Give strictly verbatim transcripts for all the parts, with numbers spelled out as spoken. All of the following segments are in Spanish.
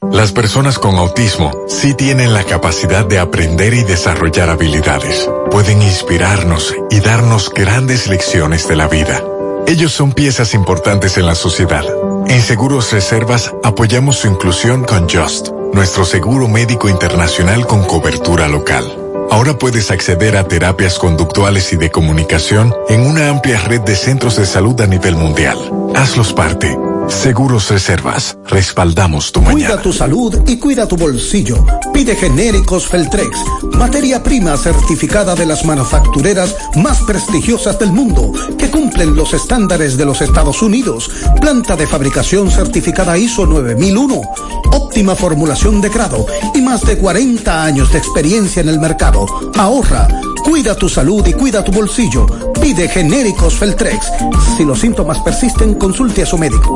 Las personas con autismo sí tienen la capacidad de aprender y desarrollar habilidades. Pueden inspirarnos y darnos grandes lecciones de la vida. Ellos son piezas importantes en la sociedad. En Seguros Reservas apoyamos su inclusión con Just, nuestro seguro médico internacional con cobertura local. Ahora puedes acceder a terapias conductuales y de comunicación en una amplia red de centros de salud a nivel mundial. Hazlos parte. Seguros Reservas. Respaldamos tu mañana. Cuida tu salud y cuida tu bolsillo. Pide genéricos Feltrex, materia prima certificada de las manufactureras más prestigiosas del mundo, que cumplen los estándares de los Estados Unidos. Planta de fabricación certificada I S O nueve mil uno. Óptima formulación de grado y más de cuarenta años de experiencia en el mercado. Ahorra, cuida tu salud y cuida tu bolsillo. Pide genéricos Feltrex. Si los síntomas persisten, consulte a su médico.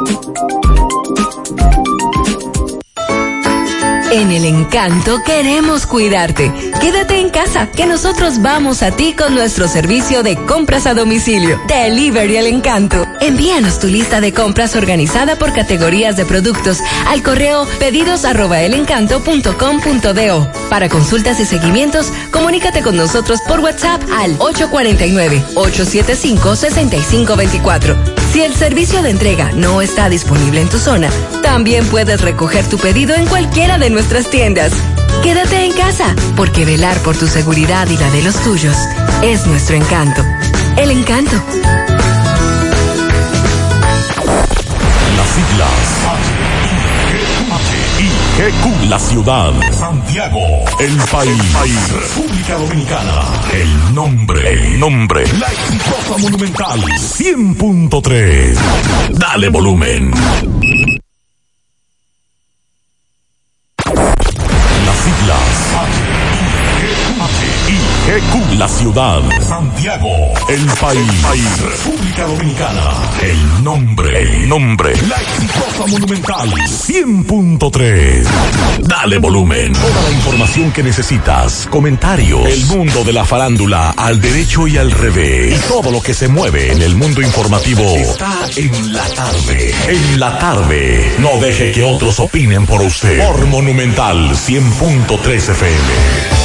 En El Encanto queremos cuidarte. Quédate en casa, que nosotros vamos a ti con nuestro servicio de compras a domicilio. Delivery El Encanto. Envíanos tu lista de compras organizada por categorías de productos al correo pedidos arroba elencanto punto com punto do. Para consultas y seguimientos, comunícate con nosotros por WhatsApp al ocho cuatro nueve, ocho siete cinco, seis cinco dos cuatro. Si el servicio de entrega no está disponible en tu zona, también puedes recoger tu pedido en cualquiera de nuestras tiendas. Quédate en casa, porque velar por tu seguridad y la de los tuyos es nuestro encanto. El Encanto. Las siglas H I G Q, la ciudad, Santiago, el país, República Dominicana, el nombre, el nombre, la exitosa Monumental cien punto tres. Dale volumen. Las siglas H I G Q, la ciudad, Santiago, el país, República Dominicana, el nombre, el nombre, la exitosa Monumental cien punto tres. Dale volumen. Toda la información que necesitas, comentarios, el mundo de la farándula al derecho y al revés, y todo lo que se mueve en el mundo informativo está en la tarde. En la tarde. No deje que otros opinen por usted. Por Monumental cien punto tres F M.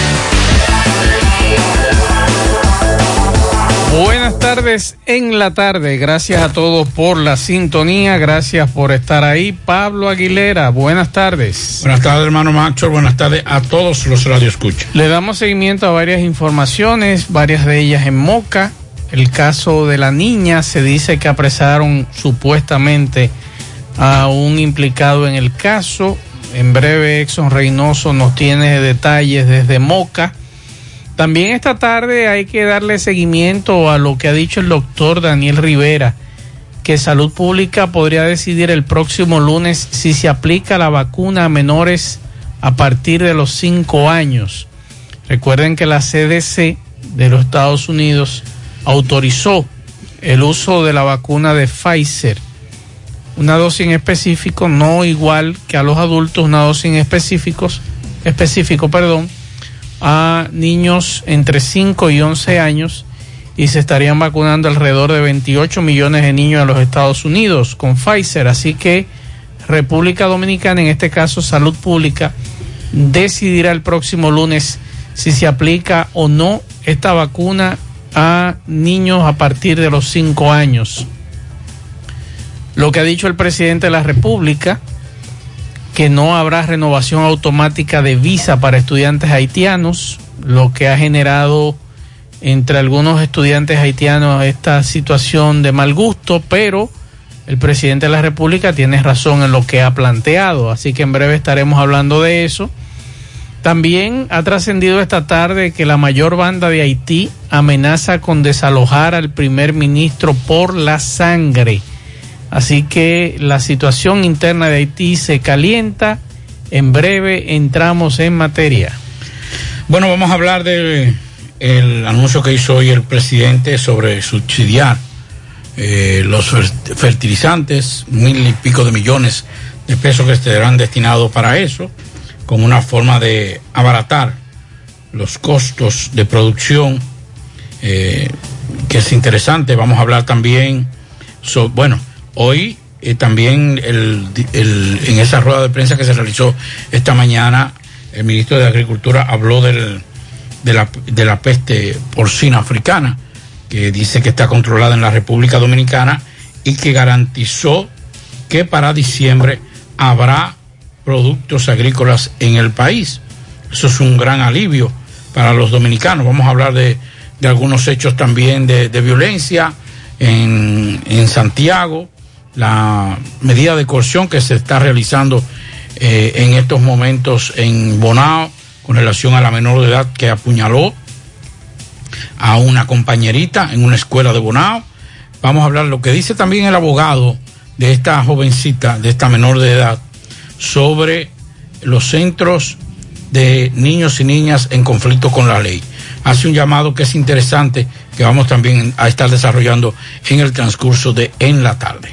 Buenas tardes en la tarde, gracias a todos por la sintonía, gracias por estar ahí. Pablo Aguilera, buenas tardes. Buenas tardes, hermano Macho, buenas tardes a todos los radioescuchas. Le damos seguimiento a varias informaciones, varias de ellas en Moca. El caso de la niña, se dice que apresaron supuestamente a un implicado en el caso. En breve, Exxon Reynoso nos tiene detalles desde Moca. También esta tarde hay que darle seguimiento a lo que ha dicho el doctor Daniel Rivera, que Salud Pública podría decidir el próximo lunes si se aplica la vacuna a menores a partir de los cinco años. Recuerden que la C D C de los Estados Unidos autorizó el uso de la vacuna de Pfizer, una dosis en específico, no igual que a los adultos, una dosis en específicos, específico, perdón, a niños entre cinco y once años, y se estarían vacunando alrededor de veintiocho millones de niños en los Estados Unidos con Pfizer. Así que República Dominicana, en este caso Salud Pública, decidirá el próximo lunes si se aplica o no esta vacuna a niños a partir de los cinco años. Lo que ha dicho el presidente de la República, que no habrá renovación automática de visa para estudiantes haitianos, lo que ha generado entre algunos estudiantes haitianos esta situación de mal gusto, pero el presidente de la República tiene razón en lo que ha planteado, así que en breve estaremos hablando de eso. También ha trascendido esta tarde que la mayor banda de Haití amenaza con desalojar al primer ministro por la sangre. Así que la situación interna de Haití se calienta. En breve entramos en materia. Bueno, vamos a hablar del anuncio que hizo hoy el presidente sobre subsidiar eh, los fertilizantes, mil y pico de millones de pesos que estarán destinados para eso, como una forma de abaratar los costos de producción, eh, que es interesante. Vamos a hablar también sobre, bueno, hoy eh, también el, el, en esa rueda de prensa que se realizó esta mañana, el ministro de Agricultura habló del, de, la, de la peste porcina africana, que dice que está controlada en la República Dominicana y que garantizó que para diciembre habrá productos agrícolas en el país. Eso es un gran alivio para los dominicanos. Vamos a hablar de, de algunos hechos también de, de violencia en, en Santiago, la medida de coerción que se está realizando eh, en estos momentos en Bonao con relación a la menor de edad que apuñaló a una compañerita en una escuela de Bonao. Vamos a hablar lo que dice también el abogado de esta jovencita, de esta menor de edad, sobre los centros de niños y niñas en conflicto con la ley. Hace un llamado que es interesante, que vamos también a estar desarrollando en el transcurso de En la Tarde.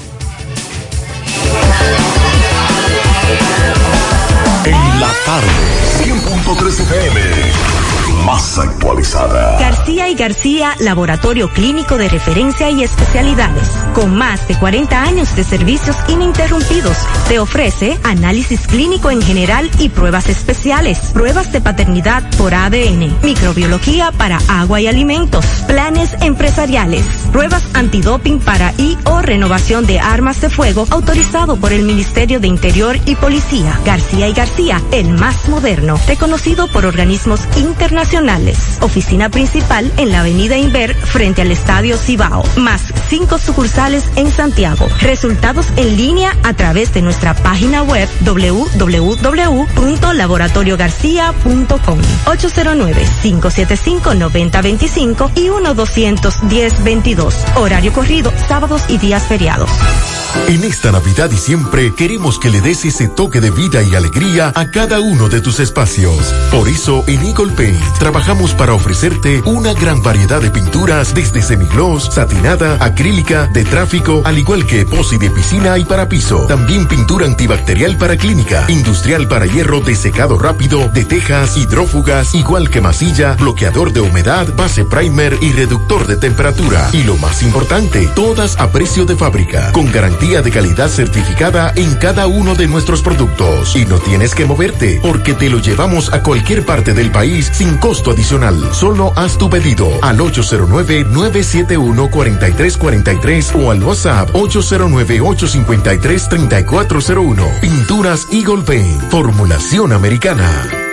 En la tarde, cien punto tres F M, más actualizada. García y García, laboratorio clínico de referencia y especialidades. Con más de cuarenta años de servicios ininterrumpidos, te ofrece análisis clínico en general y pruebas especiales, pruebas de paternidad por A D N, microbiología para agua y alimentos, planes empresariales, pruebas antidoping para y o renovación de armas de fuego autorizado por el Ministerio de Interior y Policía. García y García, el más moderno, reconocido por organismos internacionales. Oficina principal en la avenida Inver frente al Estadio Cibao, más cinco sucursales en Santiago. Resultados en línea a través de nuestra página web doble u doble u doble u punto laboratorio garcía punto com, ocho cero nueve, cinco siete cinco, nueve cero dos cinco y uno dos uno cero, veintidós. Horario corrido, sábados y días feriados. En esta Navidad y siempre queremos que le des ese toque de vida y alegría a cada uno de tus espacios. Por eso en Eagle Paint trabajamos para ofrecerte una gran variedad de pinturas desde semigloss, satinada, acrílica, de tráfico, al igual que epoxi de piscina y para piso. También pintura antibacterial para clínica, industrial para hierro de secado rápido, de tejas, hidrófugas, igual que masilla, bloqueador de humedad, base primer y reductor de temperatura. Y lo más importante, todas a precio de fábrica, con garantía de calidad certificada en cada uno de nuestros productos. Y no tienes que moverte, porque te lo llevamos a cualquier parte del país sin costo adicional. Solo haz tu pedido al ocho cero nueve, nueve siete uno, cuatro tres cuatro tres o al WhatsApp ocho cero nueve, ocho cinco tres, tres cuatro cero uno. Pinturas Eagle Paint, formulación americana.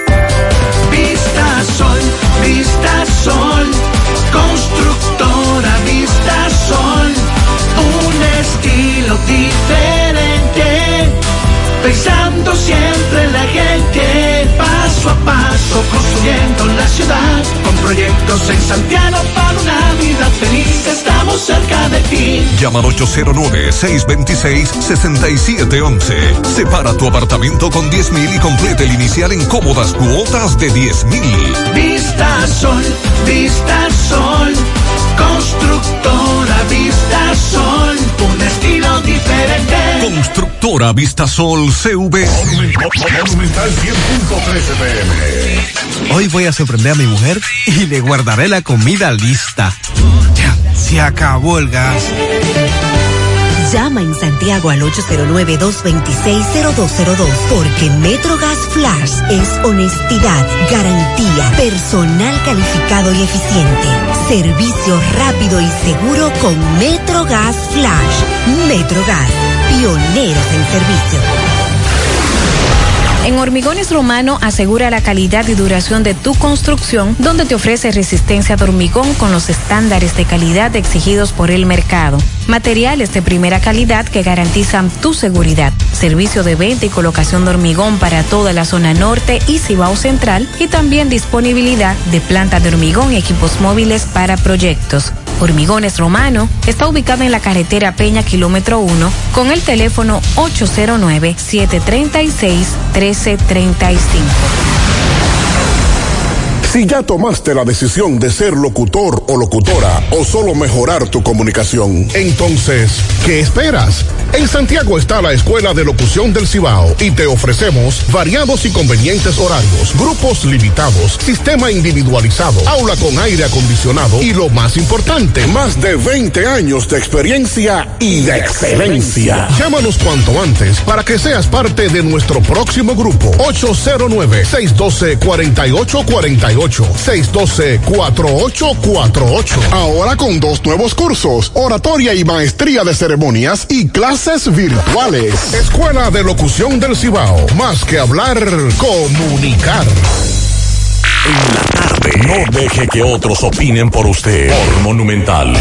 Vista Sol, Vista Sol, constructora Vista Sol, un estilo diferente, pensando siempre en la gente, paso a paso construyendo la ciudad, con proyectos en Santiago para una vida feliz, estamos cerca de ti. Llama al ocho cero nueve, seis dos seis, seis siete uno uno. Separa tu apartamento con diez mil y complete el inicial en cómodas cuotas de diez mil. Vista Sol, Vista Sol, constructora Vista Sol, un estilo diferente. Constructora Vista Sol C V. Monumental cien punto tres F M. Hoy voy a sorprender a mi mujer y le guardaré la comida lista. Ya, se acabó el gas. Llama en Santiago al ocho cero nueve, dos dos seis, cero dos cero dos, porque Metrogas Flash es honestidad, garantía, personal calificado y eficiente, servicio rápido y seguro con Metrogas Flash. Metrogas, pioneros en servicio. En Hormigones Romano asegura la calidad y duración de tu construcción, donde te ofrece resistencia de hormigón con los estándares de calidad exigidos por el mercado. Materiales de primera calidad que garantizan tu seguridad. Servicio de venta y colocación de hormigón para toda la zona norte y Cibao Central, y también disponibilidad de planta de hormigón y equipos móviles para proyectos. Hormigones Romano está ubicado en la carretera Peña kilómetro uno con el teléfono ocho cero nueve, siete tres seis, uno tres tres cinco. Si ya tomaste la decisión de ser locutor o locutora o solo mejorar tu comunicación, entonces, ¿qué esperas? En Santiago está la Escuela de Locución del Cibao y te ofrecemos variados y convenientes horarios, grupos limitados, sistema individualizado, aula con aire acondicionado y lo más importante, más de veinte años de experiencia y de excelencia. Llámanos cuanto antes para que seas parte de nuestro próximo grupo. ocho cero nueve, seis uno dos, cuatro ocho cuatro ocho, seis uno dos, cuatro ocho cuatro ocho. Ahora con dos nuevos cursos, oratoria y maestría de ceremonias y clases virtuales. Escuela de Locución del Cibao. Más que hablar, comunicar. En la tarde. No deje que otros opinen por usted. Por Monumental.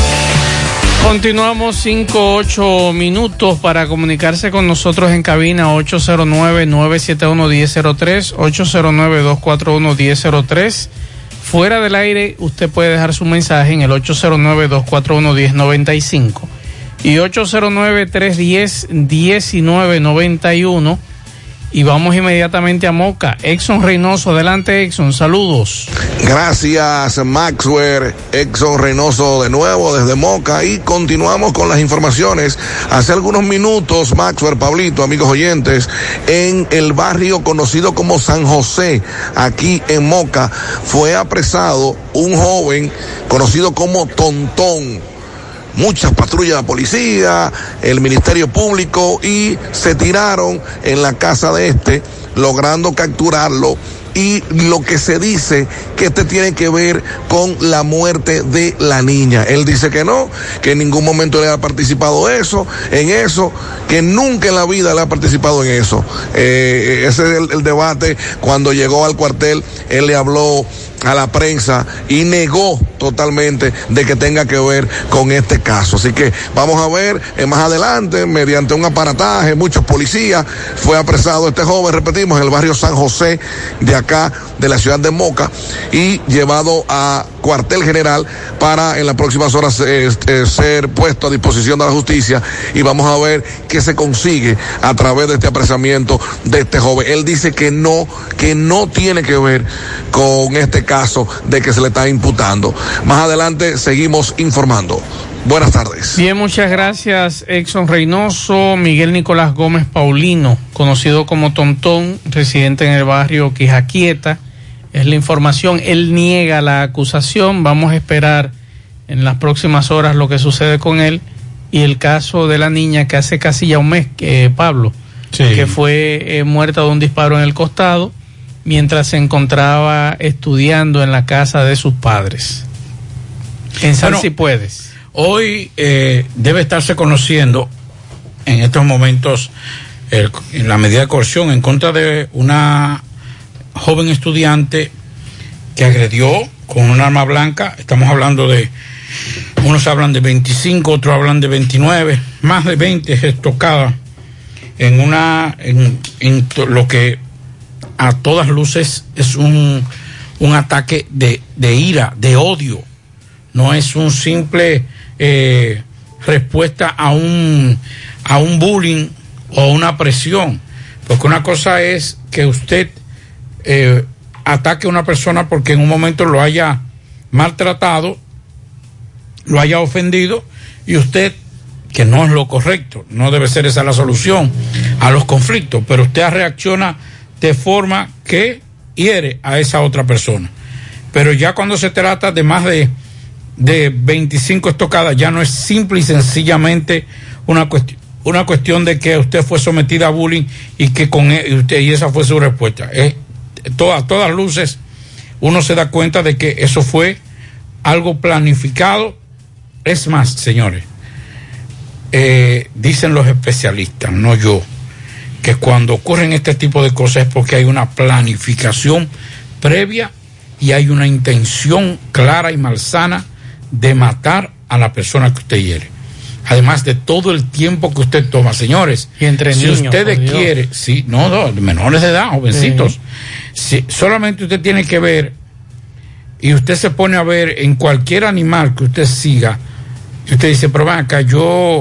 Continuamos cinco, ocho minutos para comunicarse con nosotros en cabina ocho cero nueve, nueve siete uno, uno cero cero tres, ocho cero nueve, dos cuatro uno, uno cero cero tres. Fuera del aire, usted puede dejar su mensaje en el ocho cero nueve, dos cuatro uno, uno cero nueve cinco y ocho cero nueve, tres uno cero, uno nueve nueve uno. Y vamos inmediatamente a Moca. Exxon Reynoso, adelante Exxon, saludos. Gracias Maxwell, Exxon Reynoso de nuevo desde Moca y continuamos con las informaciones. Hace algunos minutos, Maxwell, Pablito, amigos oyentes, en el barrio conocido como San José, aquí en Moca, fue apresado un joven conocido como Tontón. Muchas patrullas de policía, el Ministerio Público y se tiraron en la casa de este, logrando capturarlo. Y lo que se dice que este tiene que ver con la muerte de la niña. Él dice que no, que en ningún momento le ha participado eso, en eso, que nunca en la vida le ha participado en eso. Eh, ese es el, el debate. Cuando llegó al cuartel, él le habló a la prensa y negó totalmente de que tenga que ver con este caso. Así que vamos a ver eh, más adelante, mediante un aparataje, muchos policías, fue apresado este joven, repetimos, en el barrio San José de acá, de la ciudad de Moca, y llevado a cuartel general para en las próximas horas eh, eh, ser puesto a disposición de la justicia, y vamos a ver qué se consigue a través de este apresamiento de este joven. Él dice que no, que no tiene que ver con este caso de que se le está imputando. Más adelante seguimos informando. Buenas tardes. Bien, muchas gracias Exxon Reynoso. Miguel Nicolás Gómez Paulino, conocido como Tontón, residente en el barrio Quijaquieta, es la información. Él niega la acusación. Vamos a esperar en las próximas horas lo que sucede con él y el caso de la niña que hace casi ya un mes, que Pablo, sí, que fue eh, muerta de un disparo en el costado mientras se encontraba estudiando en la casa de sus padres. En San bueno, Si Puedes. Hoy eh, debe estarse conociendo en estos momentos el, en la medida de coerción en contra de una joven estudiante que agredió con un arma blanca. Estamos hablando de, unos hablan de veinticinco, otros hablan de veintinueve, más de veinte estocadas en una, en, en to, lo que a todas luces es un, un ataque de, de ira, de odio. No es un simple eh, respuesta a un, a un bullying o una presión. Porque una cosa es que usted eh, ataque a una persona porque en un momento lo haya maltratado, lo haya ofendido, y usted, que no es lo correcto, no debe ser esa la solución a los conflictos, pero usted reacciona de forma que hiere a esa otra persona. Pero ya cuando se trata de más de de veinticinco estocadas, ya no es simple y sencillamente una cuestión una cuestión de que usted fue sometida a bullying y que con él, usted, y esa fue su respuesta. Es, to, a todas luces uno se da cuenta de que eso fue algo planificado. Es más, señores, eh, dicen los especialistas, no yo, que cuando ocurren este tipo de cosas es porque hay una planificación previa y hay una intención clara y malsana de matar a la persona que usted hiere. Además de todo el tiempo que usted toma, señores. Y entre si niños, ustedes quieren, sí, no, no, menores de edad, jovencitos, sí. Si, solamente usted tiene que ver, y usted se pone a ver en cualquier animal que usted siga, y usted dice, pero ven acá, yo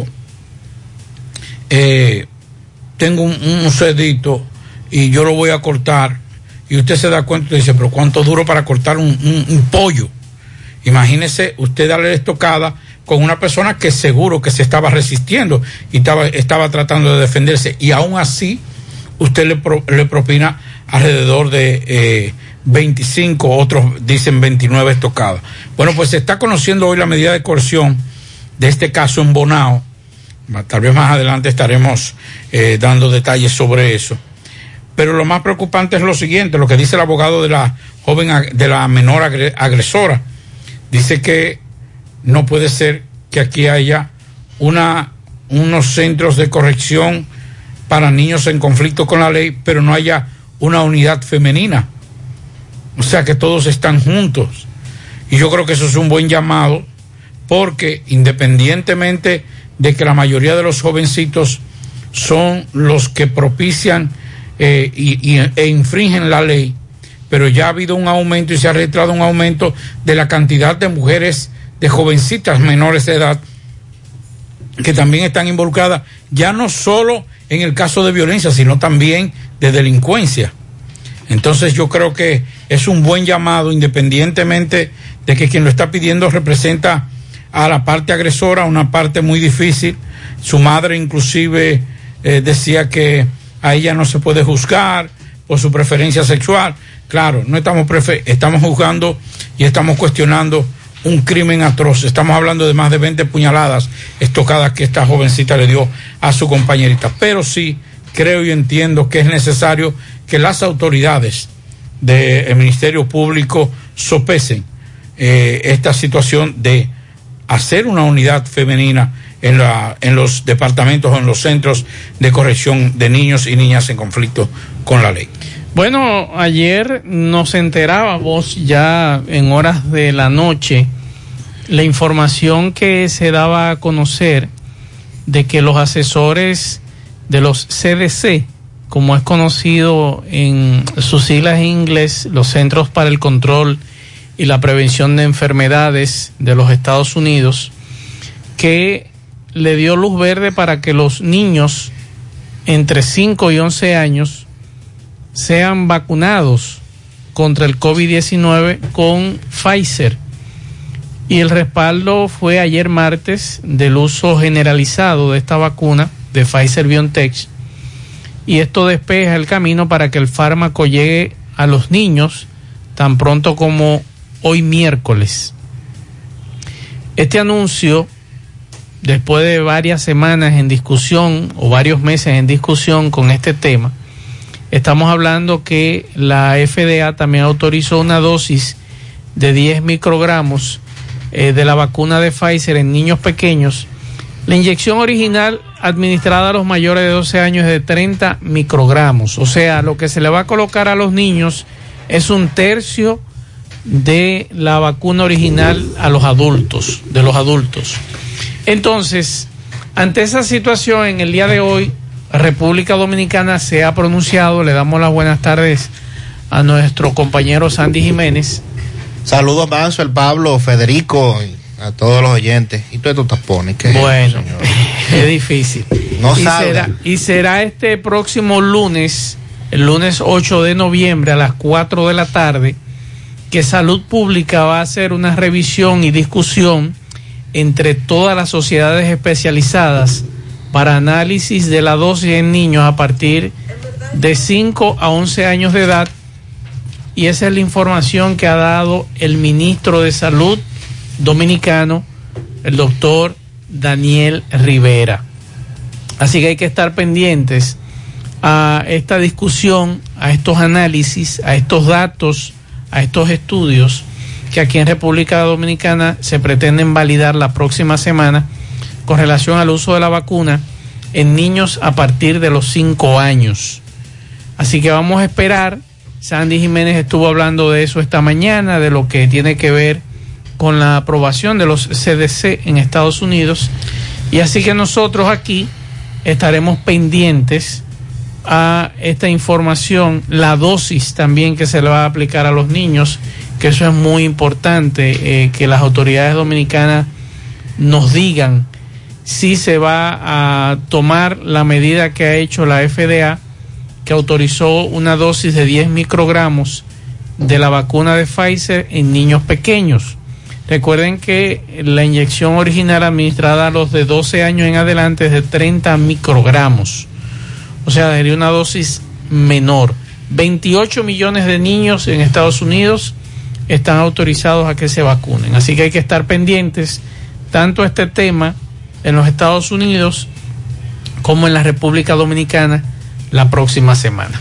eh, tengo un, un cerdito y yo lo voy a cortar, y usted se da cuenta y dice, pero ¿cuánto duro para cortar un, un, un pollo? Imagínese usted darle la estocada, con una persona que seguro que se estaba resistiendo y estaba, estaba tratando de defenderse, y aún así usted le, pro, le propina alrededor de eh, veinticinco, otros dicen veintinueve estocadas. Bueno, pues se está conociendo hoy la medida de coerción de este caso en Bonao. Tal vez más adelante estaremos eh, dando detalles sobre eso. Pero lo más preocupante es lo siguiente, lo que dice el abogado de la joven, de la menor agresora. Dice que no puede ser que aquí haya una, unos centros de corrección para niños en conflicto con la ley, pero no haya una unidad femenina. O sea que todos están juntos. Y yo creo que eso es un buen llamado, porque independientemente de que la mayoría de los jovencitos son los que propician eh, y, y, e infringen la ley, pero ya ha habido un aumento y se ha registrado un aumento de la cantidad de mujeres, de jovencitas menores de edad, que también están involucradas, ya no solo en el caso de violencia, sino también de delincuencia. Entonces yo creo que es un buen llamado, independientemente de que quien lo está pidiendo representa a la parte agresora, una parte muy difícil. Su madre inclusive eh, decía que a ella no se puede juzgar por su preferencia sexual. Claro, no estamos prefer- estamos juzgando y estamos cuestionando un crimen atroz. Estamos hablando de más de veinte puñaladas estocadas que esta jovencita le dio a su compañerita. Pero sí creo y entiendo que es necesario que las autoridades del Ministerio Público sopesen eh, esta situación de hacer una unidad femenina en, la, en los departamentos o en los centros de corrección de niños y niñas en conflicto con la ley. Bueno, ayer nos enterábamos ya en horas de la noche la información que se daba a conocer de que los asesores de los C D C, como es conocido en sus siglas en inglés, los Centros para el Control y la Prevención de Enfermedades de los Estados Unidos, que le dio luz verde para que los niños entre cinco y once años sean vacunados contra el COVID diecinueve con Pfizer. Y el respaldo fue ayer martes del uso generalizado de esta vacuna de Pfizer-BioNTech, y esto despeja el camino para que el fármaco llegue a los niños tan pronto como hoy miércoles. Este anuncio, después de varias semanas en discusión o varios meses en discusión con este tema, estamos hablando que la F D A también autorizó una dosis de diez microgramos eh, de la vacuna de Pfizer en niños pequeños. La inyección original administrada a los mayores de doce años es de treinta microgramos, o sea, lo que se le va a colocar a los niños es un tercio de la vacuna original a los adultos, de los adultos. Entonces, ante esa situación, en el día de hoy, República Dominicana se ha pronunciado. Le damos las buenas tardes a nuestro compañero Sandy Jiménez. Saludos, Manso, el Pablo, Federico, a todos los oyentes. ¿Y tú estos tapones? ¿Qué bueno, es eso, es difícil. No y será, y será este próximo lunes, el lunes ocho de noviembre a las cuatro de la tarde, que Salud Pública va a hacer una revisión y discusión entre todas las sociedades especializadas para análisis de la dosis en niños a partir de cinco a once años de edad, y esa es la información que ha dado el ministro de Salud dominicano, el doctor Daniel Rivera. Así que hay que estar pendientes a esta discusión, a estos análisis, a estos datos, a estos estudios que aquí en República Dominicana se pretenden validar la próxima semana con relación al uso de la vacuna en niños a partir de los cinco años. Así que vamos a esperar. Sandy Jiménez estuvo hablando de eso esta mañana, de lo que tiene que ver con la aprobación de los C D C en Estados Unidos, y así que nosotros aquí estaremos pendientes a esta información, la dosis también que se le va a aplicar a los niños, que eso es muy importante, eh, que las autoridades dominicanas nos digan si se va a tomar la medida que ha hecho la F D A, que autorizó una dosis de diez microgramos de la vacuna de Pfizer en niños pequeños. Recuerden que la inyección original administrada a los de doce años en adelante es de treinta microgramos. O sea, sería una dosis menor. veintiocho millones de niños en Estados Unidos están autorizados a que se vacunen. Así que hay que estar pendientes tanto a este tema en los Estados Unidos como en la República Dominicana la próxima semana.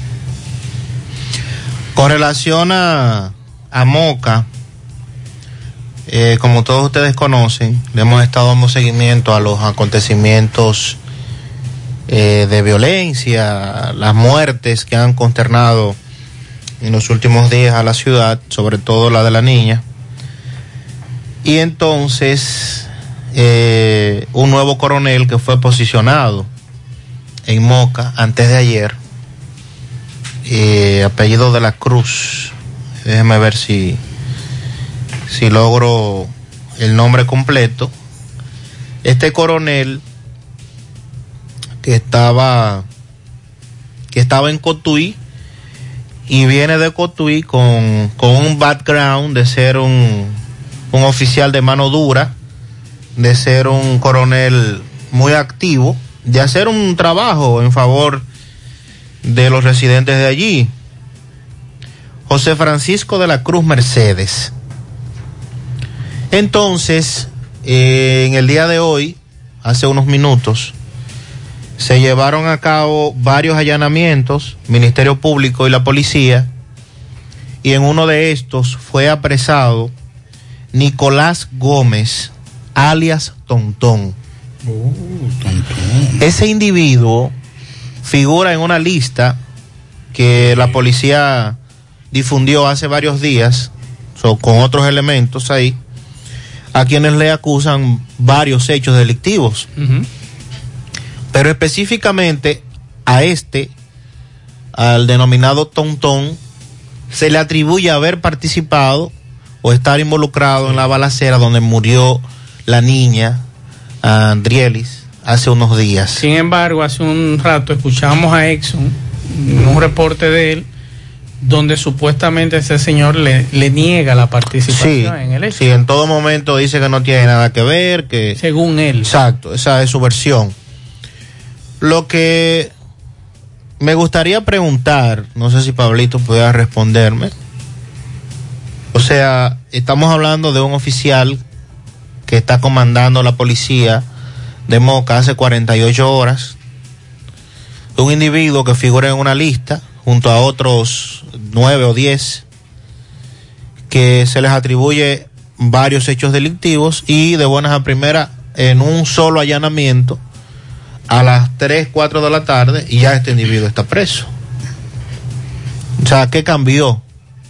Con relación a, a Moca, eh, como todos ustedes conocen, le hemos estado dando seguimiento a los acontecimientos eh, de violencia, las muertes que han consternado en los últimos días a la ciudad, sobre todo la de la niña. Y entonces, eh, un nuevo coronel que fue posicionado en Moca antes de ayer, eh, apellido de la Cruz, déjeme ver si, si logro el nombre completo. Este coronel que estaba, que estaba en Cotuí, y viene de Cotuí con, con un background de ser un, un oficial de mano dura, de ser un coronel muy activo, de hacer un trabajo en favor de los residentes de allí. José Francisco de la Cruz Mercedes. Entonces, eh, en el día de hoy, hace unos minutos, se llevaron a cabo varios allanamientos, Ministerio Público y la policía, y en uno de estos fue apresado Nicolás Gómez, alias Tontón. Uh, tontón. Ese individuo figura en una lista que la policía difundió hace varios días, so, con otros elementos ahí, a quienes le acusan varios hechos delictivos. Uh-huh. Pero específicamente a este, al denominado Tontón, se le atribuye haber participado o estar involucrado en la balacera donde murió la niña Andrielis hace unos días. Sin embargo, hace un rato escuchamos a Exxon, un reporte de él, donde supuestamente ese señor le, le niega la participación sí, en el hecho. Sí, en todo momento dice que no tiene nada que ver, que... Según él. Exacto, esa es su versión. Lo que me gustaría preguntar, no sé si Pablito pudiera responderme, o sea, estamos hablando de un oficial que está comandando la policía de Moca hace cuarenta y ocho horas, un individuo que figura en una lista junto a otros nueve o diez que se les atribuye varios hechos delictivos, y de buenas a primeras en un solo allanamiento a las tres, cuatro de la tarde, y ya este individuo está preso. O sea, ¿qué cambió?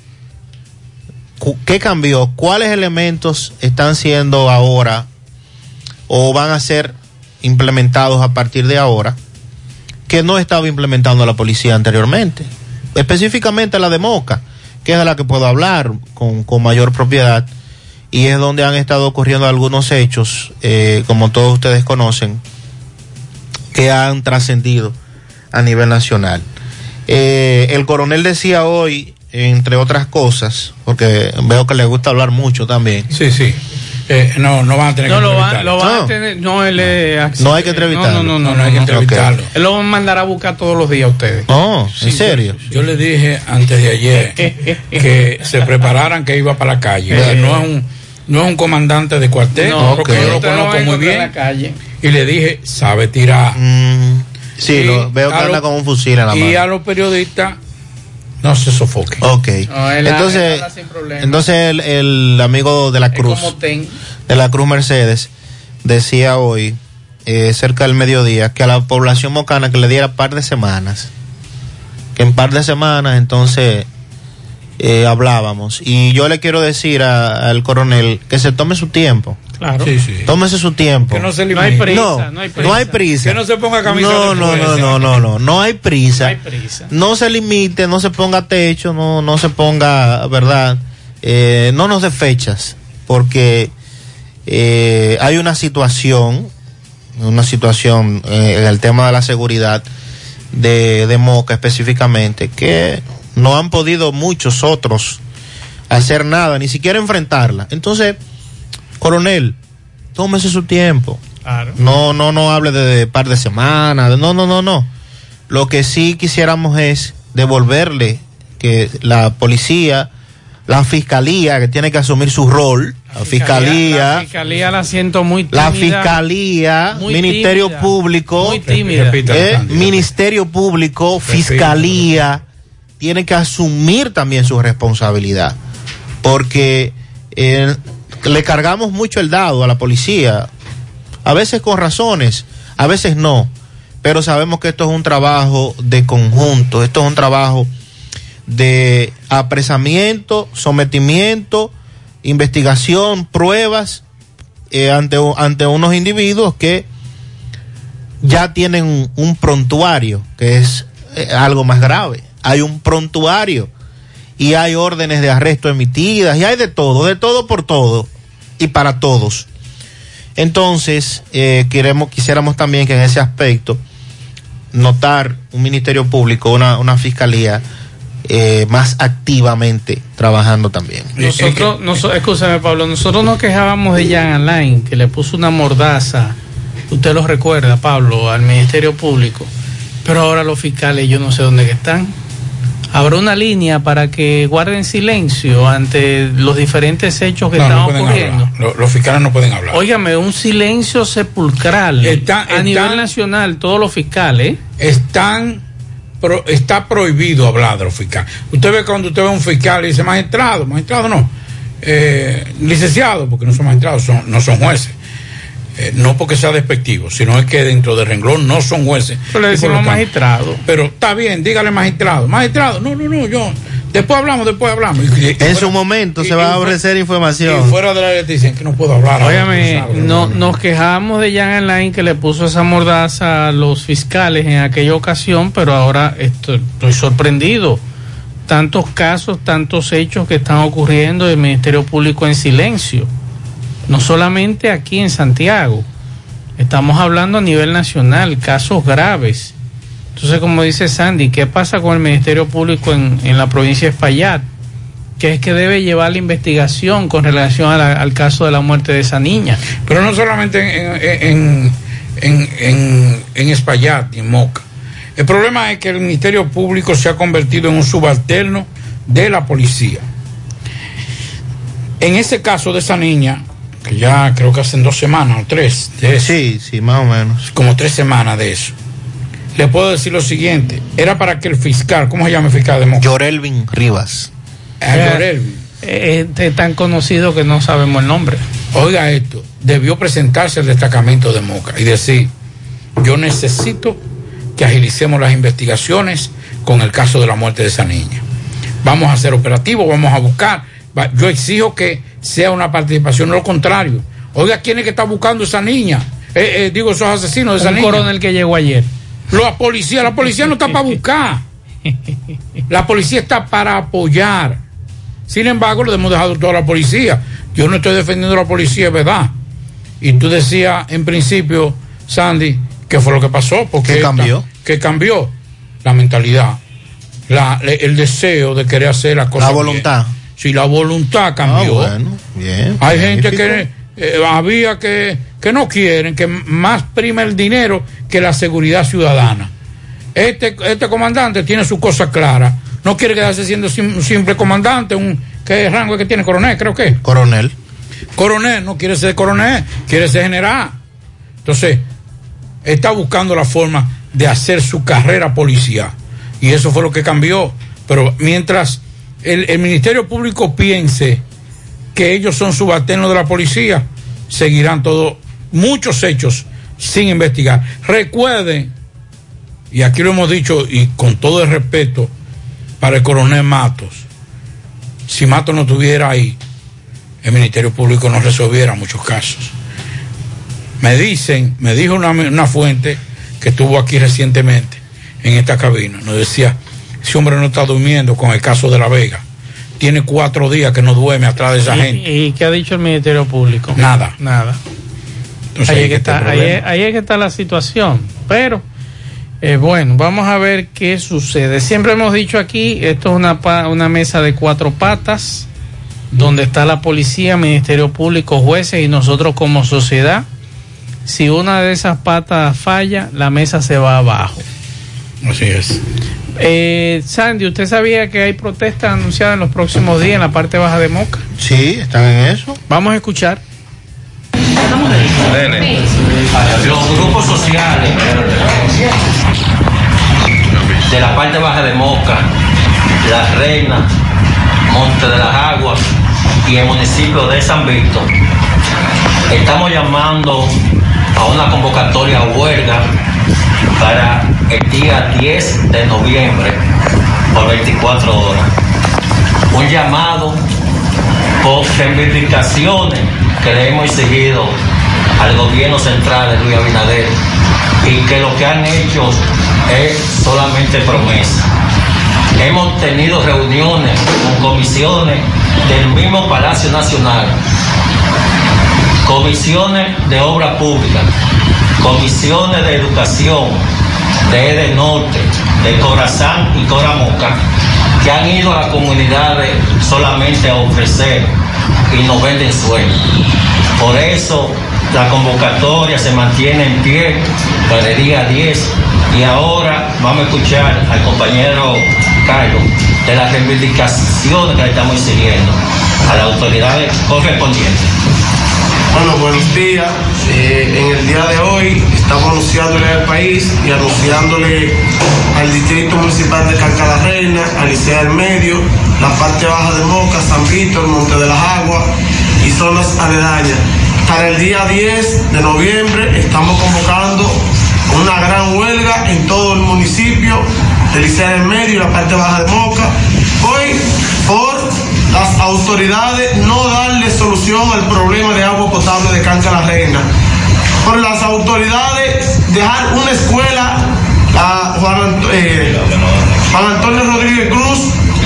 ¿Qué cambió? ¿Cuáles elementos están siendo ahora o van a ser implementados a partir de ahora que no estaba implementando la policía anteriormente? Específicamente la de Moca, que es de la que puedo hablar con, con mayor propiedad, y es donde han estado ocurriendo algunos hechos, eh, como todos ustedes conocen, que han trascendido a nivel nacional. Eh, el coronel decía hoy, entre otras cosas, porque veo que le gusta hablar mucho también. Sí, sí. Eh, no, no van a tener no, que lo entrevistarlo. Va, lo van no. a tener, no, él es no hay que entrevistarlo. No, no, no, no, no, no hay que entrevistarlo. Okay. Él lo mandará a buscar todos los días a ustedes. No, ¿en sí, serio? Yo, yo le dije antes de ayer que se prepararan, que iba para la calle. Eh, no es un no es un comandante de cuartel, no, porque okay. yo lo conozco muy bien. La calle. Y le dije, sabe tirar. Mm, sí, lo, veo que anda lo, con un fusil en la mano. Y a los periodistas no se sofoque. Ok. No, él entonces, entonces el, el amigo de la Cruz, de la Cruz Mercedes, decía hoy, eh, cerca del mediodía, que a la población mocana que le diera par de semanas, que en par de semanas entonces eh, hablábamos. Y yo le quiero decir a, al coronel que se tome su tiempo. Claro. Sí, sí. Tómese su tiempo. Que no se no hay prisa, no, no hay prisa. No hay prisa. Que no se ponga camisa no, de no, fuerza. no, no, no, no, no hay prisa. No hay prisa. No se limite, no se ponga techo, no, no se ponga, ¿verdad? Eh, no nos dé fechas, porque eh, hay una situación, una situación eh, en el tema de la seguridad de, de Moca específicamente, que no han podido muchos otros hacer nada, ni siquiera enfrentarla. Entonces, coronel, tómese su tiempo. Claro. No, no, no hable de, de par de semanas, no, no, no, no. Lo que sí quisiéramos es devolverle que la policía, la fiscalía, que tiene que asumir su rol, la, la fiscalía, fiscalía, la fiscalía la siento muy tímida, la fiscalía, muy Ministerio tímida, Público, muy tímida. Repita, eh, Ministerio Público, Fiscalía, tiene que asumir también su responsabilidad, porque eh, le cargamos mucho el dado a la policía, a veces con razones, a veces no, pero sabemos que esto es un trabajo de conjunto, esto es un trabajo de apresamiento, sometimiento, investigación, pruebas eh, ante, ante unos individuos que ya tienen un, un prontuario, que es eh, algo más grave. Hay un prontuario y hay órdenes de arresto emitidas y hay de todo, de todo por todo y para todos. Entonces, eh, queremos, quisiéramos también que en ese aspecto notar un Ministerio Público, una, una Fiscalía eh, más activamente trabajando también. Nosotros, nosotros, escúchame Pablo, nosotros nos quejábamos de Jan Alain, que le puso una mordaza, usted lo recuerda, Pablo, al Ministerio Público, pero ahora los fiscales yo no sé dónde que están. Habrá una línea para que guarden silencio ante los diferentes hechos que no, están no ocurriendo. Los, los fiscales no pueden hablar. Óigame, un silencio sepulcral está, a está, nivel nacional, todos los fiscales. Están, pro, está prohibido hablar de los fiscales. Usted ve cuando usted ve a un fiscal y dice magistrado, magistrado no, eh, licenciado, porque no son magistrados, son, no son jueces. Eh, no porque sea despectivo, sino es que dentro del renglón no son jueces. Pero le decimos magistrado. Pero está bien, dígale magistrado. Magistrado, no, no, no, yo. Después hablamos, después hablamos. Y, y en fuera, su momento y, se va a ofrecer información. Y fuera de la ley te dicen que no puedo hablar. Óigame, no, nos quejamos de Jan Alain que le puso esa mordaza a los fiscales en aquella ocasión, pero ahora estoy, estoy sorprendido. Tantos casos, tantos hechos que están ocurriendo del Ministerio Público en silencio. No solamente aquí en Santiago, estamos hablando a nivel nacional, casos graves. Entonces, como dice Sandy, ¿qué pasa con el Ministerio Público en, en la provincia de Espaillat? Que es que debe llevar la investigación con relación a la, al caso de la muerte de esa niña. Pero no solamente en, en, en, en, en Espaillat y en Moca. El problema es que el Ministerio Público se ha convertido en un subalterno de la policía. En ese caso de esa niña, que ya creo que hacen dos semanas o tres de eso. Sí, sí, más o menos. Como tres semanas de eso. Le puedo decir lo siguiente, era para que el fiscal, ¿cómo se llama el fiscal de Moca? Yorelvin Rivas. Ah, Yorelvin. Eh, es tan conocido que no sabemos el nombre. Oiga esto, debió presentarse al destacamento de Moca y decir, yo necesito que agilicemos las investigaciones con el caso de la muerte de esa niña. Vamos a hacer operativos, vamos a buscar. Yo exijo que sea una participación, no lo contrario. Oiga, ¿quién es que está buscando esa niña? Eh, eh, digo, esos asesinos de esa Un niña. Un coronel que llegó ayer. La policía, la policía no está para buscar. La policía está para apoyar. Sin embargo, le hemos dejado toda la policía. Yo no estoy defendiendo a la policía, es verdad. Y tú decías en principio, Sandy, ¿qué fue lo que pasó? Porque ¿Qué cambió? ¿Qué cambió? La mentalidad, la, el deseo de querer hacer las cosas. La voluntad. Bien. Si la voluntad cambió. Ah, bueno, bien. Hay gente que eh, había que, que no quieren, que más prima el dinero que la seguridad ciudadana. Este, este comandante tiene su cosa clara. No quiere quedarse siendo un simple comandante, un ¿qué rango que tiene? Coronel, creo que. Coronel. Coronel, no quiere ser coronel, quiere ser general. Entonces, está buscando la forma de hacer su carrera policial. Y eso fue lo que cambió. Pero mientras el, el Ministerio Público piense que ellos son subalternos de la policía, seguirán todos muchos hechos sin investigar. Recuerden, y aquí lo hemos dicho y con todo el respeto para el coronel Matos, si Matos no estuviera ahí, el Ministerio Público no resolviera muchos casos. Me dicen, me dijo una, una fuente que estuvo aquí recientemente en esta cabina, nos decía, ese hombre no está durmiendo con el caso de La Vega, tiene cuatro días que no duerme atrás de esa ¿Y, gente. ¿Y qué ha dicho el Ministerio Público? Nada. Nada. Entonces, ahí, ahí, es que está, ahí, es, ahí es que está la situación, pero eh, bueno, vamos a ver qué sucede. Siempre hemos dicho aquí, esto es una, una mesa de cuatro patas, donde está la policía, Ministerio Público, jueces y nosotros como sociedad. Si una de esas patas falla, la mesa se va abajo. Así es. Eh, Sandy, ¿usted sabía que hay protestas anunciadas en los próximos días en la parte baja de Moca? Sí, están en eso. Vamos a escuchar. Los grupos sociales de la parte baja de Moca, La Reina, Monte de las Aguas y el municipio de San Víctor, estamos llamando a una convocatoria a huelga para el día diez de noviembre por veinticuatro horas. Un llamado por reivindicaciones que le hemos exigido al gobierno central de Luis Abinader y que lo que han hecho es solamente promesa. Hemos tenido reuniones con comisiones del mismo Palacio Nacional, comisiones de obra pública, comisiones de educación, de Ede Norte, de Corazán y Coramoca, que han ido a las comunidades solamente a ofrecer y nos venden sueños. Por eso la convocatoria se mantiene en pie para el día diez y ahora vamos a escuchar al compañero Carlos de las reivindicaciones que le estamos exigiendo a las autoridades correspondientes. Bueno, buenos días. Eh, en el día de hoy estamos anunciándole al país y anunciándole al Distrito Municipal de Cancalarreina, al Licea del Medio, la parte baja de Moca, San Víctor, Monte de las Aguas y zonas aledañas. Para el día diez de noviembre estamos convocando una gran huelga en todo el municipio de Licea del Medio y la parte baja de Moca. Hoy, por las autoridades no darle solución al problema de agua potable de Cancalarreina, por las autoridades dejar una escuela, la Juan, eh, Juan Antonio Rodríguez Cruz,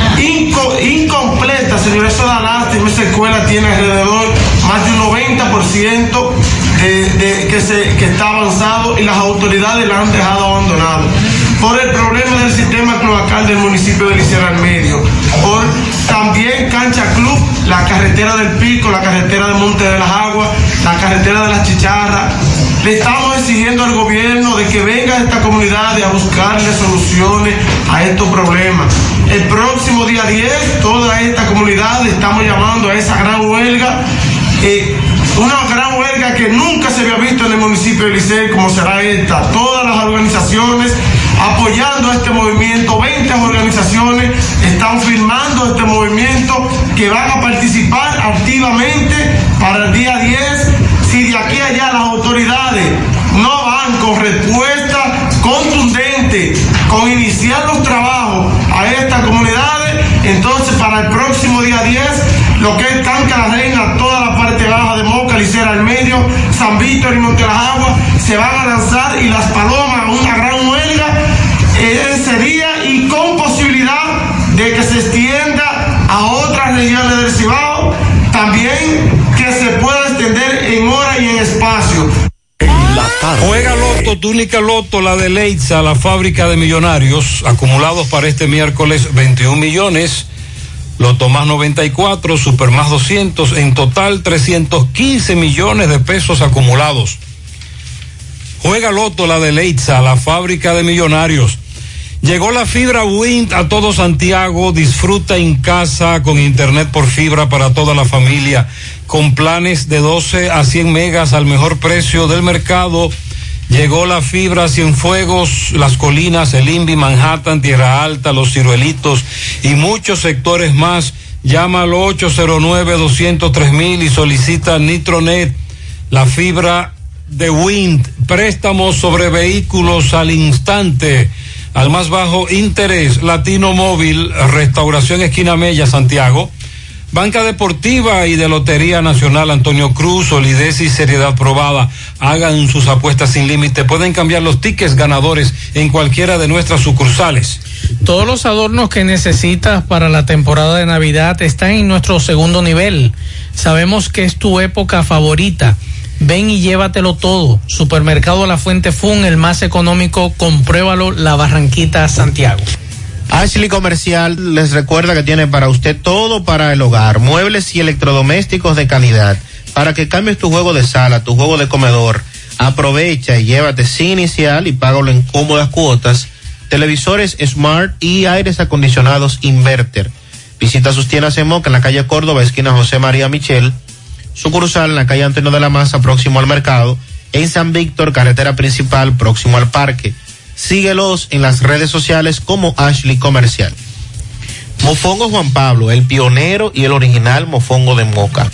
inco, incompleta, señor. Eso da lástima. Esa escuela tiene alrededor más de un noventa por ciento de, de, que, se, que está avanzado y las autoridades la han dejado abandonada. Por el problema del sistema cloacal del municipio de Licea del Medio, por también Cancha Club, la carretera del Pico, la carretera de Monte de las Aguas, la carretera de las Chicharras. Le estamos exigiendo al gobierno de que venga a esta comunidad a buscarle soluciones a estos problemas. El próximo día diez, toda esta comunidad estamos llamando a esa gran huelga, eh, una gran huelga que nunca se había visto en el municipio de Licey como será esta. Todas las organizaciones apoyando este movimiento, veinte organizaciones están firmando este movimiento que van a participar activamente para el día diez. Si de aquí a allá las autoridades no van con respuesta contundente, con iniciar los trabajos a estas comunidades, entonces para el próximo día diez, lo que es Cancalarreina, toda la parte baja de Moca, Licea del Medio, San Víctor y Monte de las Aguas, se van a lanzar y Las Palomas, una gran huelga ese día y con posibilidad de que se extienda a otras regiones del Cibao, también que se pueda extender en hora y en espacio. Juega Loto, túnica Loto, la de Leitza, la fábrica de millonarios, acumulados para este miércoles veintiún millones, Loto más noventa y cuatro, Super más doscientos, en total trescientos quince millones de pesos acumulados. Juega Loto, la de Leitza, la fábrica de millonarios. Llegó la fibra Wind a todo Santiago. Disfruta en casa con internet por fibra para toda la familia, con planes de doce a cien megas al mejor precio del mercado. Llegó la fibra Cienfuegos, Las Colinas, El Invi, Manhattan, Tierra Alta, Los Ciruelitos y muchos sectores más. Llama al ocho cero nueve, dos cero tres mil y solicita Nitronet, la fibra de Wind. Préstamos sobre vehículos al instante, al más bajo interés. Latino Móvil, Restauración Esquina Mella, Santiago. Banca Deportiva y de Lotería Nacional Antonio Cruz, solidez y seriedad probada. Hagan sus apuestas sin límite. Pueden cambiar los tickets ganadores en cualquiera de nuestras sucursales. Todos los adornos que necesitas para la temporada de Navidad están en nuestro segundo nivel. Sabemos que es tu época favorita. Ven y llévatelo todo. Supermercado La Fuente Fun, el más económico, compruébalo, La Barranquita, Santiago. Ashley Comercial les recuerda que tiene para usted todo para el hogar, muebles y electrodomésticos de calidad, para que cambies tu juego de sala, tu juego de comedor. Aprovecha y llévate sin inicial y págalo en cómodas cuotas. Televisores Smart y aires acondicionados Inverter. Visita sus tiendas en Moca, en la calle Córdoba, esquina José María Michel. Sucursal en la calle Antonio de la Maza, próximo al mercado. En San Víctor, carretera principal, próximo al parque. Síguelos en las redes sociales como Ashley Comercial. Mofongo Juan Pablo, el pionero y el original mofongo de Moca.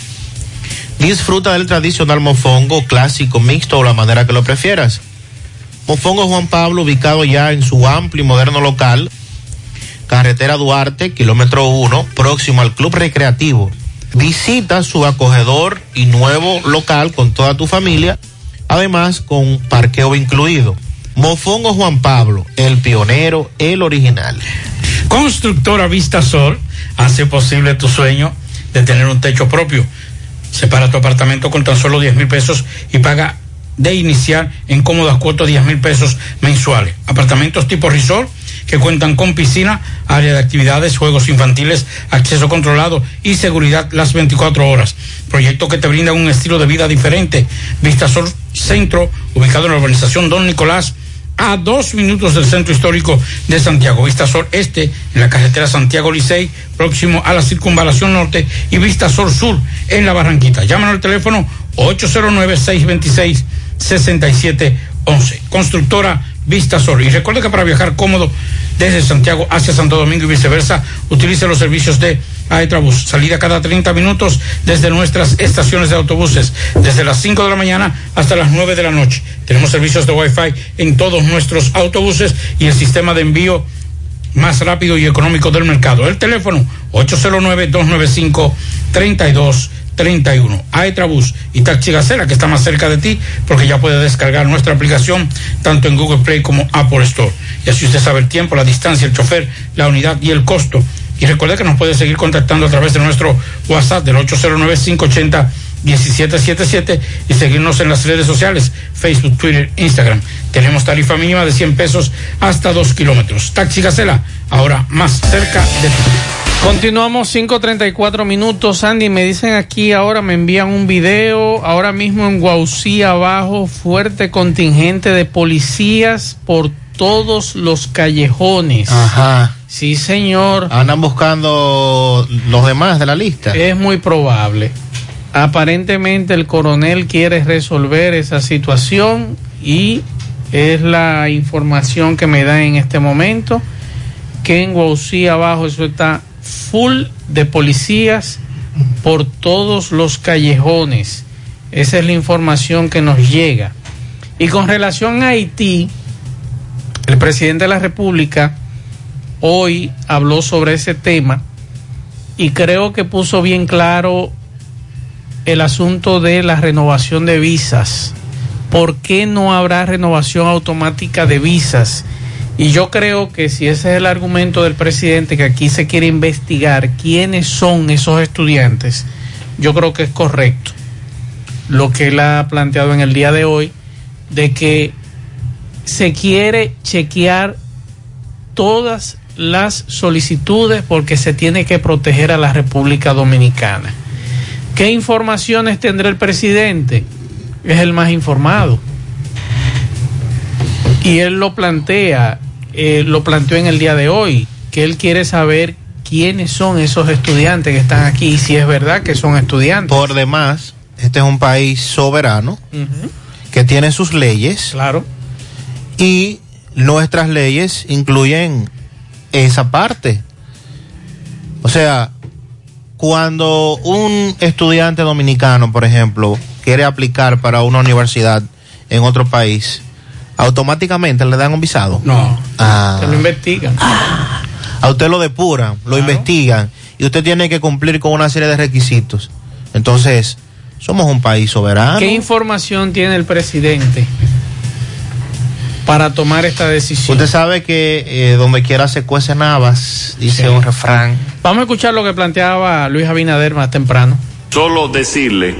Disfruta del tradicional mofongo clásico, mixto o la manera que lo prefieras. Mofongo Juan Pablo, ubicado ya en su amplio y moderno local, carretera Duarte, kilómetro uno, próximo al Club Recreativo. Visita su acogedor y nuevo local con toda tu familia, además con parqueo incluido. Mofongo Juan Pablo, el pionero, el original. Constructora Vistasol hace posible tu sueño de tener un techo propio. Separa tu apartamento con tan solo diez mil pesos y paga de iniciar en cómodas cuotas diez mil pesos mensuales. Apartamentos tipo resort que cuentan con piscina, área de actividades, juegos infantiles, acceso controlado y seguridad las veinticuatro horas. Proyecto que te brinda un estilo de vida diferente. Vistasol Centro, ubicado en la urbanización Don Nicolás, a dos minutos del centro histórico de Santiago. Vistasol Este, en la carretera Santiago Licey, próximo a la Circunvalación Norte, y Vistasol Sur, en la Barranquita. Llámanos al teléfono ocho cero nueve, seis dos seis, seis siete uno uno. Constructora Vistasol. Y recuerda que para viajar cómodo desde Santiago hacia Santo Domingo y viceversa, utilice los servicios de Aetrabús. Salida cada treinta minutos desde nuestras estaciones de autobuses, desde las cinco de la mañana hasta las nueve de la noche. Tenemos servicios de Wi-Fi en todos nuestros autobuses y el sistema de envío más rápido y económico del mercado. El teléfono ocho cero nueve, dos nueve cinco, tres dos treinta y uno. Aetrabús y Taxi Gacela, que está más cerca de ti, porque ya puede descargar nuestra aplicación tanto en Google Play como Apple Store. Y así usted sabe el tiempo, la distancia, el chofer, la unidad y el costo. Y recuerde que nos puede seguir contactando a través de nuestro WhatsApp del ocho cero nueve, cinco ocho cero, uno siete siete siete y seguirnos en las redes sociales, Facebook, Twitter, Instagram. Tenemos tarifa mínima de cien pesos hasta dos kilómetros. Taxi Gacela, ahora más cerca de ti. Continuamos, cinco treinta y cuatro minutos. Andy, me dicen aquí, ahora me envían un video, ahora mismo en Guaucí abajo, fuerte contingente de policías por todos los callejones. Ajá. Sí, señor. Andan buscando los demás de la lista. Es muy probable. Aparentemente el coronel quiere resolver esa situación y es la información que me da en este momento, que en Guaucí abajo eso está full de policías por todos los callejones. Esa es la información que nos llega. Y con relación a Haití, el presidente de la República hoy habló sobre ese tema y creo que puso bien claro el asunto de la renovación de visas. ¿Por qué no habrá renovación automática de visas? Y yo creo que si ese es el argumento del presidente, que aquí se quiere investigar quiénes son esos estudiantes, yo creo que es correcto lo que él ha planteado en el día de hoy, de que se quiere chequear todas las solicitudes porque se tiene que proteger a la República Dominicana. ¿Qué informaciones tendrá el presidente? Es el más informado. Y él lo plantea, eh, lo planteó en el día de hoy, que él quiere saber quiénes son esos estudiantes que están aquí y si es verdad que son estudiantes. Por demás, este es un país soberano, uh-huh, que tiene sus leyes. Claro. Y nuestras leyes incluyen esa parte. O sea, cuando un estudiante dominicano, por ejemplo, quiere aplicar para una universidad en otro país, ¿automáticamente le dan un visado? No, ah. se lo investigan. Ah. A usted lo depuran, lo claro. investigan, y usted tiene que cumplir con una serie de requisitos. Entonces, somos un país soberano. ¿Qué información tiene el presidente para tomar esta decisión? Usted sabe que eh, donde quiera se cuecen habas, dice sí. un refrán. Vamos a escuchar lo que planteaba Luis Abinader más temprano. Solo decirle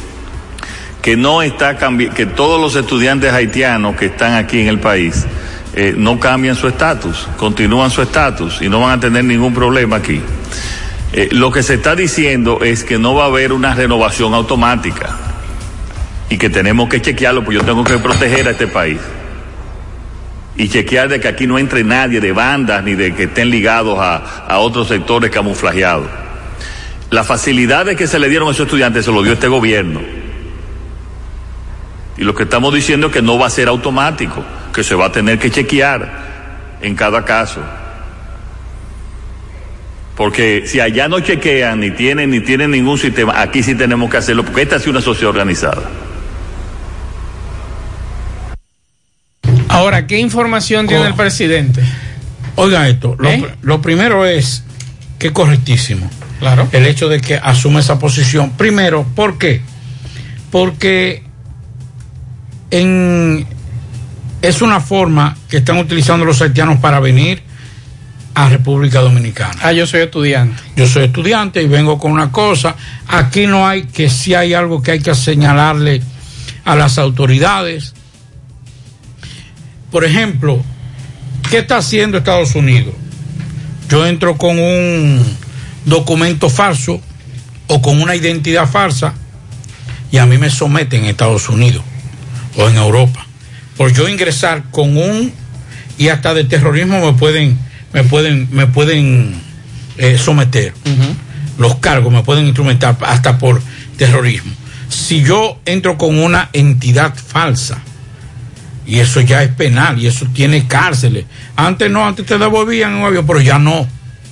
que no está cambi- que todos los estudiantes haitianos que están aquí en el país eh, no cambian su estatus, continúan su estatus y no van a tener ningún problema aquí. Eh, lo que se está diciendo es que no va a haber una renovación automática y que tenemos que chequearlo, porque yo tengo que proteger a este país y chequear de que aquí no entre nadie de bandas ni de que estén ligados a, a otros sectores camuflajeados. Las facilidades que se le dieron a esos estudiantes se lo dio este gobierno, y lo que estamos diciendo es que no va a ser automático, que se va a tener que chequear en cada caso. Porque si allá no chequean, ni tienen, ni tienen ningún sistema, aquí sí tenemos que hacerlo, porque esta es una sociedad organizada. Ahora, ¿qué información tiene oh. el presidente? Oiga esto, lo, ¿Eh? lo primero es que es correctísimo. Claro. El hecho de que asume esa posición. Primero, ¿por qué? Porque en, es una forma que están utilizando los haitianos para venir a República Dominicana. Ah, yo soy estudiante. Yo soy estudiante y vengo con una cosa. Aquí no hay, que si hay algo que hay que señalarle a las autoridades. Por ejemplo, ¿qué está haciendo Estados Unidos? Yo entro con un documento falso o con una identidad falsa y a mí me someten en Estados Unidos o en Europa. Por yo ingresar con un, y hasta de terrorismo me pueden me pueden me pueden eh, someter. Uh-huh. Los cargos me pueden instrumentar hasta por terrorismo. Si yo entro con una entidad falsa, y eso ya es penal, y eso tiene cárceles. Antes no, antes te devolvían en un avión, pero ya no.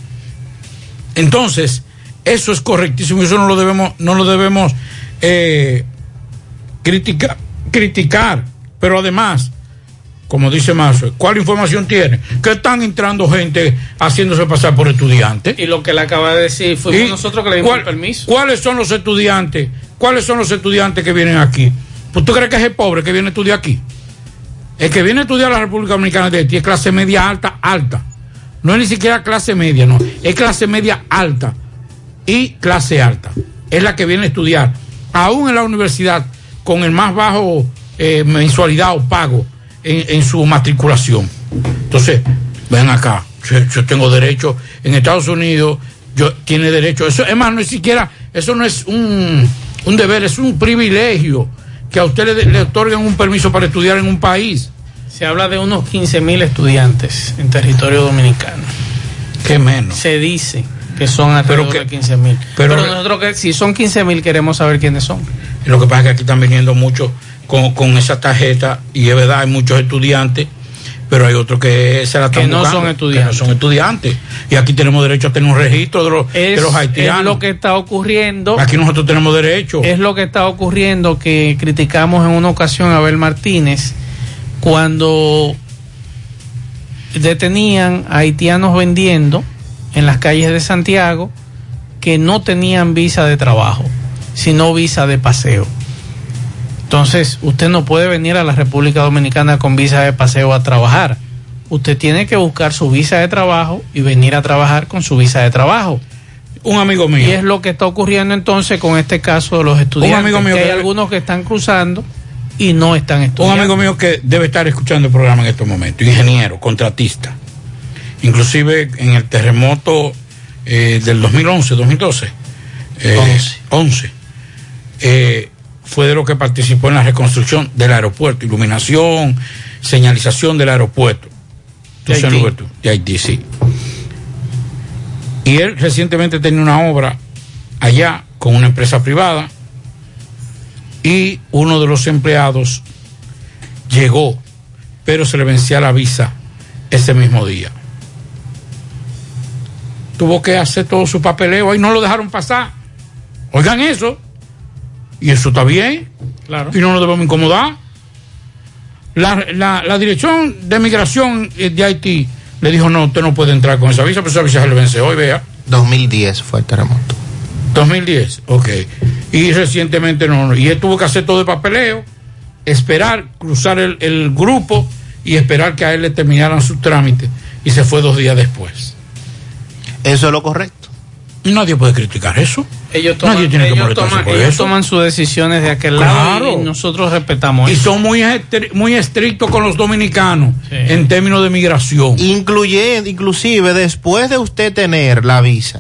Entonces, eso es correctísimo, eso no lo debemos, no lo debemos eh, criticar, criticar. Pero además, como dice Mazo, ¿cuál información tiene? Que están entrando gente haciéndose pasar por estudiantes. Y lo que le acaba de decir, fuimos nosotros que le dimos el permiso. ¿Cuáles son los estudiantes? ¿Cuáles son los estudiantes que vienen aquí? ¿Pues tú crees que es el pobre que viene a estudiar aquí? El que viene a estudiar a la República Dominicana de Haití es clase media alta, alta. No es ni siquiera clase media, no. Es clase media alta y clase alta. Es la que viene a estudiar, aún en la universidad, con el más bajo eh, mensualidad o pago en, en su matriculación. Entonces, ven acá, yo, yo tengo derecho, en Estados Unidos, yo tiene derecho. Eso, es más, no es siquiera, eso no es un, un deber, es un privilegio que a usted le, le otorguen un permiso para estudiar en un país. Se habla de unos quince mil estudiantes en territorio dominicano. ¿Qué menos? Se dice que son alrededor de quince mil. Pero, pero nosotros, que si son quince mil, queremos saber quiénes son. Lo que pasa es que aquí están viniendo muchos con, con esa tarjeta, y es verdad, hay muchos estudiantes, pero hay otros que se la están que no buscando, son estudiantes. Que no son estudiantes. Y aquí tenemos derecho a tener un registro de los, es, de los haitianos. Es lo que está ocurriendo. Aquí nosotros tenemos derecho. Es lo que está ocurriendo, que criticamos en una ocasión a Abel Martínez cuando detenían a haitianos vendiendo en las calles de Santiago que no tenían visa de trabajo, sino visa de paseo. Entonces, usted no puede venir a la República Dominicana con visa de paseo a trabajar. Usted tiene que buscar su visa de trabajo y venir a trabajar con su visa de trabajo. Un amigo mío. Y es lo que está ocurriendo entonces con este caso de los estudiantes. Un amigo mío que hay que... algunos que están cruzando y no están estudiando. Un amigo mío que debe estar escuchando el programa en estos momentos, ingeniero, contratista. Inclusive en el terremoto eh, del dos mil once, dos mil doce. Eh, once. once. Eh, fue de lo que participó en la reconstrucción del aeropuerto, iluminación, señalización del aeropuerto. De Haití. De Haití, sí. Y él recientemente tenía una obra allá con una empresa privada y uno de los empleados llegó, pero se le vencía la visa ese mismo día. Tuvo que hacer todo su papeleo y no lo dejaron pasar. Oigan eso. Y eso está bien. Claro. Y no nos debemos incomodar. La, la, la dirección de migración de Haití le dijo, no, usted no puede entrar con esa visa, pero esa visa se le vence hoy, vea. dos mil diez fue el terremoto. dos mil diez, ok. Y recientemente no, y él tuvo que hacer todo el papeleo, esperar, cruzar el, el grupo y esperar que a él le terminaran sus trámites, y se fue dos días después. ¿Eso es lo correcto? Nadie puede criticar eso. Ellos toman, Nadie tiene que ellos molestarse toman, por ellos eso. toman sus decisiones de aquel Claro. lado y nosotros respetamos Y eso. son muy, estri- muy estrictos con los dominicanos Sí. en términos de migración. Incluyendo, inclusive después de usted tener la visa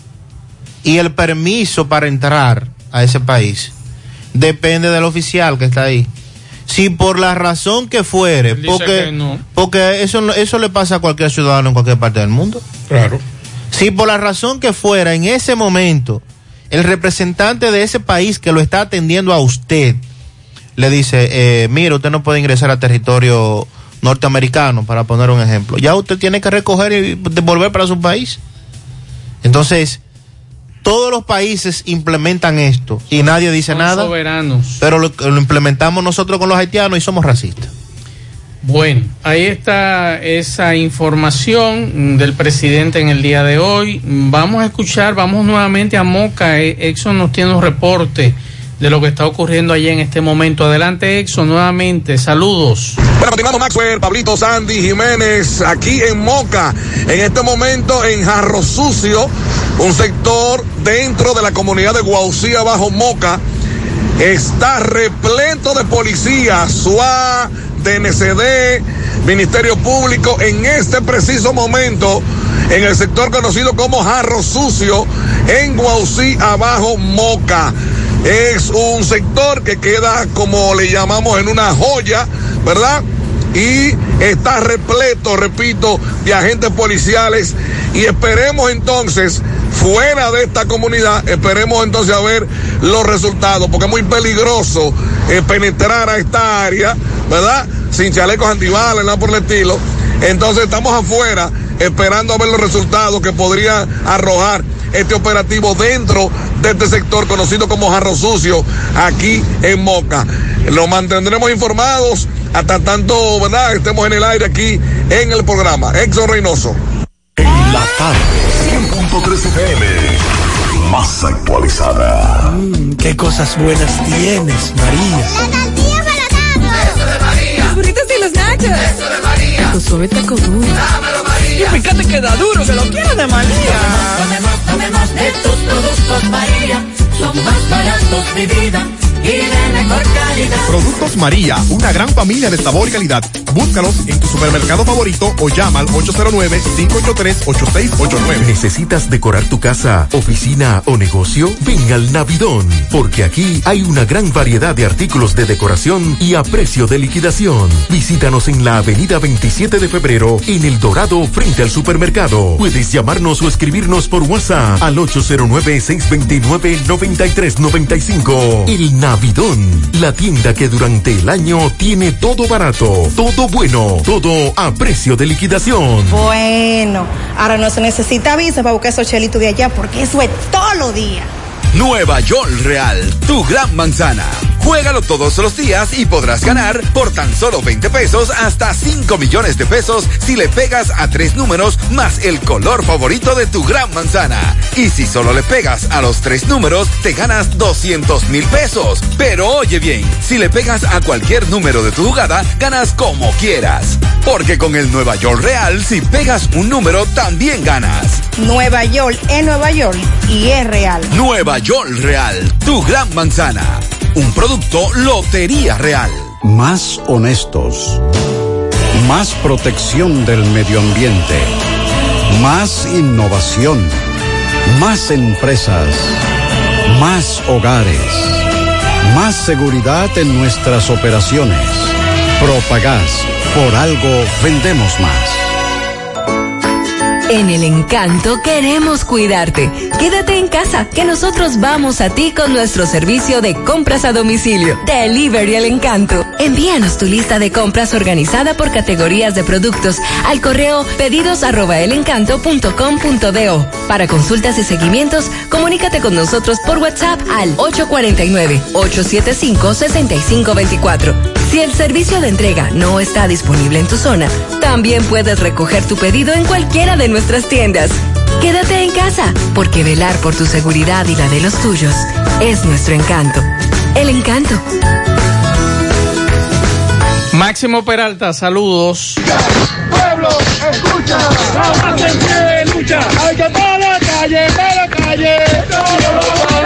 y el permiso para entrar a ese país, depende del oficial que está ahí. Si por la razón que fuere, Él dice porque, que no. porque eso, no- eso le pasa a cualquier ciudadano en cualquier parte del mundo. Claro. Si por la razón que fuera en ese momento el representante de ese país que lo está atendiendo a usted le dice, eh, mire, usted no puede ingresar a territorio norteamericano, para poner un ejemplo, ya usted tiene que recoger y devolver para su país. Entonces, todos los países implementan esto y nadie dice Son nada, soberanos. pero lo, lo implementamos nosotros con los haitianos y somos racistas. Bueno, ahí está esa información del presidente en el día de hoy. Vamos a escuchar, vamos nuevamente a Moca. Exxon nos tiene un reporte de lo que está ocurriendo allí en este momento. Adelante, Exxon, nuevamente. Saludos. Bueno, continuamos, Maxwell, Pablito, Sandy, Jiménez, aquí en Moca, en este momento en Jarro Sucio, un sector dentro de la comunidad de Guaucía, bajo Moca, está repleto de policías, S U A, D N C D, Ministerio Público, en este preciso momento, en el sector conocido como Jarro Sucio, en Guaucía, abajo Moca. Es un sector que queda, como le llamamos, en una joya, ¿verdad? Y está repleto, repito, de agentes policiales, y esperemos entonces, fuera de esta comunidad, esperemos entonces a ver los resultados, porque es muy peligroso eh, penetrar a esta área, ¿verdad? Sin chalecos antibalas, nada por el estilo. Entonces estamos afuera esperando a ver los resultados que podría arrojar este operativo dentro de este sector conocido como Jarro Sucio, aquí en Moca. Lo mantendremos informados hasta tanto, ¿verdad?, estemos en el aire aquí en el programa. Exxon Reynoso. En la tarde, cien punto tres F M, más actualizada. Mm, qué cosas buenas tienes, María. La tortilla para Eso de María. Los burritos y los nachos. Eso de María. Tu suave taco duro. Dámelo, María. Y fíjate que da duro, que lo quiero de María. Tomemos, tomemos de tus productos, María. Son más baratos, mi vida. Y de mejor calidad. Productos María, una gran familia de sabor y calidad. Búscalos en tu supermercado favorito o llama al ocho cero nueve, cinco ocho tres, ocho seis ocho nueve. ¿Necesitas decorar tu casa, oficina o negocio? Ven al Navidón, porque aquí hay una gran variedad de artículos de decoración y a precio de liquidación. Visítanos en la avenida veintisiete de febrero, en El Dorado, frente al supermercado. Puedes llamarnos o escribirnos por WhatsApp al ocho cero nueve, seis dos nueve, nueve tres nueve cinco. El Navidón, la tienda que durante el año tiene todo barato, todo bueno, todo a precio de liquidación. Bueno, ahora no se necesita visa para buscar esos chelitos de allá, porque eso es todo lo día. Nueva York Real, tu gran manzana. Juégalo todos los días y podrás ganar por tan solo veinte pesos hasta cinco millones de pesos si le pegas a tres números más el color favorito de tu gran manzana. Y si solo le pegas a los tres números, te ganas doscientos mil pesos. Pero oye bien, si le pegas a cualquier número de tu jugada, ganas como quieras. Porque con el Nueva York Real, si pegas un número, también ganas. Nueva York es Nueva York y es real. Nueva York Real, tu gran manzana. Un producto Lotería Real. Más honestos. Más protección del medio ambiente. Más innovación. Más empresas. Más hogares. Más seguridad en nuestras operaciones. Propagás. Por algo vendemos más. En El Encanto queremos cuidarte. Quédate en casa, que nosotros vamos a ti con nuestro servicio de compras a domicilio. Delivery El Encanto. Envíanos tu lista de compras organizada por categorías de productos al correo pedidos arroba elencanto punto com punto do. Para consultas y seguimientos, comunícate con nosotros por WhatsApp al ocho cuatro nueve, ocho siete cinco, seis cinco dos cuatro. Si el servicio de entrega no está disponible en tu zona, también puedes recoger tu pedido en cualquiera de nuestras tiendas. Quédate en casa, porque velar por tu seguridad y la de los tuyos es nuestro encanto. El Encanto. Máximo Peralta, saludos. Pueblo, escucha, la más en pie lucha, hay que para la calle, para la calle, todos los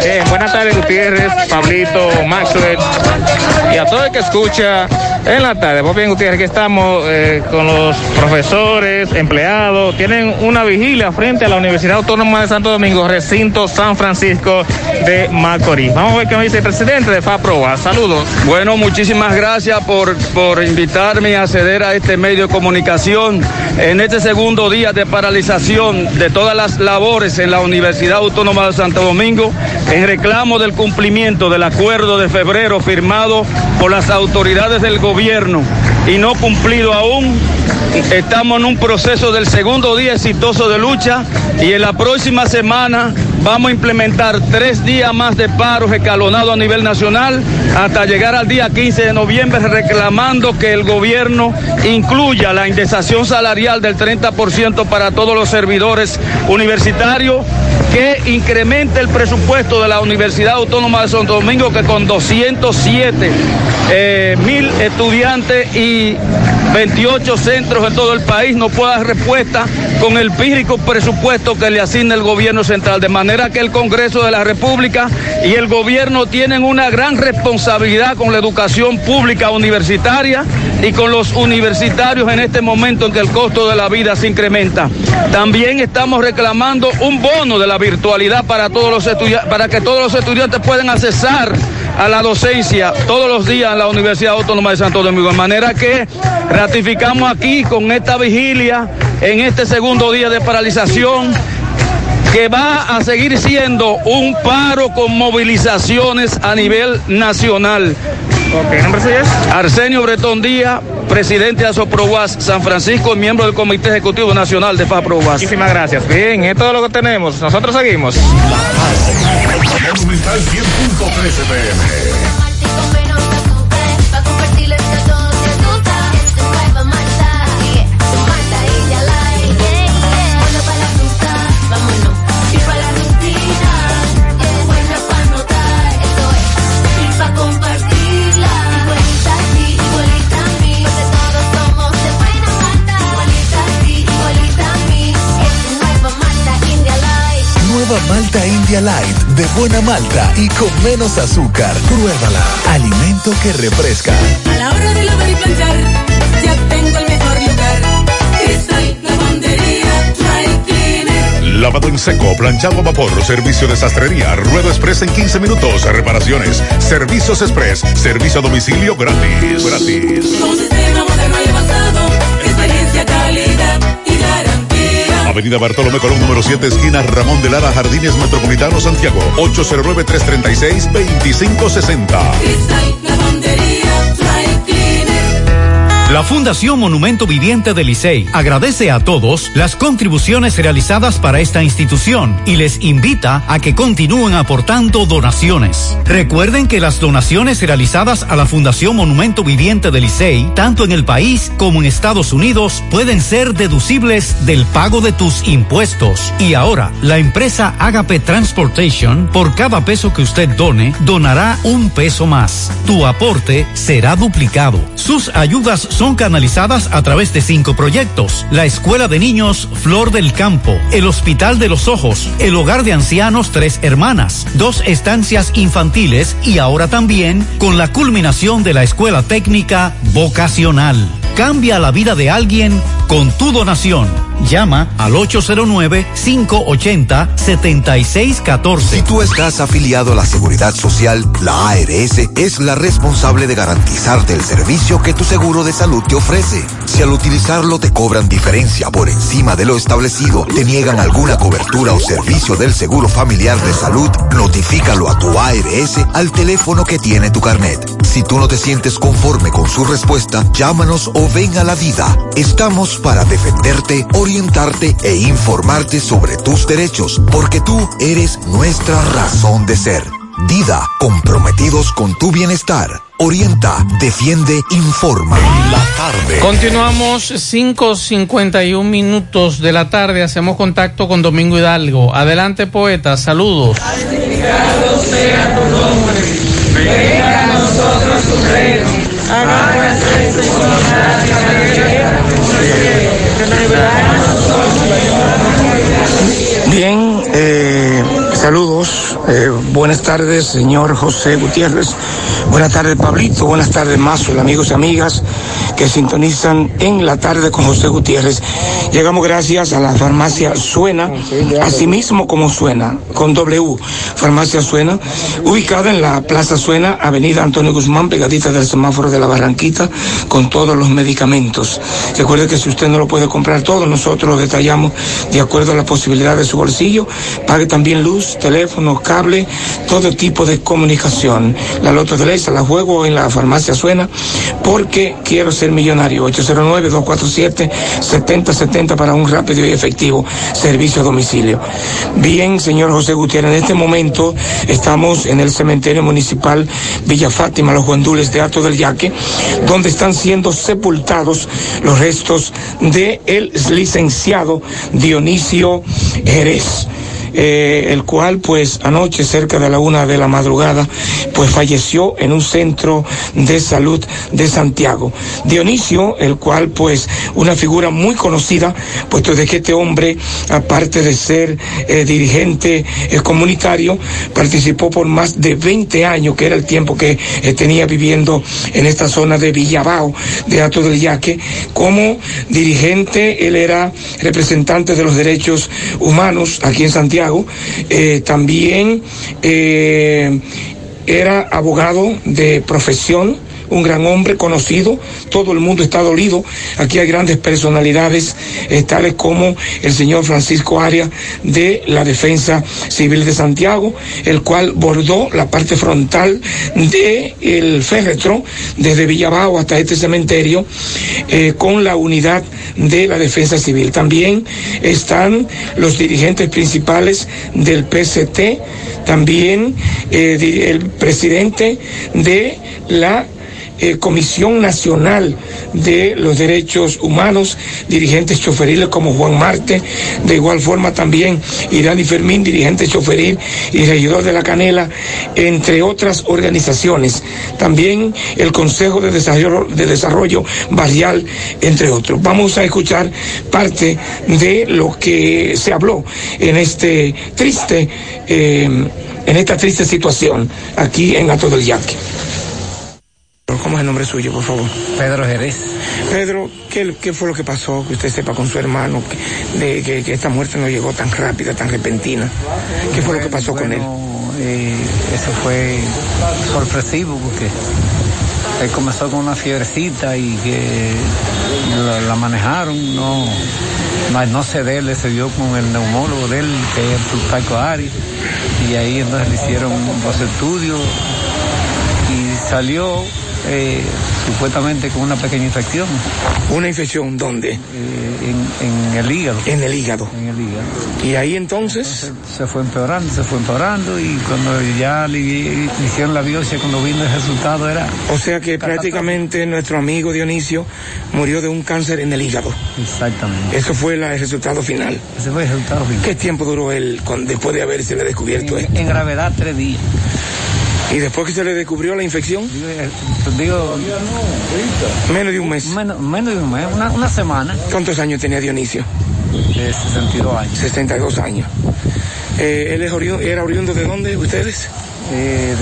Bien, buenas tardes, Gutiérrez, Pablito, Maxwell y a todo el que escucha en la tarde. Pues bien, Gutiérrez, que estamos eh, con los profesores, empleados, tienen una vigilia frente a la Universidad Autónoma de Santo Domingo, recinto San Francisco de Macorís. Vamos a ver qué nos dice el presidente de FAPROA. Saludos. Bueno, muchísimas gracias por, por invitarme a acceder a este medio de comunicación en este segundo día de paralización de todas las labores en la Universidad Autónoma de Santo Domingo en reclamo del cumplimiento del acuerdo de febrero firmado por las autoridades del gobierno y no cumplido aún. Estamos en un proceso del segundo día exitoso de lucha y en la próxima semana vamos a implementar tres días más de paros escalonados a nivel nacional hasta llegar al día quince de noviembre reclamando que el gobierno incluya la indexación salarial del treinta por ciento para todos los servidores universitarios, que incremente el presupuesto de la Universidad Autónoma de Santo Domingo, que con doscientos siete eh, mil estudiantes y veintiocho centros en todo el país no pueda dar respuesta con el pírrico presupuesto que le asigna el gobierno central, de manera que el Congreso de la República y el gobierno tienen una gran responsabilidad con la educación pública universitaria y con los universitarios en este momento en que el costo de la vida se incrementa. También estamos reclamando un bono de la virtualidad para todos los estudiantes, para que todos los estudiantes puedan accesar a la docencia todos los días en la Universidad Autónoma de Santo Domingo, de manera que ratificamos aquí con esta vigilia en este segundo día de paralización que va a seguir siendo un paro con movilizaciones a nivel nacional. Ok, ¿nombre suyo es? Arsenio Bretón Díaz, presidente de ASOPROUAS San Francisco y miembro del Comité Ejecutivo Nacional de FAPROUAS. Muchísimas gracias. Bien, es todo lo que tenemos. Nosotros seguimos. Monumental cien punto trece P M. Malta India Light, de buena malta y con menos azúcar. Pruébala. Alimento que refresca. A la hora de lavar y planchar, ya tengo el mejor lugar. Cristal Lavandería Dry Cleaner. Lavado en seco, planchado a vapor, servicio de sastrería, ruedo express en quince minutos, reparaciones, servicios express, servicio a domicilio gratis. Gratis. Con sistema moderno y avanzado, experiencia, calidad y garantía. Avenida Bartolomé Colón, número siete, esquina Ramón de Lara, Jardines Metropolitano, Santiago. ocho cero nueve, tres tres seis, dos cinco seis cero. Cristal Lavandería Dry Cleaner. La Fundación Monumento Viviente del Licey agradece a todos las contribuciones realizadas para esta institución y les invita a que continúen aportando donaciones. Recuerden que las donaciones realizadas a la Fundación Monumento Viviente del Licey, tanto en el país como en Estados Unidos, pueden ser deducibles del pago de tus impuestos. Y ahora, la empresa Agape Transportation, por cada peso que usted done, donará un peso más. Tu aporte será duplicado. Sus ayudas son son canalizadas a través de cinco proyectos: la Escuela de Niños Flor del Campo, el Hospital de los Ojos, el Hogar de Ancianos Tres Hermanas, dos estancias infantiles y ahora también con la culminación de la Escuela Técnica Vocacional. Cambia la vida de alguien con tu donación. Llama al ocho cero nueve, cinco ocho cero, siete seis uno cuatro. Si tú estás afiliado a la Seguridad Social, la A R S es la responsable de garantizarte el servicio que tu seguro de salud te ofrece. Si al utilizarlo te cobran diferencia por encima de lo establecido, te niegan alguna cobertura o servicio del seguro familiar de salud, notifícalo a tu A R S al teléfono que tiene tu carnet. Si tú no te sientes conforme con su respuesta, llámanos o ven a la vida. Estamos para defenderte, orientarte e informarte sobre tus derechos, porque tú eres nuestra razón de ser. Dida, comprometidos con tu bienestar. Orienta, defiende, informa. La tarde. Continuamos cinco cincuenta y un minutos de la tarde. Hacemos contacto con Domingo Hidalgo. Adelante, poeta. Saludos. Santificado sea tu nombre. Venga a nosotros tu reino. Hágase tu voluntad en la tierra como en el cielo. Bien, eh, saludos, eh, Buenas tardes, señor José Gutiérrez. Buenas tardes, Pablito. Buenas tardes, Mazo, amigos y amigas que sintonizan en la tarde con José Gutiérrez. Llegamos gracias a la farmacia Suena, así mismo como Suena, con W, farmacia Suena, ubicada en la Plaza Suena, avenida Antonio Guzmán, pegadita del semáforo de la Barranquita, con todos los medicamentos. Recuerde que si usted no lo puede comprar todo, nosotros lo detallamos de acuerdo a la posibilidad de su bolsillo. Pague también luz, teléfono, cable, todo tipo de comunicación. La Loto de Leisa la juego en la farmacia Suena porque quiero ser millonario. ocho cero nueve, dos cuatro siete, siete cero siete cero para un rápido y efectivo servicio a domicilio. Bien, señor José Gutiérrez, en este momento estamos en el cementerio municipal Villa Fátima, los Guandules de Hato del Yaque, donde están siendo sepultados los restos de el licenciado Dionisio Jerez. Eh, el cual pues anoche cerca de la una de la madrugada pues falleció en un centro de salud de Santiago. Dionisio, el cual pues una figura muy conocida, puesto de que este hombre, aparte de ser eh, dirigente eh, comunitario, participó por más de veinte años, que era el tiempo que eh, tenía viviendo en esta zona de Villabao, de Hato del Yaque, como dirigente. Él era representante de los derechos humanos aquí en Santiago. Eh, también eh, era abogado de profesión, un gran hombre conocido, todo el mundo está dolido. Aquí hay grandes personalidades, eh, tales como el señor Francisco Arias de la Defensa Civil de Santiago, el cual bordó la parte frontal del féretro desde Villabao hasta este cementerio eh, con la unidad de la Defensa Civil. También están los dirigentes principales del P C T, también eh, el presidente de la Eh, Comisión Nacional de los Derechos Humanos, dirigentes choferiles como Juan Marte, de igual forma también Irani Fermín, dirigente choferil y regidor de La Canela, entre otras organizaciones. También el Consejo de Desarrollo, de Desarrollo Barrial, entre otros. Vamos a escuchar parte de lo que se habló en este triste, eh, en esta triste situación aquí en Hato del Yaque. ¿Cómo es el nombre suyo, por favor? Pedro Jerez. Pedro, ¿qué, qué fue lo que pasó, que usted sepa con su hermano, que, de, que, que esta muerte no llegó tan rápida, tan repentina? ¿Qué fue bueno, lo que pasó bueno, con él? Eh, eso fue sorpresivo, porque él comenzó con una fiebrecita y que la, la manejaron, no, no se de él, se dio con el neumólogo de él, que es el Plutarco Ari, y ahí entonces le hicieron los estudios y salió Eh, supuestamente con una pequeña infección. ¿Una infección dónde? Eh, en, en el hígado. En el hígado. En el hígado. ¿Y ahí entonces? entonces se fue empeorando, se fue empeorando y cuando ya le, le hicieron la biopsia, cuando vino el resultado era... O sea que prácticamente nuestro amigo Dionisio murió de un cáncer en el hígado. Exactamente. Eso fue la, el resultado final. Ese fue el resultado final. ¿Qué tiempo duró él con, después de haberse le descubierto en, esto? En gravedad, tres días. ¿Y después que se le descubrió la infección? Digo, digo menos de un mes. Menos, menos de un mes, una, una semana. ¿Cuántos años tenía Dionisio? De sesenta y dos años. sesenta y dos años. Eh, ¿Él es oriundo, era oriundo de dónde, ustedes? Eh,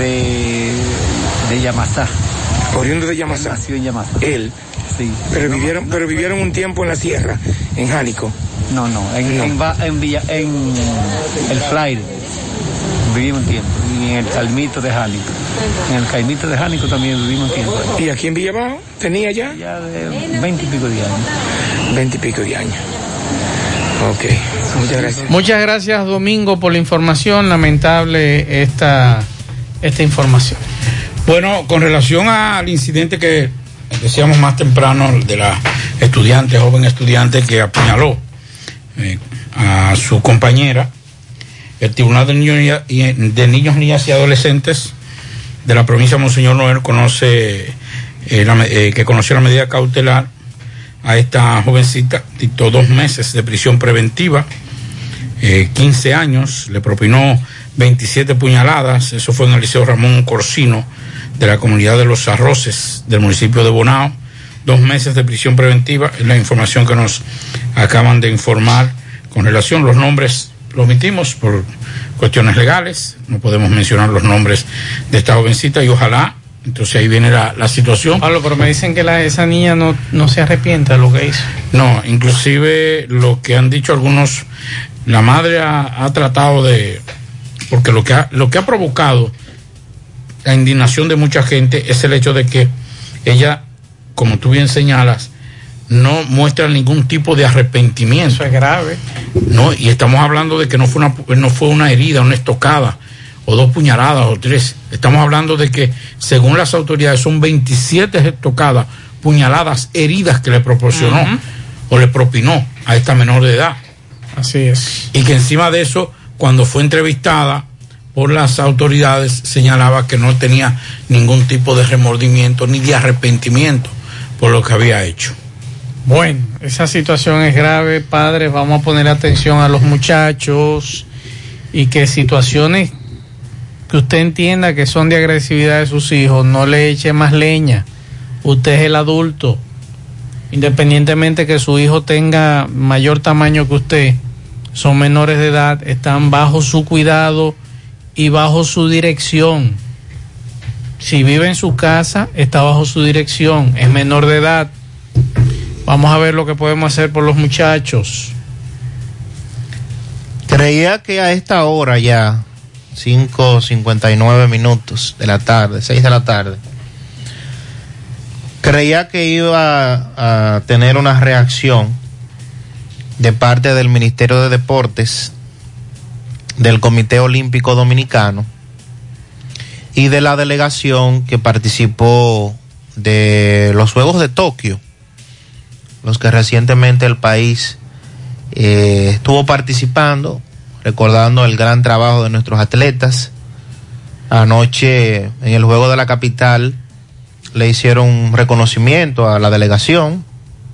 de, de Yamasá. Oriundo de Yamasá. Él nació en Yamasá. Él. Sí. Pero no, vivieron, no, pero vivieron un tiempo en la sierra, en Jánico. No, no, en, no. en, en, Villa, en el Flyer. Vivimos un tiempo, y en el Caimito de Jánico. En el Caimito de Jánico también vivimos un tiempo. ¿Y aquí en Villabao tenía ya? Ya de veinte y pico de años. Veinte y pico de años. Ok, muchas gracias. Muchas gracias, Domingo, por la información. Lamentable esta, esta información. Bueno, con relación al incidente que decíamos más temprano de la estudiante, joven estudiante que apuñaló eh, a su compañera, el Tribunal de Niños, de Niños, Niñas y Adolescentes de la provincia de Monseñor Noel conoce eh, la, eh, que conoció la medida cautelar a esta jovencita, dictó dos meses de prisión preventiva, eh, quince años, le propinó veintisiete puñaladas. Eso fue en el Liceo Ramón Corsino de la comunidad de Los Arroces del municipio de Bonao. Dos meses de prisión preventiva es la información que nos acaban de informar con relación. Los nombres los omitimos por cuestiones legales, no podemos mencionar los nombres de esta jovencita y ojalá, entonces ahí viene la, la situación. Pablo, pero me dicen que la, esa niña no, no se arrepiente de lo que hizo. No, inclusive lo que han dicho algunos, la madre ha, ha tratado de, porque lo que ha, lo que ha provocado la indignación de mucha gente es el hecho de que ella, como tú bien señalas, no muestra ningún tipo de arrepentimiento. Eso es grave. No, y estamos hablando de que no fue una, no fue una herida, una estocada, o dos puñaladas, o tres. Estamos hablando de que, según las autoridades, son veintisiete estocadas, puñaladas, heridas que le proporcionó uh-huh. o le propinó a esta menor de edad. Así es. Y que encima de eso, cuando fue entrevistada por las autoridades, señalaba que no tenía ningún tipo de remordimiento ni de arrepentimiento por lo que había hecho. Bueno, esa situación es grave, padres, vamos a poner atención a los muchachos y que situaciones que usted entienda que son de agresividad de sus hijos, no le eche más leña. Usted es el adulto, independientemente que su hijo tenga mayor tamaño que usted, son menores de edad, están bajo su cuidado y bajo su dirección. Si vive en su casa, está bajo su dirección, es menor de edad. Vamos a ver lo que podemos hacer por los muchachos. Creía que a esta hora ya, cinco cincuenta y nueve minutos de la tarde, seis de la tarde, creía que iba a, a tener una reacción de parte del Ministerio de Deportes, del Comité Olímpico Dominicano y de la delegación que participó de los Juegos de Tokio, los que recientemente el país eh, estuvo participando, recordando el gran trabajo de nuestros atletas. Anoche en el Juego de la Capital le hicieron un reconocimiento a la delegación,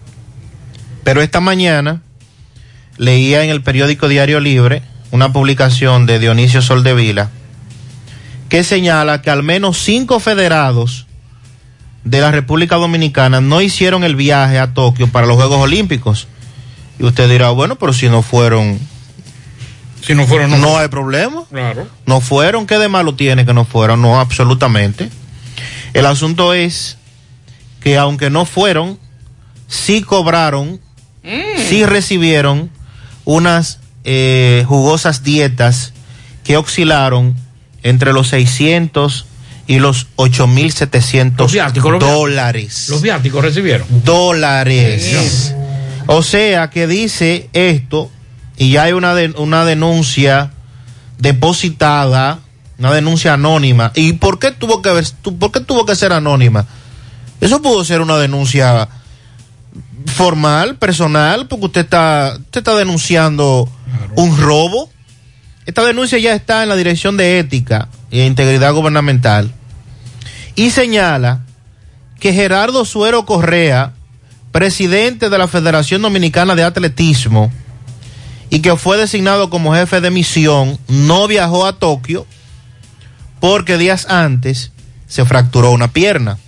pero esta mañana leía en el periódico Diario Libre una publicación de Dionisio Soldevila que señala que al menos cinco federados de la República Dominicana no hicieron el viaje a Tokio para los Juegos Olímpicos. Y usted dirá, bueno, pero si no fueron... Si no fueron... No, no hay problema. Claro. No fueron, ¿qué de malo tiene que no fueron? No, absolutamente. El asunto es que aunque no fueron, sí cobraron, mm. sí recibieron unas eh, jugosas dietas que oscilaron entre los seiscientos y los ocho mil setecientos dólares. ¿Los viáticos recibieron? Dólares. O sea que dice esto, y ya hay una, de, una denuncia depositada, una denuncia anónima. ¿Y por qué tuvo que ver, por qué tuvo que ser anónima? Eso pudo ser una denuncia formal, personal, porque usted está, usted está denunciando claro. un robo. Esta denuncia ya está en la Dirección de Ética e Integridad Gubernamental y señala que Gerardo Suero Correa, presidente de la Federación Dominicana de Atletismo y que fue designado como jefe de misión, no viajó a Tokio porque días antes se fracturó una pierna.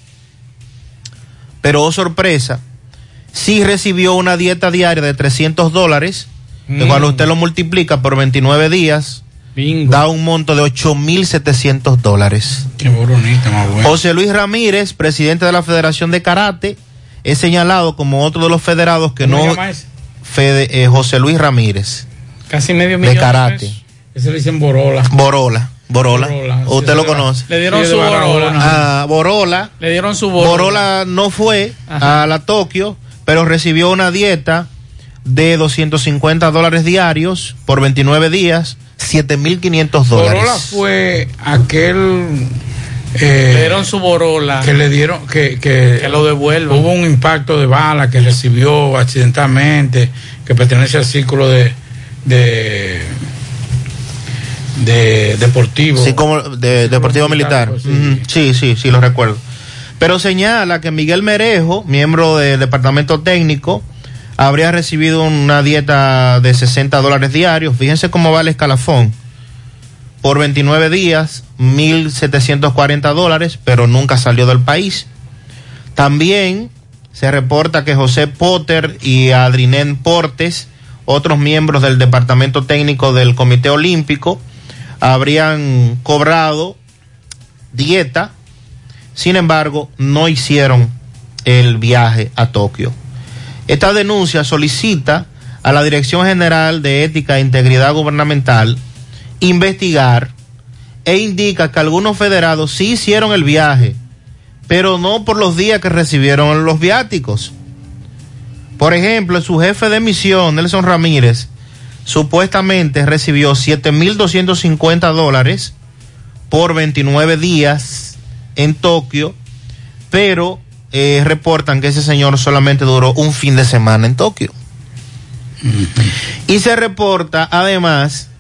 Pero, oh sorpresa, sí recibió una dieta diaria de trescientos dólares, que mm. cuando usted lo multiplica por veintinueve días, Bingo. da un monto de ocho mil setecientos dólares. Qué bonita, más bueno. José Luis Ramírez, presidente de la Federación de Karate, es señalado como otro de los federados que no... Fede, eh, José Luis Ramírez. Casi medio millón de karate. De ese le dicen Borola. Borola. Borola. Borola. Usted sí, lo conoce. Le dieron sí, su de Borola. Ah, Borola. Le dieron su Borola. Borola no fue Ajá. a la Tokio, pero recibió una dieta de doscientos cincuenta dólares diarios por veintinueve días, siete mil quinientos dólares. Borola fue aquel... Eh, le dieron su Borola. Que le dieron, que, que, que lo devuelvan. Hubo un impacto de bala que recibió accidentalmente, que pertenece al círculo de... de de deportivo. Sí, como de deportivo militar. militar. Sí. Uh-huh. sí, sí, sí, lo recuerdo. Pero señala que Miguel Merejo, miembro del departamento técnico, habría recibido una dieta de sesenta dólares diarios. Fíjense cómo va el escalafón. Por veintinueve días, mil setecientos cuarenta dólares, pero nunca salió del país. También se reporta que José Potter y Adrinén Portes, otros miembros del departamento técnico del Comité Olímpico, habrían cobrado dieta, sin embargo, no hicieron el viaje a Tokio. Esta denuncia solicita a la Dirección General de Ética e Integridad Gubernamental investigar e indica que algunos federados sí hicieron el viaje, pero no por los días que recibieron los viáticos. Por ejemplo, su jefe de misión, Nelson Ramírez, supuestamente recibió siete mil doscientos cincuenta dólares por veintinueve días en Tokio, pero eh, reportan que ese señor solamente duró un fin de semana en Tokio. Uh-huh. Y se reporta además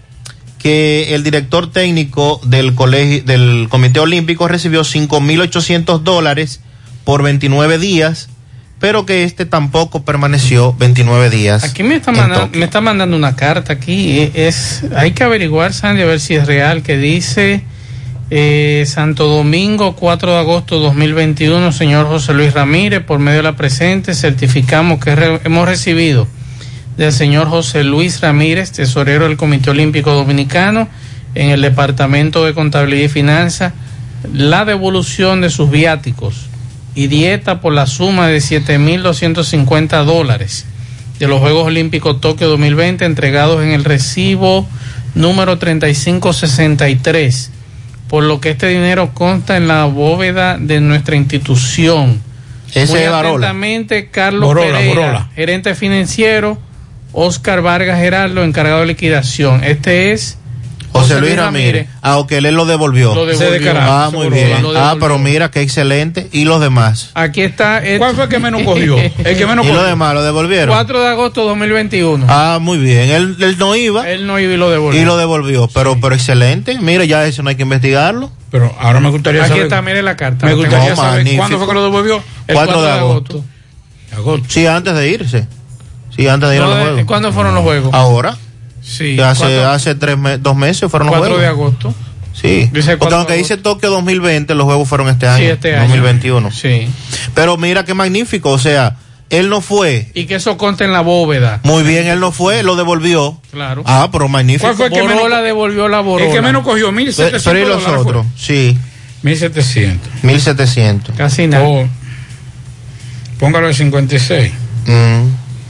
que el director técnico del colegio, del Comité Olímpico recibió cinco mil ochocientos dólares por veintinueve días, pero que este tampoco permaneció veintinueve días. Aquí me está mandando, me está mandando una carta aquí, es, hay que averiguar, Sandy, a ver si es real, que dice eh, Santo Domingo, cuatro de agosto de dos mil veintiuno, señor José Luis Ramírez, por medio de la presente, certificamos que re, hemos recibido del señor José Luis Ramírez, tesorero del Comité Olímpico Dominicano, en el Departamento de Contabilidad y Finanzas, la devolución de sus viáticos y dieta por la suma de siete mil doscientos cincuenta dólares de los Juegos Olímpicos Tokio dos mil veinte, entregados en el recibo número treinta y cinco sesenta y tres, por lo que este dinero consta en la bóveda de nuestra institución. Ese Muy es atentamente, Carlos Borola, Pereira, Borola. gerente financiero, Oscar Vargas Gerardo, encargado de liquidación. Este es José Luis Ramírez. Ah, ok, él lo devolvió. Lo devolvió. Ah, muy bien. Ah, pero mira, qué excelente. ¿Y los demás? Aquí está. El... ¿Cuál fue el que menos cogió? El que menos ¿Y cogió. los demás lo devolvieron? cuatro de agosto de dos mil veintiuno. Ah, muy bien. Él, él no iba. Él no iba y lo devolvió. Y lo devolvió. Pero, sí. pero excelente. Mira, ya eso no hay que investigarlo. Pero ahora me gustaría Aquí saber. Aquí está, mire la carta. Me gustaría no, saber magnífico. cuándo fue que lo devolvió. El cuatro de agosto. agosto. Sí, antes de irse. Sí, antes de ir no, a los juegos. ¿Cuándo fueron los juegos? Ahora. Sí. Hace, cuatro, hace tres me, dos meses fueron los cuatro juegos. de agosto. Sí. Dice Porque aunque dice Tokio dos mil veinte, los juegos fueron este año. Sí, este año. dos mil veintiuno. Sí. Pero mira qué magnífico. O sea, él no fue. Y que eso conste en la bóveda. Muy bien, él no fue, lo devolvió. Claro. Ah, pero magnífico. ¿Cuál fue el que Borola menos devolvió la Borola? El que menos cogió, mil setecientos. Pero y los otros, sí. mil setecientos. mil setecientos. Casi nada. Oh, póngalo de cincuenta y seis. Mm.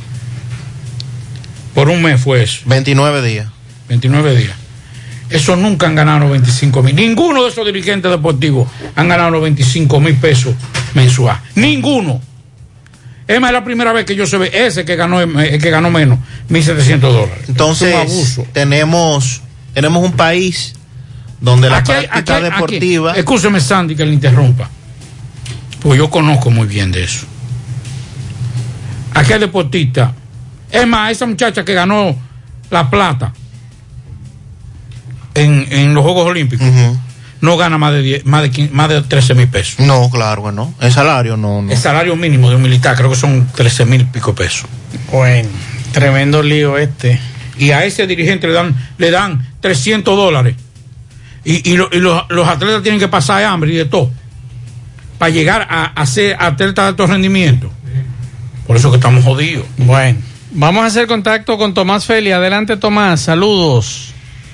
Por un mes fue eso. veintinueve días. veintinueve días. Eso nunca han ganado veinticinco mil. Ninguno de esos dirigentes deportivos han ganado los veinticinco mil pesos mensual. Ninguno. Es más, es la primera vez que yo se ve ese que ganó, el que ganó menos, mil setecientos dólares. Entonces, es un abuso. tenemos, tenemos un país donde la Aquí hay- práctica aquí hay- deportiva. aquí- Escúcheme, Sandy, que le interrumpa. Pues yo conozco muy bien de eso. Aquel deportista. Es más, esa muchacha que ganó la plata en, en los Juegos Olímpicos, Uh-huh. no gana más de diez, más de quince, más de trece mil pesos. No, claro, bueno. El salario no, no. El salario mínimo de un militar creo que son trece mil pico pesos. Bueno, tremendo lío este. Y a ese dirigente le dan, le dan trescientos dólares. Y, y, lo- y los, los atletas tienen que pasar hambre y de todo para llegar a, a ser atletas de alto rendimiento. Por eso que estamos jodidos. Bueno, vamos a hacer contacto con Tomás Feli. Adelante, Tomás. Saludos.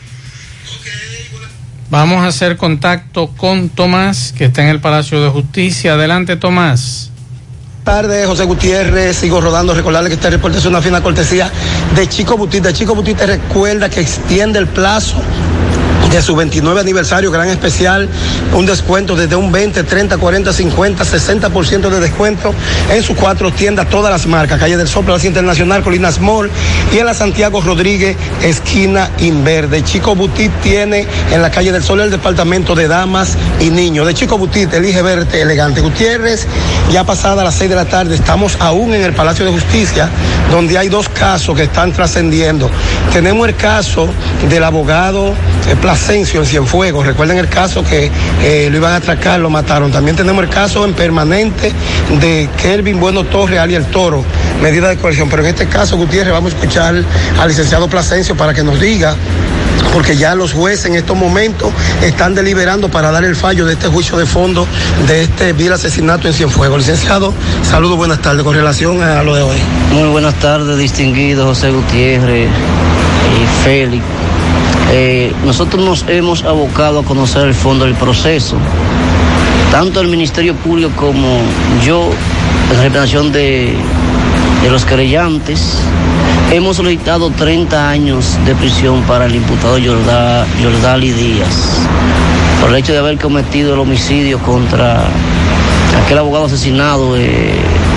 Vamos a hacer contacto con Tomás, que está en el Palacio de Justicia. Adelante, Tomás. Buenas tardes, José Gutiérrez, sigo rodando, recordarle que este reporte es una fina cortesía de Chico Butit. De Chico Butit te recuerda que extiende el plazo de su veintinueve aniversario, gran especial, un descuento desde un veinte, treinta, cuarenta, cincuenta, sesenta por ciento de descuento en sus cuatro tiendas, todas las marcas, Calle del Sol, Plaza Internacional, Colinas Mall y en la Santiago Rodríguez, esquina Inverde. Chico Butit tiene en la Calle del Sol el departamento de damas y niños. De Chico Butit, elige verte elegante. Gutiérrez, ya pasada las seis de la tarde, estamos aún en el Palacio de Justicia, donde hay dos casos que están trascendiendo. Tenemos el caso del abogado eh, Plasencio en Cienfuegos. Recuerden el caso que eh, lo iban a atracar, lo mataron. También tenemos el caso en permanente de Kelvin Bueno Torres, alias El Toro, medida de coerción. Pero en este caso, Gutiérrez, vamos a escuchar al licenciado Plasencio para que nos diga, porque ya los jueces en estos momentos están deliberando para dar el fallo de este juicio de fondo de este vil asesinato en Cienfuegos. Licenciado, saludos, buenas tardes, con relación a lo de hoy. Muy buenas tardes, distinguido José Gutiérrez y Félix. Eh, nosotros nos hemos abocado a conocer el fondo del proceso. Tanto el Ministerio Público como yo, en representación de, de los querellantes, hemos solicitado treinta años de prisión para el imputado Yordá, Yordali Díaz, por el hecho de haber cometido el homicidio contra aquel abogado asesinado, eh,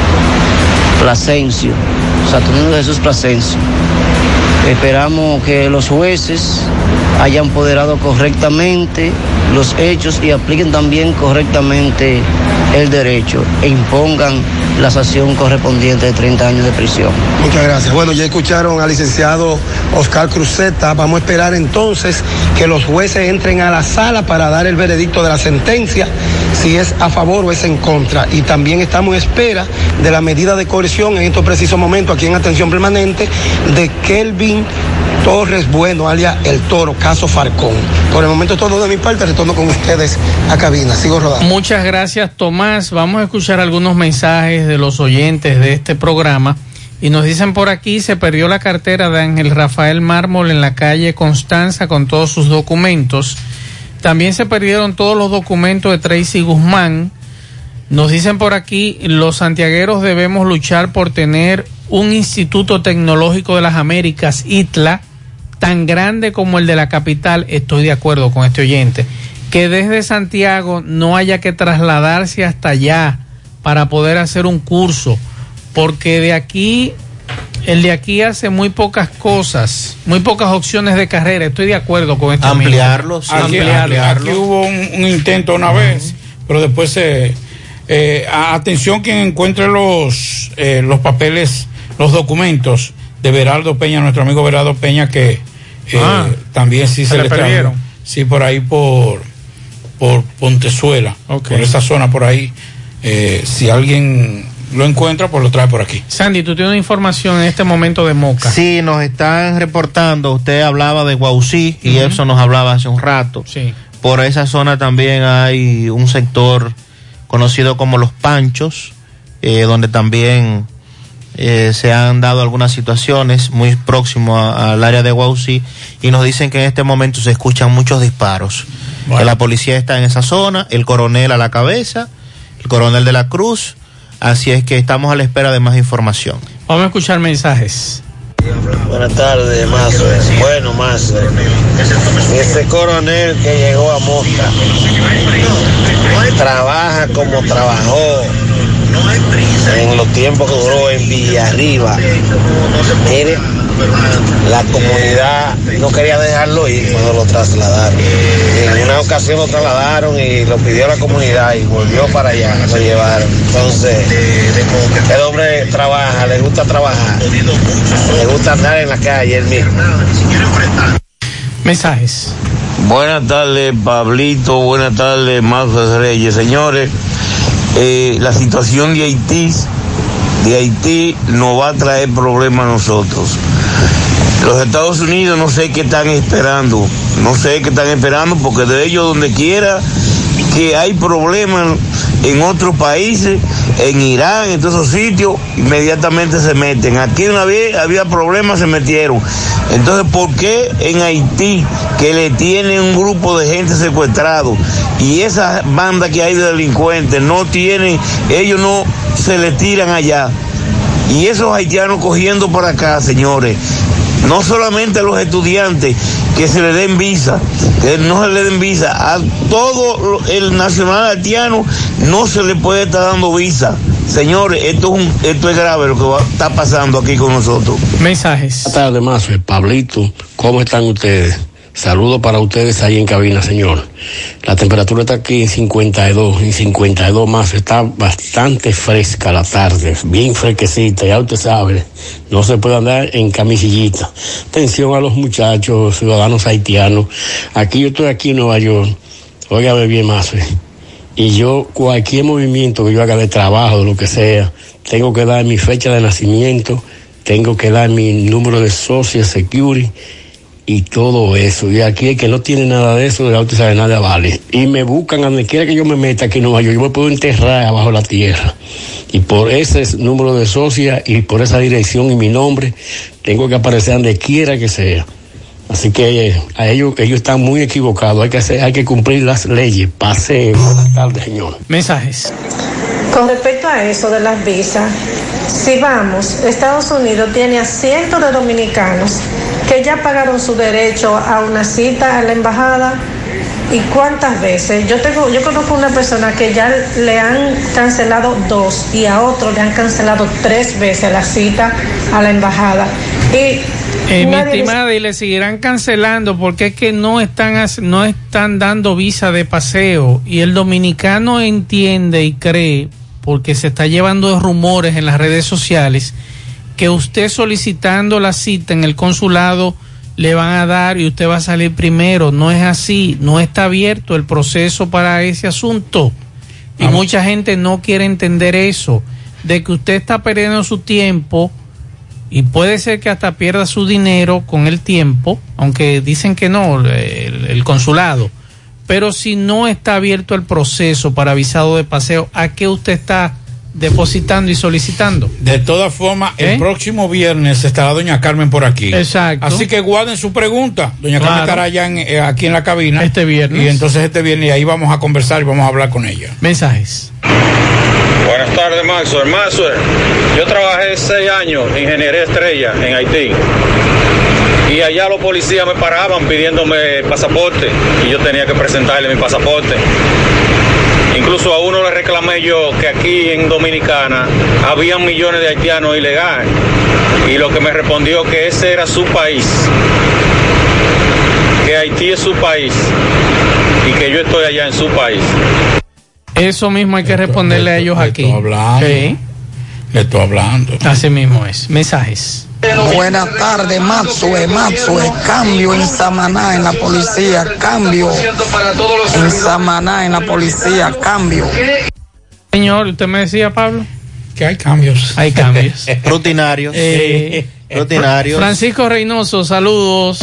Plasencio, Saturnino Jesús Plasencio. Esperamos que los jueces hayan ponderado correctamente los hechos y apliquen también correctamente el derecho e impongan la sanción correspondiente de treinta años de prisión. Muchas gracias. Bueno, ya escucharon al licenciado Oscar Cruzeta. Vamos a esperar entonces que los jueces entren a la sala para dar el veredicto de la sentencia, si es a favor o es en contra. Y también estamos en espera de la medida de coerción en estos precisos momentos, aquí en atención permanente, de Kelvin Torres Bueno, alias El Toro, caso Farcón. Por el momento todo de mi parte, retorno con ustedes a cabina. Sigo rodando. Muchas gracias, Tomás. Vamos a escuchar algunos mensajes de los oyentes de este programa. Y nos dicen por aquí, se perdió la cartera de Ángel Rafael Mármol en la calle Constanza con todos sus documentos. También se perdieron todos los documentos de Tracy Guzmán. Nos dicen por aquí, los santiagueros debemos luchar por tener un Instituto Tecnológico de las Américas, I T L A, tan grande como el de la capital. Estoy de acuerdo con este oyente. Que desde Santiago no haya que trasladarse hasta allá para poder hacer un curso, porque de aquí, el de aquí hace muy pocas cosas, muy pocas opciones de carrera. Estoy de acuerdo con este amigo. Ampliarlo, sí. Aquí, Ampliarlo. aquí hubo un, un intento una uh-huh. vez, pero después se... Eh, atención quien encuentre los, eh, los papeles, los documentos de Berardo Peña, nuestro amigo Berardo Peña, que eh, ah, también sí se, se le perdieron. Sí, por ahí por, por Pontezuela, okay. Por esa zona por ahí. Eh, si alguien lo encuentra, pues lo trae por aquí. Sandy, tú tienes una información en este momento de Moca. Sí, nos están reportando. Usted hablaba de Guaucí y uh-huh. eso nos hablaba hace un rato. Sí. Por esa zona también hay un sector conocido como Los Panchos, eh, donde también eh, se han dado algunas situaciones muy próximo a, al área de Guaucí, y nos dicen que en este momento se escuchan muchos disparos. Bueno. Que la policía está en esa zona, el coronel a la cabeza, el coronel de la Cruz, así es que estamos a la espera de más información. Vamos a escuchar mensajes. Buenas tardes, Mazo. Bueno, Mazo, ese coronel que llegó a Mosca trabaja como trabajó en los tiempos que duró en Villarriba. Mire, la comunidad no quería dejarlo ir cuando lo trasladaron. En una ocasión lo trasladaron y lo pidió la comunidad y volvió para allá, lo llevaron. Entonces, el hombre trabaja, le gusta trabajar, le gusta andar en la calle él mismo. Mensajes. Buenas tardes, Pablito. Buenas tardes, Marcos Reyes. Señores, eh, la situación de Haití, de Haití nos va a traer problemas a nosotros. Los Estados Unidos no sé qué están esperando, no sé qué están esperando, porque de ellos donde quiera que hay problemas en otros países, en Irán, en todos esos sitios, inmediatamente se meten. Aquí una vez había problemas, se metieron. Entonces, ¿por qué en Haití, que le tienen un grupo de gente secuestrado, y esa banda que hay de delincuentes no tienen, ellos no se le tiran allá? Y esos haitianos cogiendo para acá, señores, no solamente a los estudiantes que se le den visa, que no se le den visa, a todo el nacional haitiano no se le puede estar dando visa. Señores, esto es, un, esto es grave lo que va, está pasando aquí con nosotros. Mensajes. Buenas tardes, Mazo. Pablito, ¿cómo están ustedes? Saludos para ustedes ahí en cabina, señor. La temperatura está aquí en cincuenta y dos, en cincuenta y dos más. Está bastante fresca la tarde, bien fresquecita, ya usted sabe. No se puede andar en camisillita. Atención a los muchachos, ciudadanos haitianos. Aquí yo estoy aquí en Nueva York. Óigame bien, más. Y yo, cualquier movimiento que yo haga de trabajo, de lo que sea, tengo que dar mi fecha de nacimiento, tengo que dar mi número de Social Security y todo eso. Y aquí el que no tiene nada de eso, ya usted sabe, nada vale. Y me buscan a donde quiera que yo me meta aquí en Nueva York, yo me puedo enterrar abajo la tierra. Y por ese número de socia y por esa dirección y mi nombre, tengo que aparecer donde quiera que sea. Así que eh, a ellos, ellos están muy equivocados. Hay que hacer, hay que cumplir las leyes. Pase. Buenas tardes, señor. Mensajes. Con respecto a eso de las visas, si vamos, Estados Unidos tiene a cientos de dominicanos que ya pagaron su derecho a una cita a la embajada. ¿Y cuántas veces? Yo tengo, yo conozco una persona que ya le han cancelado dos y a otro le han cancelado tres veces la cita a la embajada. Y Eh, mi estimada, y le seguirán cancelando porque es que no están no están dando visa de paseo, y el dominicano entiende y cree, porque se está llevando rumores en las redes sociales, que usted solicitando la cita en el consulado le van a dar y usted va a salir primero. No es así, no está abierto el proceso para ese asunto, y Vamos. mucha gente no quiere entender eso, de que usted está perdiendo su tiempo. Y puede ser que hasta pierda su dinero con el tiempo, aunque dicen que no, el, el consulado. Pero si no está abierto el proceso para visado de paseo, ¿a qué usted está depositando y solicitando? De todas formas, ¿Eh? el próximo viernes estará doña Carmen por aquí. Exacto. Así que guarden su pregunta. Doña Claro. Carmen estará ya en, eh, aquí en la cabina. Este viernes. Y entonces este viernes ahí vamos a conversar y vamos a hablar con ella. Mensajes. Buenas tardes, Maxwell. Maxwell, yo trabajé seis años en ingeniería estrella en Haití. Y allá los policías me paraban pidiéndome pasaporte y yo tenía que presentarle mi pasaporte. Incluso a uno le reclamé yo que aquí en Dominicana había millones de haitianos ilegales. Y lo que me respondió que ese era su país. Que Haití es su país. Y que yo estoy allá en su país. Eso mismo hay que responderle a ellos aquí. Le estoy hablando. Sí. Le estoy hablando. Así mismo es. Mensajes. Buenas tardes, Maxue, Maxue, cambio en Samaná en la policía, cambio en Samaná en la policía, cambio. Señor, usted me decía, Pablo, que hay cambios. Hay cambios. Rutinarios. Eh, Rutinarios. Francisco Reynoso, saludos.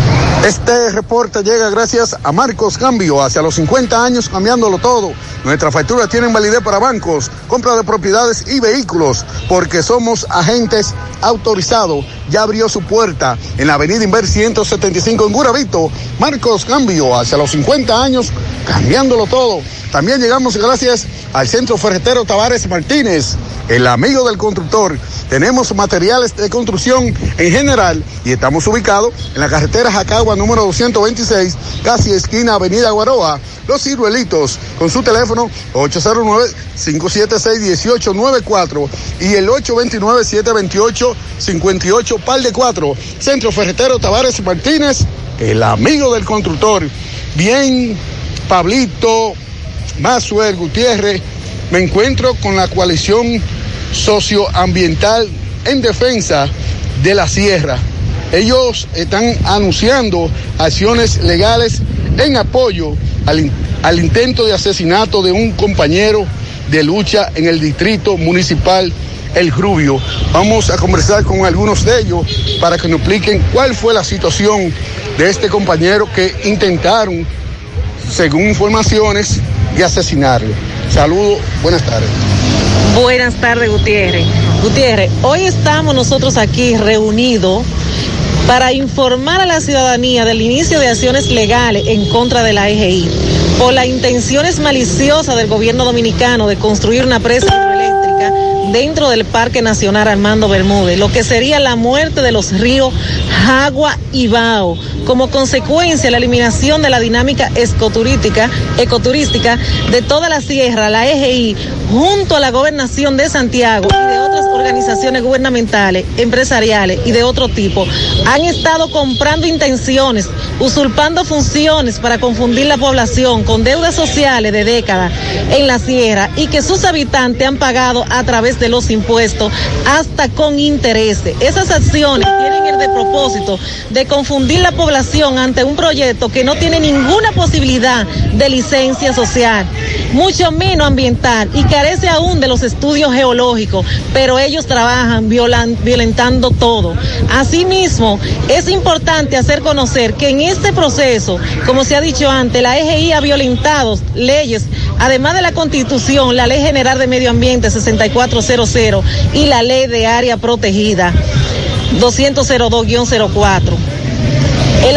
Este reporte llega gracias a Marcos Cambio, hacia los cincuenta años cambiándolo todo. Nuestras facturas tienen validez para bancos, compra de propiedades y vehículos, porque somos agentes autorizados. Ya abrió su puerta en la avenida Inver ciento setenta y cinco en Guravito. Marcos Cambio, hacia los cincuenta años cambiándolo todo. También llegamos gracias al Centro Ferretero Tavares Martínez, el amigo del constructor. Tenemos materiales de construcción en general y estamos ubicados en la carretera Jacagua número doscientos veintiséis, casi esquina Avenida Guaroa. Los Ciruelitos, con su teléfono ocho cero nueve, cinco siete seis, uno ocho nueve cuatro y el ocho dos nueve, siete dos ocho, cinco ocho par de cuatro. Centro Ferretero Tavares Martínez, el amigo del constructor. Bien, Pablito, Maxwell, Gutiérrez, me encuentro con la coalición socioambiental en defensa de la sierra. Ellos están anunciando acciones legales en apoyo al, al intento de asesinato de un compañero de lucha en el distrito municipal El Rubio. Vamos a conversar con algunos de ellos para que nos expliquen cuál fue la situación de este compañero que intentaron, según informaciones, de asesinarlo. Saludos, buenas tardes. Buenas tardes, Gutiérrez. Gutiérrez, hoy estamos nosotros aquí reunidos para informar a la ciudadanía del inicio de acciones legales en contra de la E G I por las intenciones maliciosas del gobierno dominicano de construir una presa hidroeléctrica dentro del Parque Nacional Armando Bermúdez, lo que sería la muerte de los ríos Jagua y Bao, como consecuencia la eliminación de la dinámica ecoturística, ecoturística de toda la sierra. La E G I, junto a la Gobernación de Santiago y de otras organizaciones gubernamentales, empresariales y de otro tipo, han estado comprando intenciones, usurpando funciones para confundir la población con deudas sociales de décadas en la sierra, y que sus habitantes han pagado a través de los impuestos hasta con intereses. Esas acciones tienen el de propósito de confundir la población ante un proyecto que no tiene ninguna posibilidad de licencia social, mucho menos ambiental, y carece aún de los estudios geológicos, pero ellos trabajan violan, violentando todo. Asimismo, es importante hacer conocer que en este proceso, como se ha dicho antes, la E G I ha violentado leyes, además de la Constitución, la Ley General de Medio Ambiente sesenta y cuatro cero cero y la Ley de Área Protegida doscientos dos guion cero cuatro. El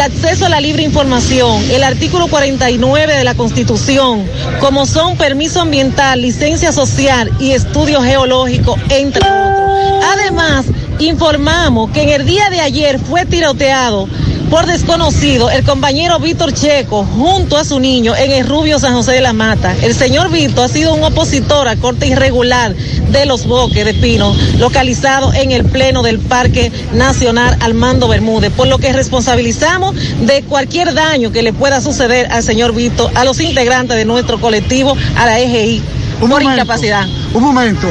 acceso a la libre información, el artículo cuarenta y nueve de la Constitución, como son permiso ambiental, licencia social y estudio geológico, entre otros. Además, informamos que en el día de ayer fue tiroteado por desconocido el compañero Víctor Checo junto a su niño en el Rubio San José de la Mata. El señor Víctor ha sido un opositor a corte irregular de Los Boques de Pino, localizado en el pleno del Parque Nacional Armando Bermúdez, por lo que responsabilizamos de cualquier daño que le pueda suceder al señor Víctor, a los integrantes de nuestro colectivo, a la E G I, un por momento, incapacidad. Un momento.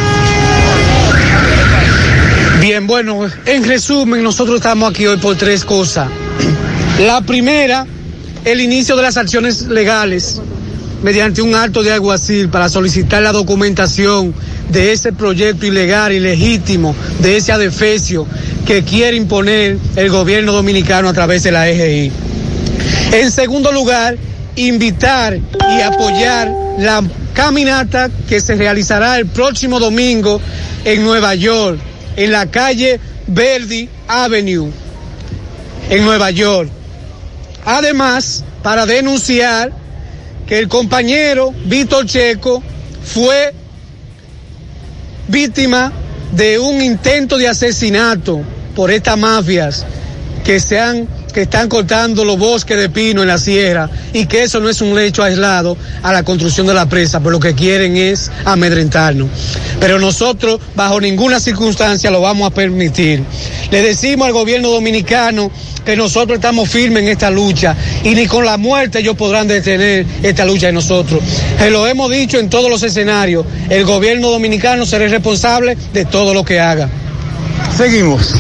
Bien, bueno, en resumen, nosotros estamos aquí hoy por tres cosas. La primera, el inicio de las acciones legales mediante un acto de alguacil para solicitar la documentación de ese proyecto ilegal, ilegítimo, de ese adefesio que quiere imponer el gobierno dominicano a través de la E G I. En segundo lugar, invitar y apoyar la caminata que se realizará el próximo domingo en Nueva York, en la calle Verdi Avenue, en Nueva York. Además, para denunciar que el compañero Víctor Checo fue víctima de un intento de asesinato por estas mafias que se han que están cortando los bosques de pino en la sierra, y que eso no es un hecho aislado a la construcción de la presa, pero lo que quieren es amedrentarnos. Pero nosotros bajo ninguna circunstancia lo vamos a permitir. Le decimos al gobierno dominicano que nosotros estamos firmes en esta lucha y ni con la muerte ellos podrán detener esta lucha de nosotros. Se lo hemos dicho en todos los escenarios, el gobierno dominicano será responsable de todo lo que haga. Seguimos.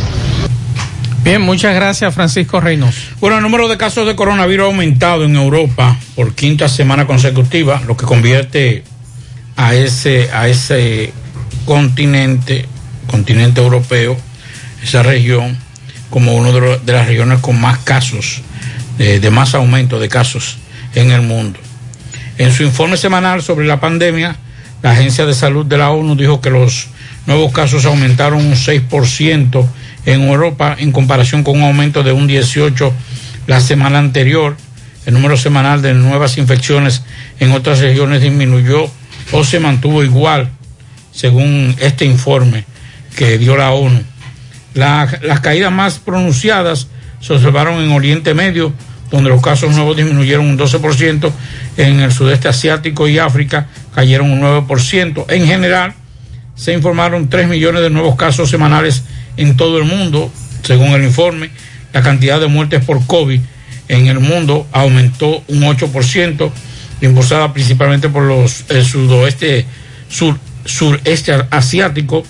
Bien, muchas gracias, Francisco Reynoso. Bueno, el número de casos de coronavirus ha aumentado en Europa por quinta semana consecutiva, lo que convierte a ese, a ese continente, continente europeo, esa región, como una de, lo, de las regiones con más casos, de, de más aumento de casos en el mundo. En su informe semanal sobre la pandemia, la Agencia de Salud de la ONU dijo que los nuevos casos aumentaron un seis por ciento en Europa en comparación con un aumento de un dieciocho por ciento la semana anterior. El número semanal de nuevas infecciones en otras regiones disminuyó o se mantuvo igual, según este informe que dio la ONU. La, las caídas más pronunciadas se observaron en Oriente Medio, donde los casos nuevos disminuyeron un doce por ciento, en el sudeste asiático y África cayeron un nueve por ciento. En general, se informaron tres millones de nuevos casos semanales en todo el mundo. Según el informe, la cantidad de muertes por COVID en el mundo aumentó un ocho por ciento, impulsada principalmente por los el sudoeste, sur, sureste asiático,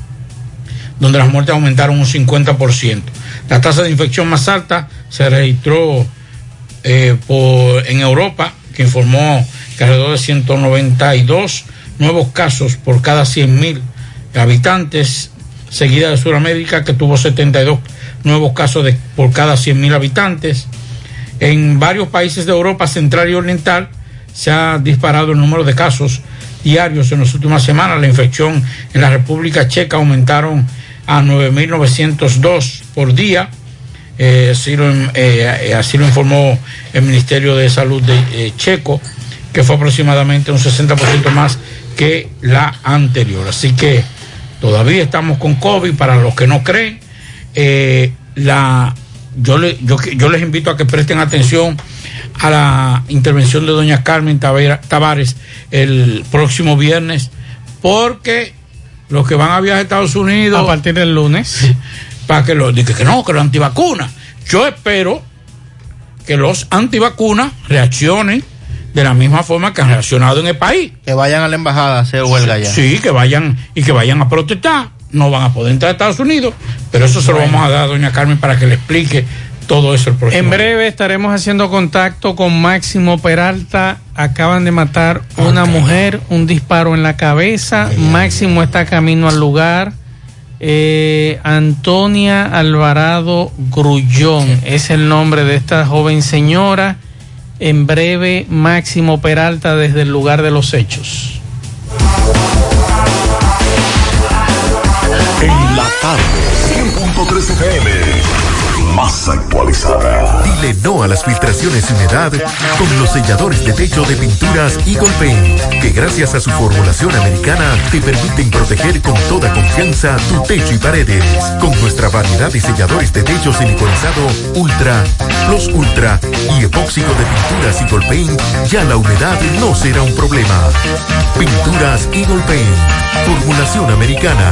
donde las muertes aumentaron un cincuenta por ciento. La tasa de infección más alta se registró eh, por, en Europa, que informó que alrededor de ciento noventa y dos nuevos casos por cada cien mil habitantes, seguida de Sudamérica, que tuvo setenta y dos nuevos casos de, por cada cien mil habitantes. En varios países de Europa Central y Oriental se ha disparado el número de casos diarios en las últimas semanas. La infección en la República Checa aumentaron a nueve mil novecientos dos por día, eh, así, lo, eh, así lo informó el Ministerio de Salud de eh, Checo, que fue aproximadamente un sesenta por ciento más que la anterior. Así que todavía estamos con COVID. Para los que no creen, eh, la, yo, le, yo, yo les invito a que presten atención a la intervención de doña Carmen Tavares el próximo viernes, porque los que van a viajar a Estados Unidos a partir del lunes, para que lo digan que no, que los antivacunas, yo espero que los antivacunas reaccionen de la misma forma que han reaccionado en el país. Que vayan a la embajada a hacer huelga ya. Sí, que vayan y que vayan a protestar. No van a poder entrar a Estados Unidos, pero eso se bueno. lo vamos a dar a doña Carmen para que le explique todo eso el próximo. En breve estaremos haciendo contacto con Máximo Peralta. Acaban de matar okay. una mujer, un disparo en la cabeza. Okay. Máximo está camino al lugar. Eh, Antonia Alvarado Grullón okay. es el nombre de esta joven señora. En breve, Máximo Peralta desde el lugar de los hechos. En la tarde, cien punto tres F M. más actualizada. Dile no a las filtraciones y humedad con los selladores de techo de Pinturas Eagle Paint, que gracias a su formulación americana te permiten proteger con toda confianza tu techo y paredes. Con nuestra variedad de selladores de techo siliconizado Ultra, Plus Ultra y epóxico de Pinturas Eagle Paint, ya la humedad no será un problema. Pinturas Eagle Paint, formulación americana.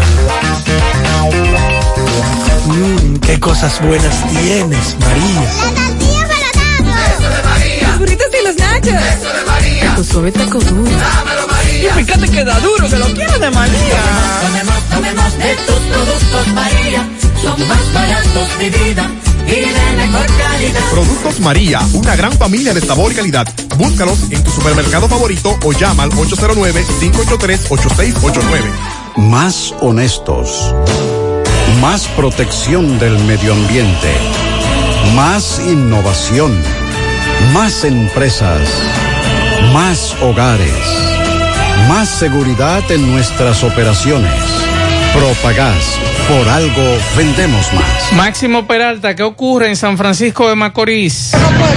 Mmm, qué cosas buenas tienes, María. La tortilla para Eso de María. Los burritos y los nachos. Eso de María. Taco suave, taco duro. Dámelo, María. Y fíjate que da duro, que lo quiero de María. Tomemos, tomemos de tus productos, María. Son más baratos de vida y de mejor calidad. Productos María, una gran familia de sabor y calidad. Búscalos en tu supermercado favorito o llama al ocho cero nueve, cinco ocho tres, ocho seis ocho nueve. Más honestos. Más protección del medio ambiente. Más innovación. Más empresas. Más hogares. Más seguridad en nuestras operaciones. Propagás. Por algo vendemos más. Máximo Peralta, ¿qué ocurre en San Francisco de Macorís?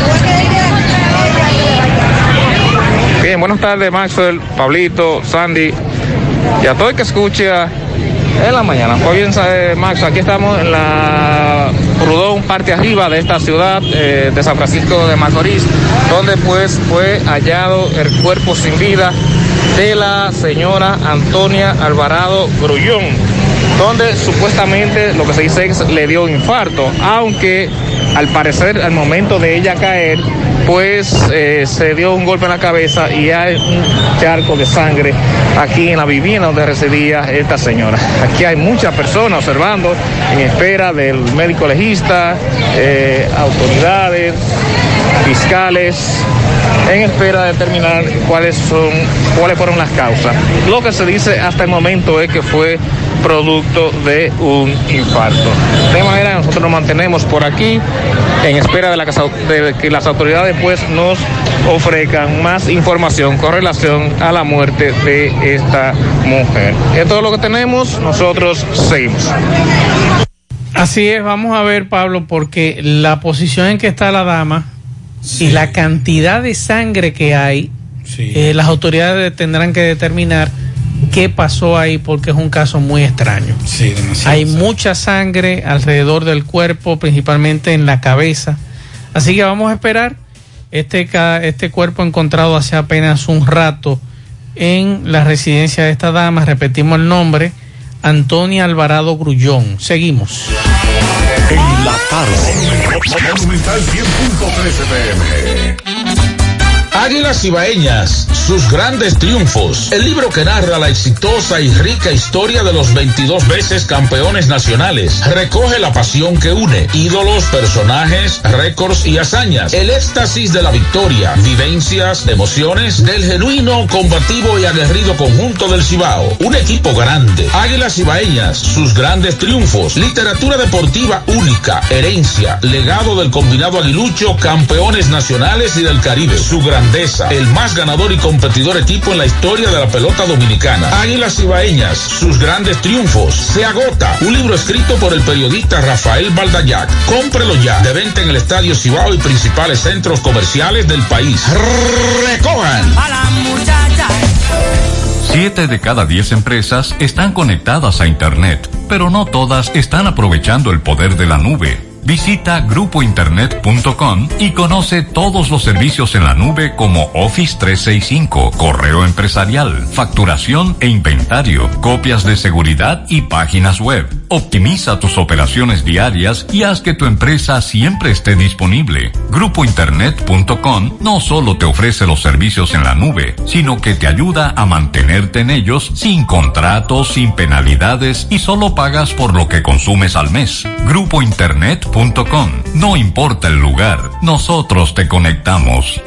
Bien, buenas tardes, Maxwell, Pablito, Sandy y a todo el que escucha en la mañana. Pues bien, eh, Max, aquí estamos en la Prudón, parte arriba de esta ciudad eh, de San Francisco de Macorís, donde pues fue hallado el cuerpo sin vida de la señora Antonia Alvarado Grullón, donde supuestamente lo que se dice es que le dio infarto, aunque al parecer al momento de ella caer, pues eh, se dio un golpe en la cabeza y hay un charco de sangre aquí en la vivienda donde residía esta señora. Aquí hay muchas personas observando en espera del médico legista, eh, autoridades, fiscales, en espera de determinar cuáles son, cuáles fueron las causas. Lo que se dice hasta el momento es que fue producto de un infarto. De manera nosotros nos mantenemos por aquí en espera de, la, de que las autoridades pues nos ofrezcan más información con relación a la muerte de esta mujer. Es todo lo que tenemos, nosotros seguimos. Así es, vamos a ver, Pablo, porque la posición en que está la dama, sí, y la cantidad de sangre que hay, sí, eh, las autoridades tendrán que determinar qué pasó ahí, porque es un caso muy extraño. Sí, demasiado. Hay mucha sangre alrededor del cuerpo, principalmente en la cabeza. Así que vamos a esperar este, este cuerpo encontrado hace apenas un rato en la residencia de esta dama. Repetimos el nombre, Antonia Alvarado Grullón. Seguimos. En la tarde. Monumental cien punto trece P M. Águilas Ibaeñas, sus grandes triunfos, el libro que narra la exitosa y rica historia de los veintidós veces campeones nacionales, recoge la pasión que une, ídolos, personajes, récords y hazañas, el éxtasis de la victoria, vivencias, emociones del genuino, combativo y aguerrido conjunto del Cibao, un equipo grande. Águilas Ibaeñas, sus grandes triunfos, literatura deportiva única, herencia, legado del combinado aguilucho, campeones nacionales y del Caribe, su grandeza, el más ganador y competidor equipo en la historia de la pelota dominicana. Águilas Ibaeñas, sus grandes triunfos. Se agota. Un libro escrito por el periodista Rafael Baldayac. Cómprelo ya. De venta en el Estadio Cibao y principales centros comerciales del país. Recojan. A la muchacha. Siete de cada diez empresas están conectadas a Internet, pero no todas están aprovechando el poder de la nube. Visita grupo internet punto com y conoce todos los servicios en la nube como Office trescientos sesenta y cinco, correo empresarial, facturación e inventario, copias de seguridad y páginas web. Optimiza tus operaciones diarias y haz que tu empresa siempre esté disponible. grupo internet punto com no solo te ofrece los servicios en la nube, sino que te ayuda a mantenerte en ellos sin contratos, sin penalidades y solo pagas por lo que consumes al mes. grupo internet punto com. No importa el lugar, nosotros te conectamos.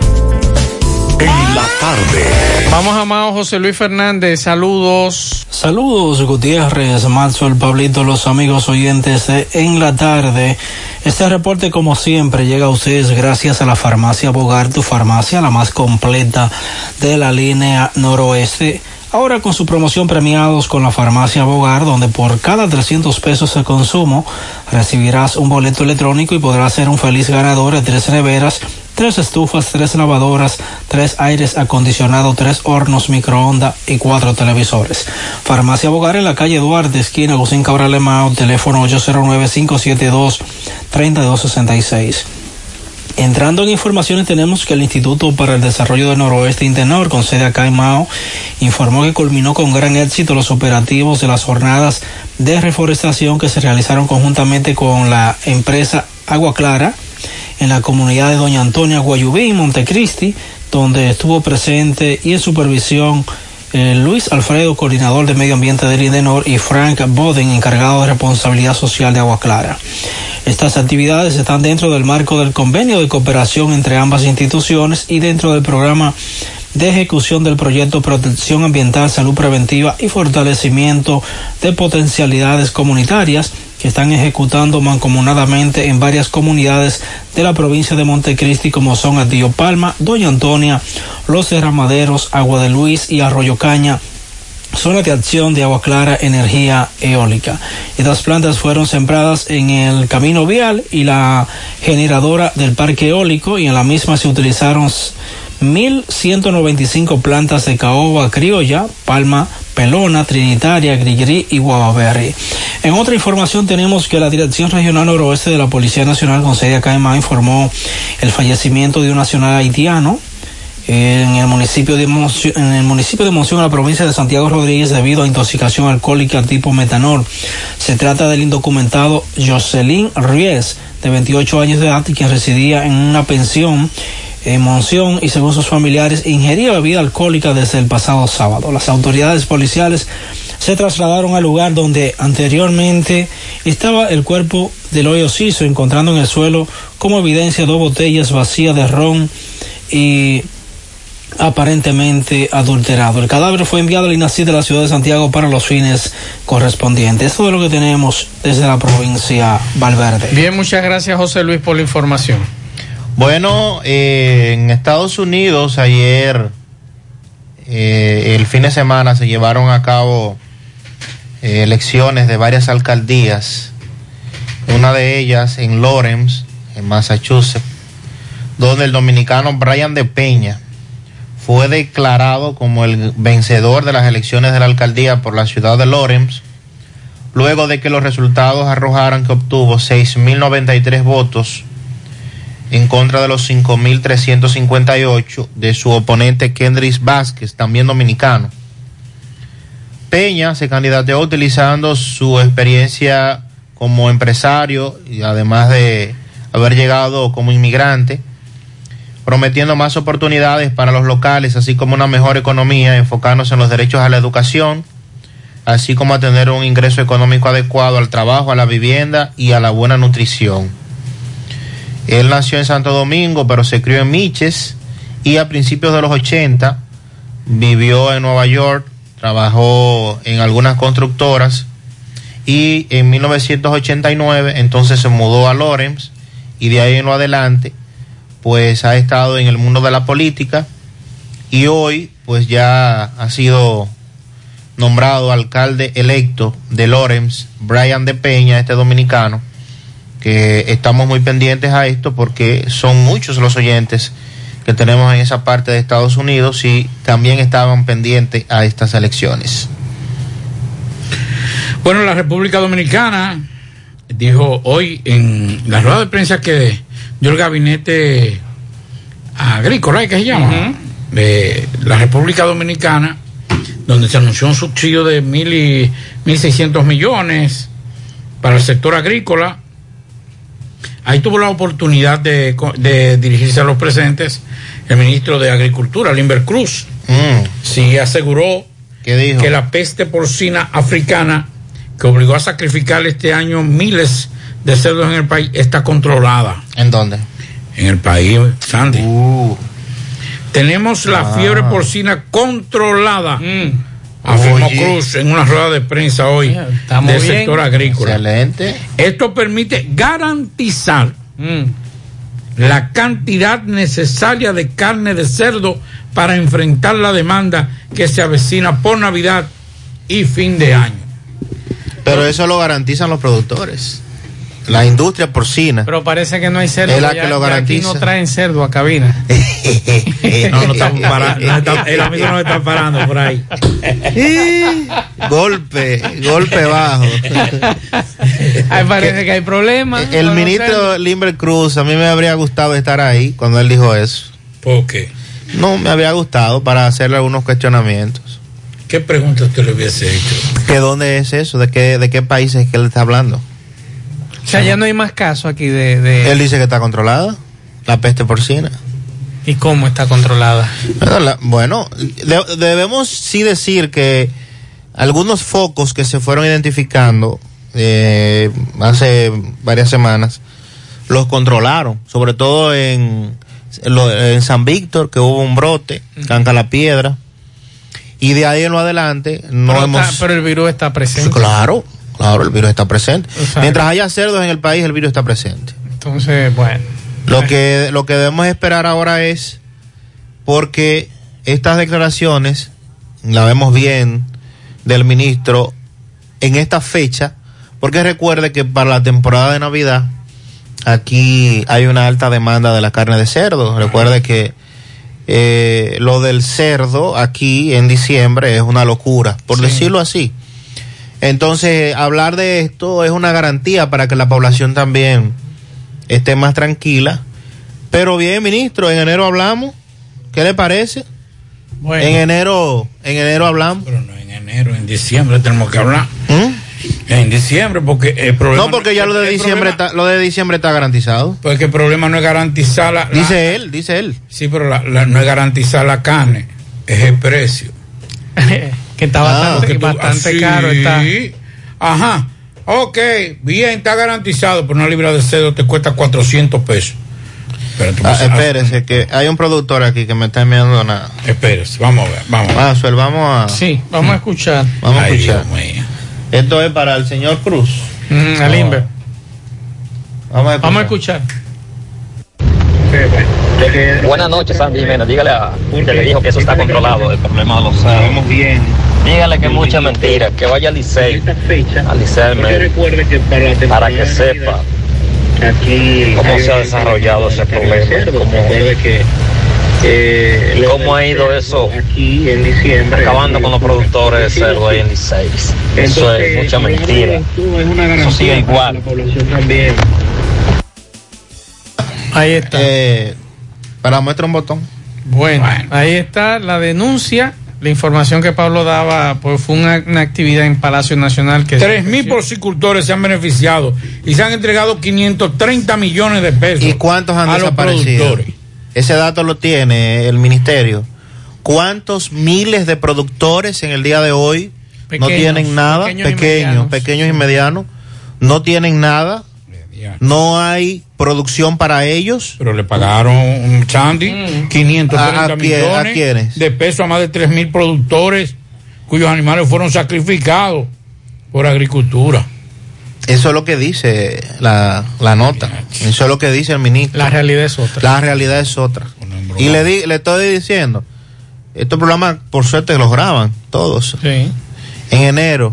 En la tarde. Vamos, amado José Luis Fernández, saludos. Saludos, Gutiérrez, Maxwell, Pablito, los amigos oyentes de En la Tarde. Este reporte, como siempre, llega a ustedes gracias a la farmacia Bogar, tu farmacia, la más completa de la línea noroeste. Ahora con su promoción premiados con la farmacia Bogar, donde por cada trescientos pesos de consumo recibirás un boleto electrónico y podrás ser un feliz ganador de tres neveras, tres estufas, tres lavadoras, tres aires acondicionados, tres hornos microondas y cuatro televisores. Farmacia Bogar en la calle Duarte, esquina Agustín Cabral Emao, teléfono ocho cero nueve, cinco siete dos, tres dos seis seis. Entrando en informaciones, tenemos que el Instituto para el Desarrollo del Noroeste Intenor, con sede acá en Mao, informó que culminó con gran éxito los operativos de las jornadas de reforestación que se realizaron conjuntamente con la empresa Agua Clara en la comunidad de Doña Antonia Guayubí, Montecristi, donde estuvo presente y en supervisión eh, Luis Alfredo, coordinador de Medio Ambiente del Intenor, y Frank Boden, encargado de responsabilidad social de Agua Clara. Estas actividades están dentro del marco del convenio de cooperación entre ambas instituciones y dentro del programa de ejecución del proyecto Protección Ambiental, Salud Preventiva y Fortalecimiento de Potencialidades Comunitarias, que están ejecutando mancomunadamente en varias comunidades de la provincia de Montecristi, como son Atillo Palma, Doña Antonia, Los Derramaderos, Agua de Luis y Arroyo Caña, zona de acción de Agua Clara, energía eólica. Estas plantas fueron sembradas en el camino vial y la generadora del parque eólico, y en la misma se utilizaron mil ciento noventa y cinco plantas de caoba criolla, palma pelona, trinitaria, grigri y guavaberry. En otra información tenemos que la Dirección Regional Noroeste de la Policía Nacional, con sede acá en Mao, informó el fallecimiento de un nacional haitiano en el municipio de Monción, en el municipio de Monción, en la provincia de Santiago Rodríguez, debido a intoxicación alcohólica tipo metanol. Se trata del indocumentado Jocelyn Ries, de veintiocho años de edad, y quien residía en una pensión en Monción, y según sus familiares ingería bebida alcohólica desde el pasado sábado. Las autoridades policiales se trasladaron al lugar donde anteriormente estaba el cuerpo del hoyo Ciso, encontrando en el suelo como evidencia dos botellas vacías de ron y aparentemente adulterado. El cadáver fue enviado al I N A C I de la ciudad de Santiago para los fines correspondientes. Esto es lo que tenemos desde la provincia Valverde. Bien, muchas gracias, José Luis, por la información. Bueno, eh, en Estados Unidos ayer, eh, el fin de semana, se llevaron a cabo eh, elecciones de varias alcaldías. Una de ellas en Lawrence, en Massachusetts, donde el dominicano Brian de Peña fue declarado como el vencedor de las elecciones de la alcaldía por la ciudad de Lawrence, luego de que los resultados arrojaran que obtuvo seis mil noventa y tres votos en contra de los cinco mil trescientos cincuenta y ocho de su oponente Kendris Vázquez, también dominicano. Peña se candidateó utilizando su experiencia como empresario y además de haber llegado como inmigrante, prometiendo más oportunidades para los locales, así como una mejor economía, enfocándose en los derechos a la educación, así como a tener un ingreso económico adecuado al trabajo, a la vivienda y a la buena nutrición. Él nació en Santo Domingo, pero se crió en Miches, y a principios de los ochenta vivió en Nueva York, trabajó en algunas constructoras, y en mil novecientos ochenta y nueve entonces se mudó a Lawrence, y de ahí en lo adelante pues ha estado en el mundo de la política, y hoy pues ya ha sido nombrado alcalde electo de Lawrence, Brian de Peña, este dominicano, que estamos muy pendientes a esto porque son muchos los oyentes que tenemos en esa parte de Estados Unidos y también estaban pendientes a estas elecciones. Bueno, la República Dominicana dijo hoy en la rueda de prensa que dio el gabinete agrícola, ¿qué se llama? Uh-huh. De la República Dominicana, donde se anunció un subsidio de mil y mil seiscientos millones para el sector agrícola. Ahí tuvo la oportunidad de, de dirigirse a los presentes el ministro de Agricultura, Limber Cruz. Mm. Sí, aseguró ¿Qué dijo? Que la peste porcina africana, que obligó a sacrificar este año miles de cerdos en el país, está controlada. ¿En dónde? En el país, Sandy. Uh. Tenemos la ah. fiebre porcina controlada. Mm. Afirmó Oye. Cruz en una rueda de prensa hoy Estamos del bien. sector agrícola. Excelente. Esto permite garantizar mm. la cantidad necesaria de carne de cerdo para enfrentar la demanda que se avecina por Navidad y fin de año. Pero eso lo garantizan los productores, la industria porcina. Pero parece que no hay cerdo. Es la ya, que lo garantiza. Aquí no traen cerdo a cabina. No, no estamos parando. No está, el amigo no está parando por ahí. golpe, golpe bajo. Ahí parece que hay problemas. El, el ministro Limber Cruz, a mí me habría gustado estar ahí cuando él dijo eso. ¿Por qué? No, me había gustado para hacerle algunos cuestionamientos. ¿Qué pregunta usted le hubiese hecho? ¿Que dónde es eso? ¿De qué, de qué países es que él está hablando? O sea, ya no hay más casos aquí de, de... Él dice que está controlada la peste porcina. ¿Y cómo está controlada? Bueno, la, bueno de, debemos sí decir que algunos focos que se fueron identificando eh, hace varias semanas los controlaron, sobre todo en, en San Víctor, que hubo un brote, uh-huh. Canca la Piedra, y de ahí en lo adelante no pero hemos... Está, pero el virus está presente. Claro, claro, el virus está presente. O sea, mientras haya cerdos en el país, el virus está presente. Entonces, bueno. Lo que, lo que debemos esperar ahora es, porque estas declaraciones, la vemos bien, del ministro, en esta fecha, porque recuerde que para la temporada de Navidad, aquí hay una alta demanda de la carne de cerdo. Recuerde que eh, lo del cerdo aquí en diciembre es una locura, por sí. decirlo así. Entonces, hablar de esto es una garantía para que la población también esté más tranquila. Pero bien, ministro, en enero hablamos. ¿Qué le parece? Bueno. En enero, en enero hablamos. Pero no en enero, en diciembre tenemos que hablar. ¿Mm? En diciembre, porque el problema... No, porque ya lo de diciembre está, lo de diciembre está garantizado. Porque el problema no es garantizar la... Dice la, él, dice él. Sí, pero la, la, no es garantizar la carne, es el precio. Que está bastante, ah, tú, bastante así, caro. Está. Ajá, ok, bien, está garantizado, pero una libra de cerdo te cuesta cuatrocientos pesos. Ah, espérese, que hay un productor aquí que me está enviando nada. Espérese, vamos a ver, vamos a ver. Ah, Suel, vamos a... Sí, vamos a escuchar. Vamos Ay, a escuchar. Dios mío. Esto es para el señor Cruz. Mm, al Inver. Vamos a escuchar. Vamos a escuchar. Buenas noches, Sandy Jiménez. Dígale a que le dijo que eso está controlado, el problema de los cerdos. bien. Dígale que es mucha mentira, que vaya al Licey, al Licey, para que sepa cómo se ha desarrollado ese problema, cómo, eh, cómo ha ido eso acabando con los productores de cerdo ahí en Licey. Eso es mucha mentira, eso sigue igual. Ahí está. Eh, para muestra un botón. Bueno, bueno, ahí está la denuncia. La información que Pablo daba, pues fue una, una actividad en Palacio Nacional que... Tres mil porcicultores se han beneficiado y se han entregado quinientos treinta millones de pesos. ¿Y cuántos han desaparecido? Ese dato lo tiene el ministerio. ¿Cuántos miles de productores en el día de hoy pequeños, no tienen nada? Pequeños, pequeños, y pequeños y medianos, no tienen nada. No hay producción para ellos. Pero le pagaron un Sandy mm. quinientos treinta ¿A, a millones quién, ¿a de pesos a más de tres mil productores cuyos animales fueron sacrificados por agricultura. Eso es lo que dice la, la nota. Eso es lo que dice el ministro. La realidad es otra. La realidad es otra. Y le, di, le estoy diciendo, estos programas por suerte los graban todos. Sí. En enero.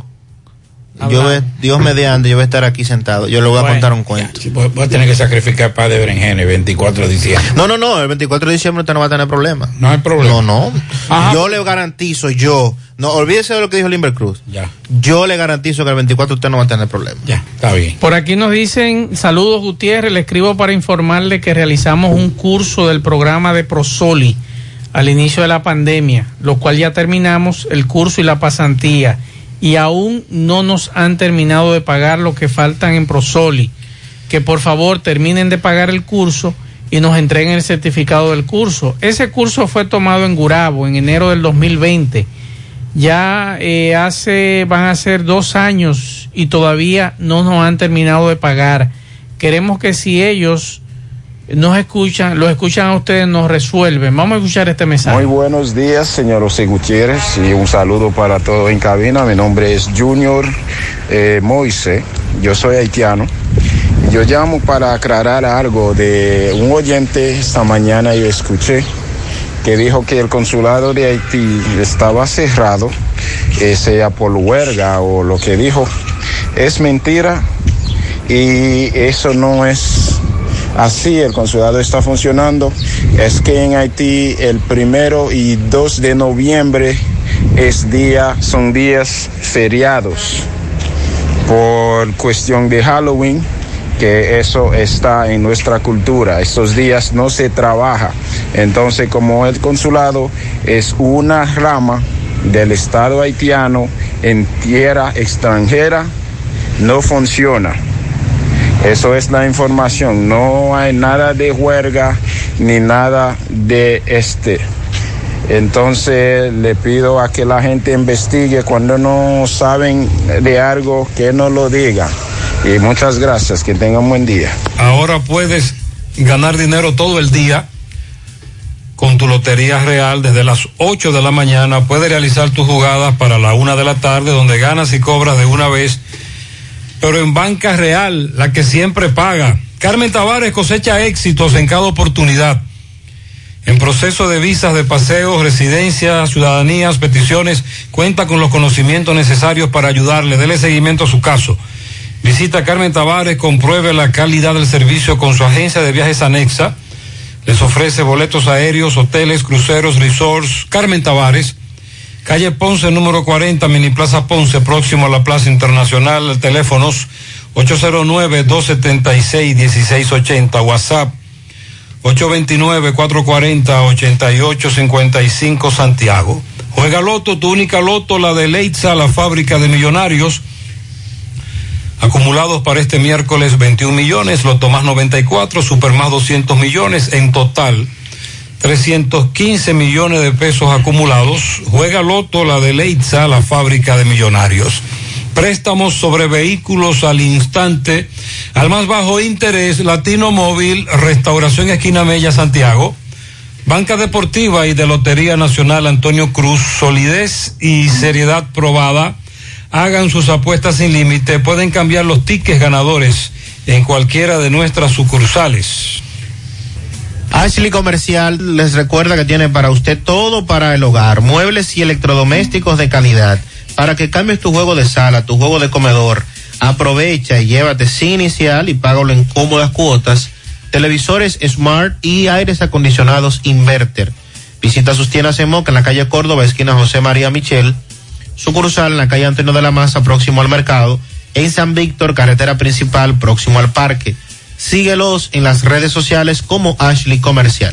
Yo voy, Dios mediante, yo voy a estar aquí sentado. Yo le voy a bueno, contar un cuento. Ya, voy a tener que sacrificar para de berenjena el veinticuatro de diciembre. No, no, no. El veinticuatro de diciembre usted no va a tener problema. No hay problema. No, no. Ajá. Yo le garantizo, yo. No, olvídese de lo que dijo Limber Cruz. Ya. Yo le garantizo que el veinticuatro usted no va a tener problema. Ya, está bien. Por aquí nos dicen, saludos Gutiérrez, le escribo para informarle que realizamos un curso del programa de Prosoli al inicio de la pandemia, lo cual ya terminamos el curso y la pasantía. Y aún no nos han terminado de pagar lo que faltan en Prosoli. Que por favor terminen de pagar el curso y nos entreguen el certificado del curso. Ese curso fue tomado en Gurabo en enero del dos mil veinte. Ya eh, hace, van a ser dos años y todavía no nos han terminado de pagar. Queremos que si ellos nos escuchan, los escuchan a ustedes, nos resuelven. Vamos a escuchar este mensaje. Muy buenos días, señor José Gutiérrez, y un saludo para todos en cabina. Mi nombre es Junior eh, Moise, yo soy haitiano, yo llamo para aclarar algo de un oyente. Esta mañana yo escuché que dijo que el consulado de Haití estaba cerrado, eh, sea por huelga o lo que dijo. Es mentira y eso no es así. El consulado está funcionando. Es que en Haití el primero y dos de noviembre es día, son días feriados por cuestión de Halloween, que eso está en nuestra cultura. Estos días no se trabaja. Entonces, como el consulado es una rama del Estado haitiano en tierra extranjera, no funciona. Eso es la información. No hay nada de huelga ni nada de este. Entonces le pido a que la gente investigue. Cuando no saben de algo, que no lo digan. Y muchas gracias, que tengan un buen día. Ahora puedes ganar dinero todo el día con tu Lotería Real. Desde las ocho de la mañana puedes realizar tus jugadas para la una de la tarde, donde ganas y cobras de una vez, pero en Banca Real, la que siempre paga. Carmen Tavares cosecha éxitos en cada oportunidad. En proceso de visas de paseos, residencias, ciudadanías, peticiones, cuenta con los conocimientos necesarios para ayudarle. Dele seguimiento a su caso. Visita a Carmen Tavares, compruebe la calidad del servicio con su agencia de viajes anexa. Les ofrece boletos aéreos, hoteles, cruceros, resorts. Carmen Tavares, calle Ponce, número cuarenta, Mini Plaza Ponce, próximo a la Plaza Internacional. Teléfonos ocho cero nueve, dos siete seis, uno seis ocho cero, WhatsApp ocho dos nueve, cuatro cuatro cero, ocho ocho cinco cinco, Santiago. Juega Loto, tu única Loto, la de Leitza, la fábrica de millonarios. Acumulados para este miércoles veintiún millones, Loto más noventa y cuatro, Super más doscientos millones, en total trescientos quince millones de pesos acumulados. Juega Loto, la de Leitza, la fábrica de millonarios. Préstamos sobre vehículos al instante, al más bajo interés, Latino Móvil, Restauración Esquina Mella, Santiago. Banca Deportiva y de Lotería Nacional Antonio Cruz, solidez y seriedad probada. Hagan sus apuestas sin límite, pueden cambiar los tickets ganadores en cualquiera de nuestras sucursales. Ashley Comercial les recuerda que tiene para usted todo para el hogar, muebles y electrodomésticos de calidad, para que cambies tu juego de sala, tu juego de comedor. Aprovecha y llévate sin inicial y págalo en cómodas cuotas, televisores Smart y aires acondicionados Inverter. Visita sus tiendas en Moca, en la calle Córdoba, esquina José María Michel, sucursal en la calle Antonio de la Maza, próximo al mercado, en San Víctor, carretera principal, próximo al parque. Síguelos en las redes sociales como Ashley Comercial.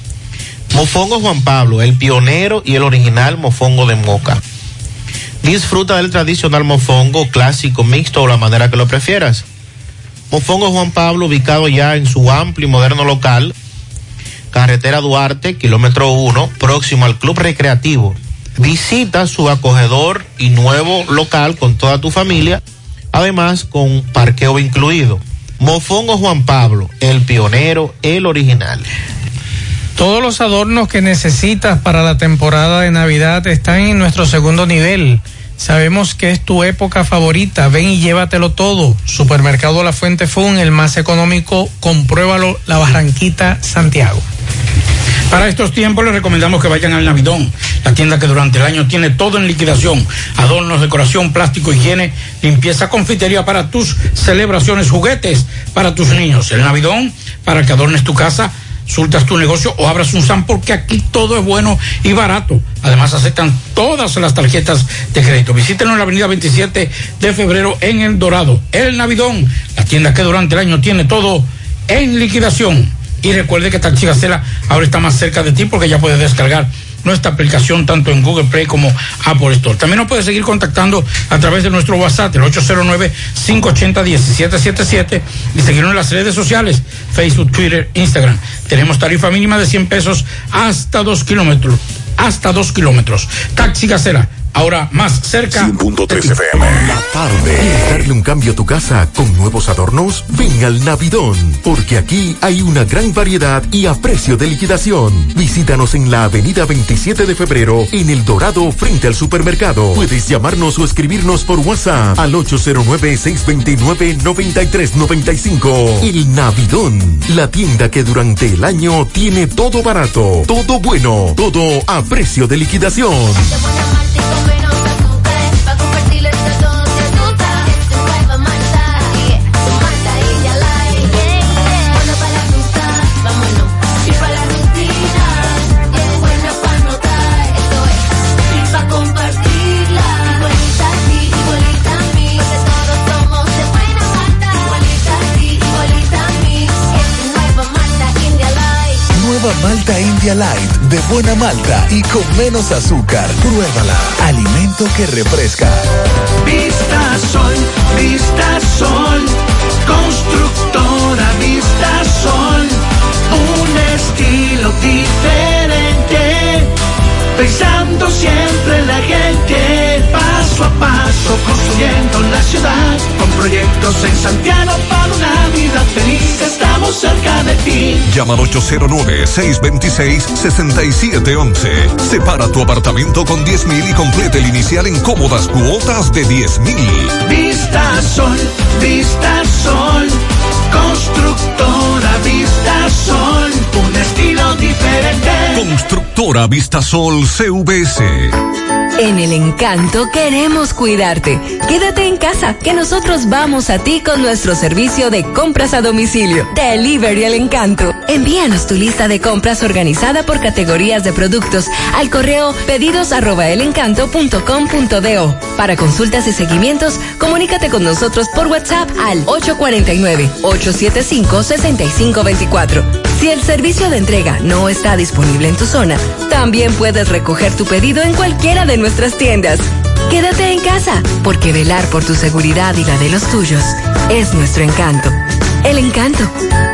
Mofongo Juan Pablo, el pionero y el original mofongo de Moca. Disfruta del tradicional mofongo clásico, mixto o la manera que lo prefieras. Mofongo Juan Pablo, ubicado ya en su amplio y moderno local, carretera Duarte, kilómetro uno, próximo al Club Recreativo. Visita su acogedor y nuevo local con toda tu familia, además con parqueo incluido. Mofongo Juan Pablo, el pionero, el original. Todos los adornos que necesitas para la temporada de Navidad están en nuestro segundo nivel. Sabemos que es tu época favorita. Ven y llévatelo todo. Supermercado La Fuente Fun, el más económico. Compruébalo, La Barranquita, Santiago. Para estos tiempos les recomendamos que vayan al Navidón, la tienda que durante el año tiene todo en liquidación: adornos, decoración, plástico, higiene, limpieza, confitería para tus celebraciones, juguetes para tus niños. El Navidón, para que adornes tu casa, surtas tu negocio o abras un S A M, porque aquí todo es bueno y barato. Además aceptan todas las tarjetas de crédito. Visítenos en la avenida veintisiete de febrero en El Dorado. El Navidón, la tienda que durante el año tiene todo en liquidación. Y recuerde que Taxi Gacela ahora está más cerca de ti, porque ya puedes descargar nuestra aplicación tanto en Google Play como Apple Store. También nos puedes seguir contactando a través de nuestro WhatsApp, el ocho cero nueve, cinco ocho cero, uno siete siete siete, y seguirnos en las redes sociales, Facebook, Twitter, Instagram. Tenemos tarifa mínima de cien pesos hasta dos kilómetros. Hasta dos kilómetros. Taxi Gacela, ahora más cerca. cien punto tres F M. La tarde. ¿Quieres darle un cambio a tu casa con nuevos adornos? Ven al Navidón, porque aquí hay una gran variedad y a precio de liquidación. Visítanos en la avenida veintisiete de febrero, en El Dorado, frente al supermercado. Puedes llamarnos o escribirnos por WhatsApp al ocho cero nueve, seis dos nueve, nueve tres nueve cinco. El Navidón, la tienda que durante el año tiene todo barato, todo bueno, todo a precio de liquidación. Malta India Light, de buena malta y con menos azúcar. Pruébala. Alimento que refresca. Vista Sol, Vista Sol, constructora Vista Sol, un estilo diferente, pensando siempre en la gente, paso a paso construyendo la ciudad, con proyectos en Santiago para una vida feliz, estamos cerca de ti. Llama al ocho cero nueve, seis dos seis, seis siete uno uno. Separa tu apartamento con diez mil y complete el inicial en cómodas cuotas de diez mil. Vista Sol, Vista Sol, constructora Vista Sol, un estilo diferente. Constructora Vista Sol C V S. En El Encanto queremos cuidarte. Quédate en casa, que nosotros vamos a ti con nuestro servicio de compras a domicilio. Delivery El Encanto. Envíanos tu lista de compras organizada por categorías de productos al correo pedidos arroba elencanto punto com punto do. Para consultas y seguimientos, comunícate con nosotros por WhatsApp al ocho cuatro nueve, ocho siete cinco, seis cinco dos cuatro. Si el servicio de entrega no está disponible en tu zona, también puedes recoger tu pedido en cualquiera de nuestras tiendas. Quédate en casa, porque velar por tu seguridad y la de los tuyos es nuestro encanto. El Encanto.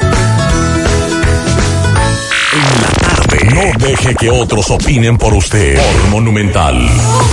En la tarde. No deje que otros opinen por usted. Por Monumental.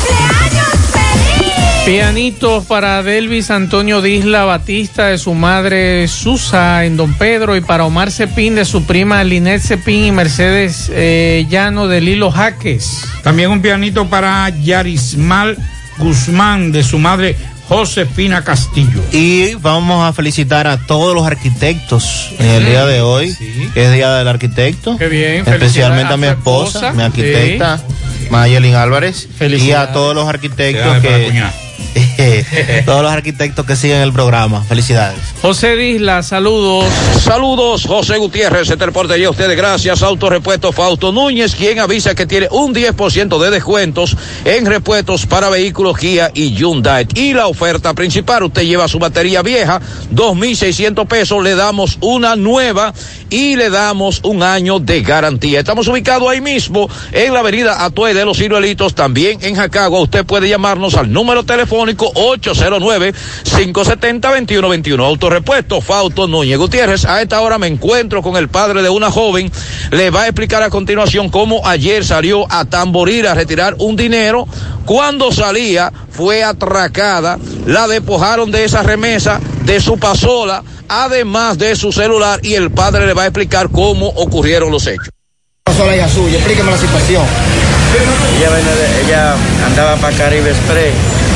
Pianitos para Delvis Antonio Disla Batista, de su madre Susa en Don Pedro, y para Omar Cepín, de su prima Linet Cepín, y Mercedes eh, Llano de Lilo Jaques. También un pianito para Yarismal Guzmán, de su madre Josefina Castillo. Y vamos a felicitar a todos los arquitectos en el día de hoy, sí, que es Día del Arquitecto. Qué bien. Especialmente a, a mi esposa, esposa, mi arquitecta, sí, Mayelin Álvarez, y a todos los arquitectos que... todos los arquitectos que siguen el programa. Felicidades. José Disla, saludos. Saludos, José Gutiérrez. Este reporte llega a ustedes gracias a Autorepuesto Fausto Núñez, quien avisa que tiene un diez por ciento de descuentos en repuestos para vehículos Kia y Hyundai. Y la oferta principal, usted lleva su batería vieja, dos mil seiscientos pesos, le damos una nueva y le damos un año de garantía. Estamos ubicados ahí mismo en la avenida Atuey de los Ciruelitos, también en Jacagua. Usted puede llamarnos al número telefónico ocho cero nueve, cinco siete cero, dos uno dos uno. Autorepuesto Fausto Núñez. Gutiérrez, a esta hora me encuentro con el padre de una joven. Le va a explicar a continuación cómo ayer salió a Tamboril a retirar un dinero. Cuando salía fue atracada, la despojaron de esa remesa, de su pasola, además de su celular, y el padre le va a explicar cómo ocurrieron los hechos. Pasola hija suya, explíqueme la situación. Ella, ella andaba para Caribe Express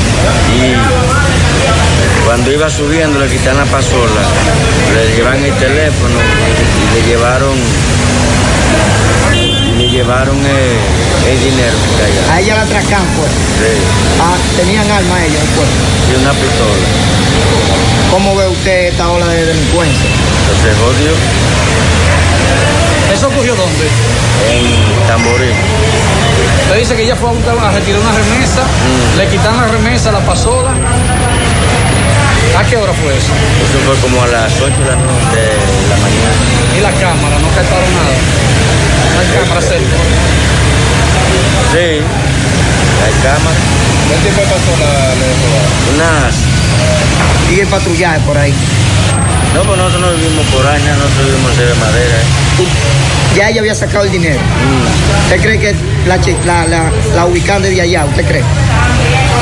y cuando iba subiendo le quitan la pasola, le llevan el teléfono y le llevaron le llevaron el, el dinero que caía. A ella la atracan, pues. Sí. Ah, tenían arma ellos, pues. Y una pistola. ¿Cómo ve usted esta ola de delincuencia? Entonces, odio. ¿Eso ocurrió dónde? En Tamboril. Usted dice que ella fue a, buscar, a retirar una remesa, mm. le quitan la remesa, la pasola. ¿A qué hora fue eso? Eso fue como a las ocho de la, noche, de la mañana. ¿Y la cámara? ¿No captaron nada? ¿No hay cámara cerca? Sí, hay cámara. ¿Qué tipo de pasola le robaron? Unas. ¿Y el patrullaje por ahí? No, pues nosotros no vivimos por años, nosotros vivimos de madera. ¿eh? Ya ella había sacado el dinero. Mm. ¿Usted cree que la, la, la, la ubican desde allá? ¿Usted cree?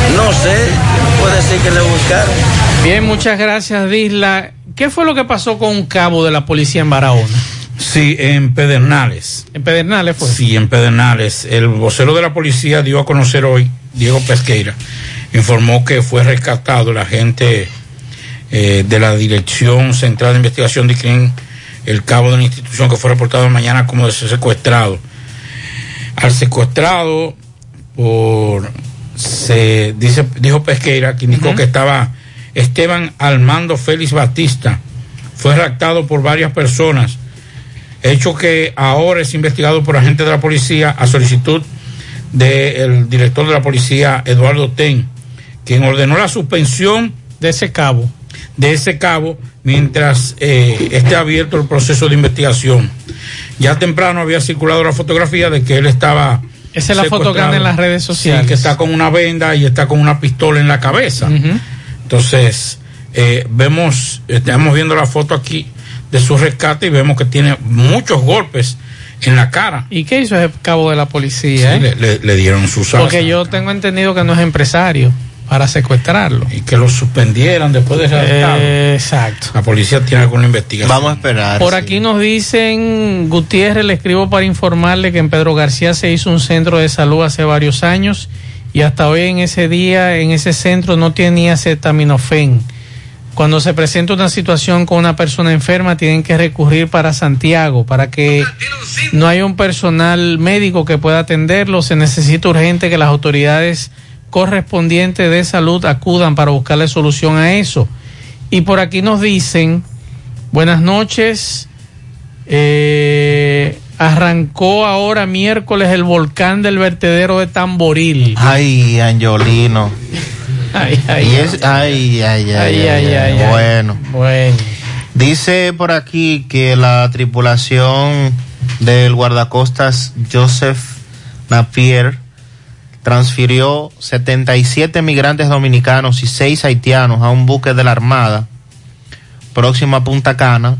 No sé, puede ser que le buscaron. Bien, muchas gracias, Disla. ¿Qué fue lo que pasó con un cabo de la policía en Barahona? Sí, en Pedernales. ¿En Pedernales fue? Sí, en Pedernales. El vocero de la policía dio a conocer hoy, Diego Pesqueira, informó que fue rescatado el agente eh, de la Dirección Central de Investigación de Crimen, el cabo de la institución, que fue reportado mañana como secuestrado. Al secuestrado por, se dice, dijo Pesqueira, que indicó uh-huh. que estaba Esteban Armando Félix Batista, fue raptado por varias personas, hecho que ahora es investigado por agentes de la policía a solicitud del director de la policía, Eduardo Ten, quien ordenó la suspensión de ese cabo, de ese cabo mientras eh, esté abierto el proceso de investigación. Ya temprano había circulado la fotografía de que él estaba... Esa es la foto que anda en las redes sociales. Sí, que está con una venda y está con una pistola en la cabeza. Uh-huh. Entonces, eh, vemos, estamos viendo la foto aquí de su rescate y vemos que tiene muchos golpes en la cara. ¿Y qué hizo ese cabo de la policía? Sí, eh? le, le, le dieron su salsa. Porque yo tengo entendido que no es empresario para secuestrarlo. Y que lo suspendieran después de ser eh, Exacto. La policía tiene alguna investigación. Vamos a esperar. Por sí. aquí nos dicen, Gutiérrez, le escribo para informarle que en Pedro García se hizo un centro de salud hace varios años y hasta hoy en ese día, en ese centro no tenía acetaminofén. Cuando se presenta una situación con una persona enferma, tienen que recurrir para Santiago, para que no haya un personal médico que pueda atenderlo. Se necesita urgente que las autoridades correspondientes de salud acudan para buscarle solución a eso. Y por aquí nos dicen, buenas noches, eh, arrancó ahora miércoles el volcán del vertedero de Tamboril. Ay, Angiolino. Ay, ay, y es, ay, ay, ay, ay, ay, ay, ay, bueno. Bueno. Dice por aquí que la tripulación del guardacostas Joseph Napier transfirió setenta y siete migrantes dominicanos y seis haitianos a un buque de la Armada próximo a Punta Cana,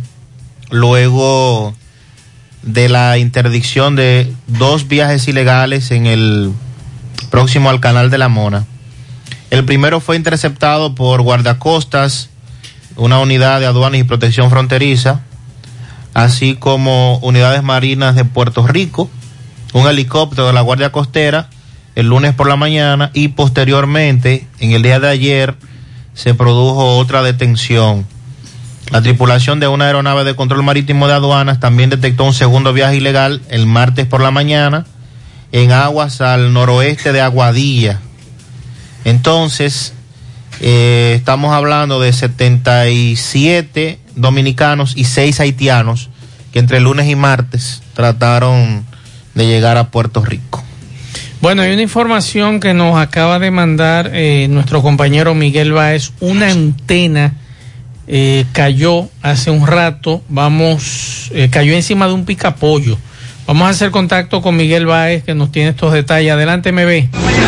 luego de la interdicción de dos viajes ilegales en el próximo al Canal de la Mona. El primero fue interceptado por guardacostas, una unidad de aduanas y protección fronteriza, así como unidades marinas de Puerto Rico, un helicóptero de la Guardia Costera, el lunes por la mañana, y posteriormente, en el día de ayer, se produjo otra detención. La tripulación de una aeronave de control marítimo de aduanas también detectó un segundo viaje ilegal el martes por la mañana en aguas al noroeste de Aguadilla. Entonces, eh, estamos hablando de setenta y siete dominicanos y seis haitianos que entre lunes y martes trataron de llegar a Puerto Rico. Bueno, hay una información que nos acaba de mandar eh, nuestro compañero Miguel Báez. Una antena eh, cayó hace un rato, vamos, eh, cayó encima de un picapollo. Vamos a hacer contacto con Miguel Báez, que nos tiene estos detalles. Adelante, M B.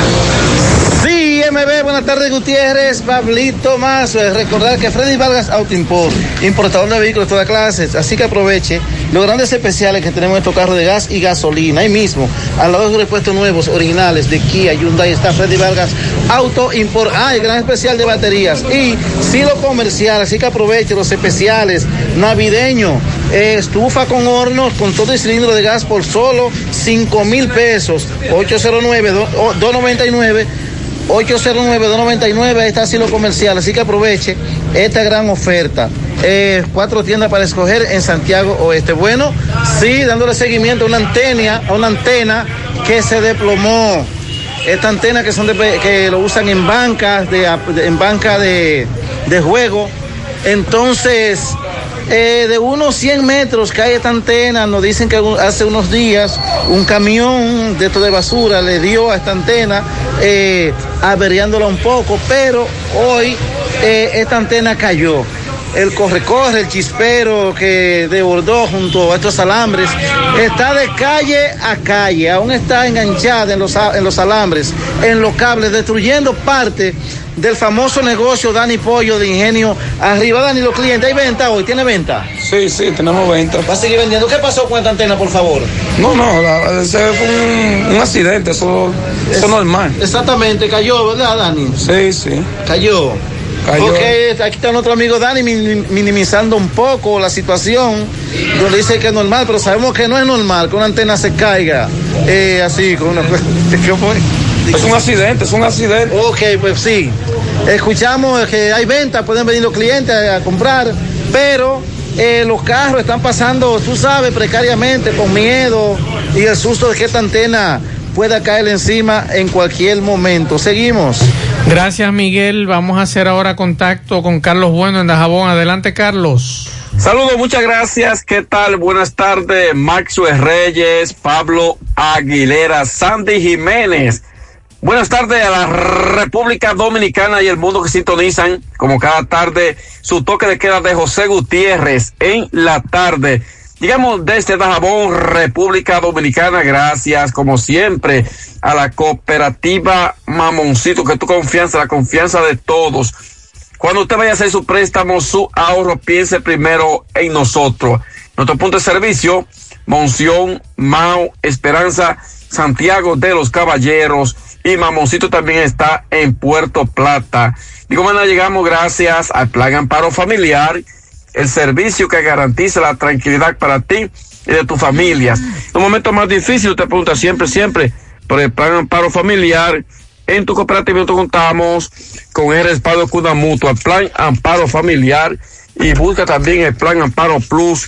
Sí, M B, buenas tardes, Gutiérrez, Pablito Mazo. Recordar que Freddy Vargas Auto Import, importador de vehículos de todas clases, así que aproveche los grandes especiales que tenemos en estos carros de gas y gasolina. Ahí mismo, al lado de los repuestos nuevos, originales de Kia, Hyundai, está Freddy Vargas Auto Import. Ah, el gran especial de baterías y silo comercial, así que aproveche los especiales navideños. Eh, estufa con hornos, con todo el cilindro de gas por solo cinco mil pesos. ocho cero nueve, dos nueve nueve ocho cero nueve, dos nueve nueve, ahí está asilo comercial, así que aproveche esta gran oferta. Eh, cuatro tiendas para escoger en Santiago Oeste. Bueno, sí, dándole seguimiento a una antena, a una antena que se desplomó. Esta antena que son de, que lo usan en bancas de, de en banca de, de juego. Entonces, eh, de unos cien metros cae esta antena. Nos dicen que hace unos días un camión de esto de basura le dio a esta antena, eh, averiándola un poco, pero hoy eh, esta antena cayó. El corre-corre, el chispero que desbordó junto a estos alambres, está de calle a calle, aún está enganchada en los, en los alambres, en los cables, destruyendo parte del famoso negocio Dani Pollo de Ingenio Arriba. Dani, los clientes, ¿hay venta hoy? ¿Tiene venta? Sí, sí, tenemos venta. ¿Va a seguir vendiendo? ¿Qué pasó con esta antena, por favor? No, no, la, ese fue un, un accidente, eso Eso es normal. Exactamente, cayó, ¿verdad, Dani? Sí, sí. Cayó. Cayó. Porque aquí está nuestro amigo Dani minimizando un poco la situación, donde dice que es normal, pero sabemos que no es normal que una antena se caiga eh, así, con una... ¿Qué fue? Es un accidente, es un accidente. Ok, pues sí. Escuchamos que hay venta, pueden venir los clientes a, a comprar, pero eh, los carros están pasando, tú sabes, precariamente, con miedo y el susto de que esta antena pueda caer encima en cualquier momento. Seguimos. Gracias, Miguel. Vamos a hacer ahora contacto con Carlos Bueno en Dajabón. Adelante, Carlos. Saludos, muchas gracias. ¿Qué tal? Buenas tardes, Maxwell Reyes, Pablo Aguilera, Sandy Jiménez. Buenas tardes a la República Dominicana y el mundo que sintonizan, como cada tarde, su toque de queda de José Gutiérrez en la tarde. Llegamos desde Dajabón, República Dominicana, gracias como siempre a la cooperativa Mamoncito, que tu confianza, la confianza de todos. Cuando usted vaya a hacer su préstamo, su ahorro, piense primero en nosotros. Nuestro punto de servicio, Monción, Mao, Esperanza, Santiago de los Caballeros y Mamoncito también está en Puerto Plata. Digo, bueno, llegamos gracias al Plan Amparo Familiar, el servicio que garantiza la tranquilidad para ti y de tu familia. En un momento más difícil, te pregunta siempre, siempre, por el Plan Amparo Familiar. En tu cooperativa nosotros contamos con el respaldo de Cuna Mutua, el Plan Amparo Familiar, y busca también el Plan Amparo Plus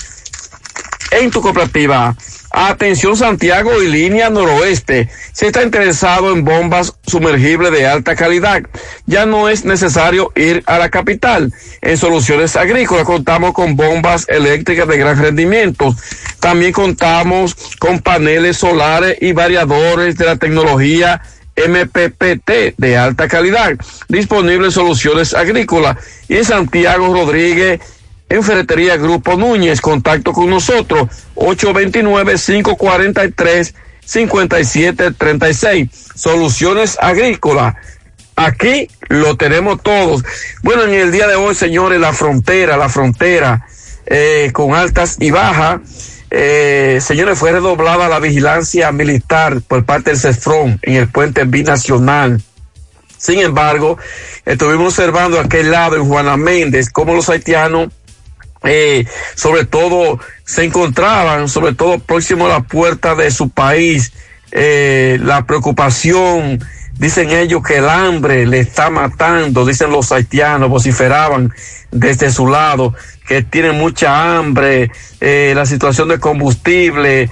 en tu cooperativa. Atención Santiago y línea noroeste. Si está interesado en bombas sumergibles de alta calidad, ya no es necesario ir a la capital. En Soluciones Agrícolas contamos con bombas eléctricas de gran rendimiento. También contamos con paneles solares y variadores de la tecnología M P P T de alta calidad. Disponible en Soluciones Agrícolas. Y en Santiago Rodríguez, en Ferretería Grupo Núñez, contacto con nosotros, ocho dos nueve, cinco cuatro tres, cinco siete tres seis. Soluciones Agrícolas. Aquí lo tenemos todos. Bueno, en el día de hoy, señores, la frontera, la frontera, eh, con altas y bajas, eh, señores, fue redoblada la vigilancia militar por parte del CESFRON en el puente binacional. Sin embargo, estuvimos observando a aquel lado en Juana Méndez, cómo los haitianos Eh, sobre todo se encontraban, sobre todo próximo a la puerta de su país. Eh, la preocupación, dicen ellos que el hambre le está matando, dicen los haitianos, vociferaban desde su lado, que tienen mucha hambre, eh, la situación de combustible,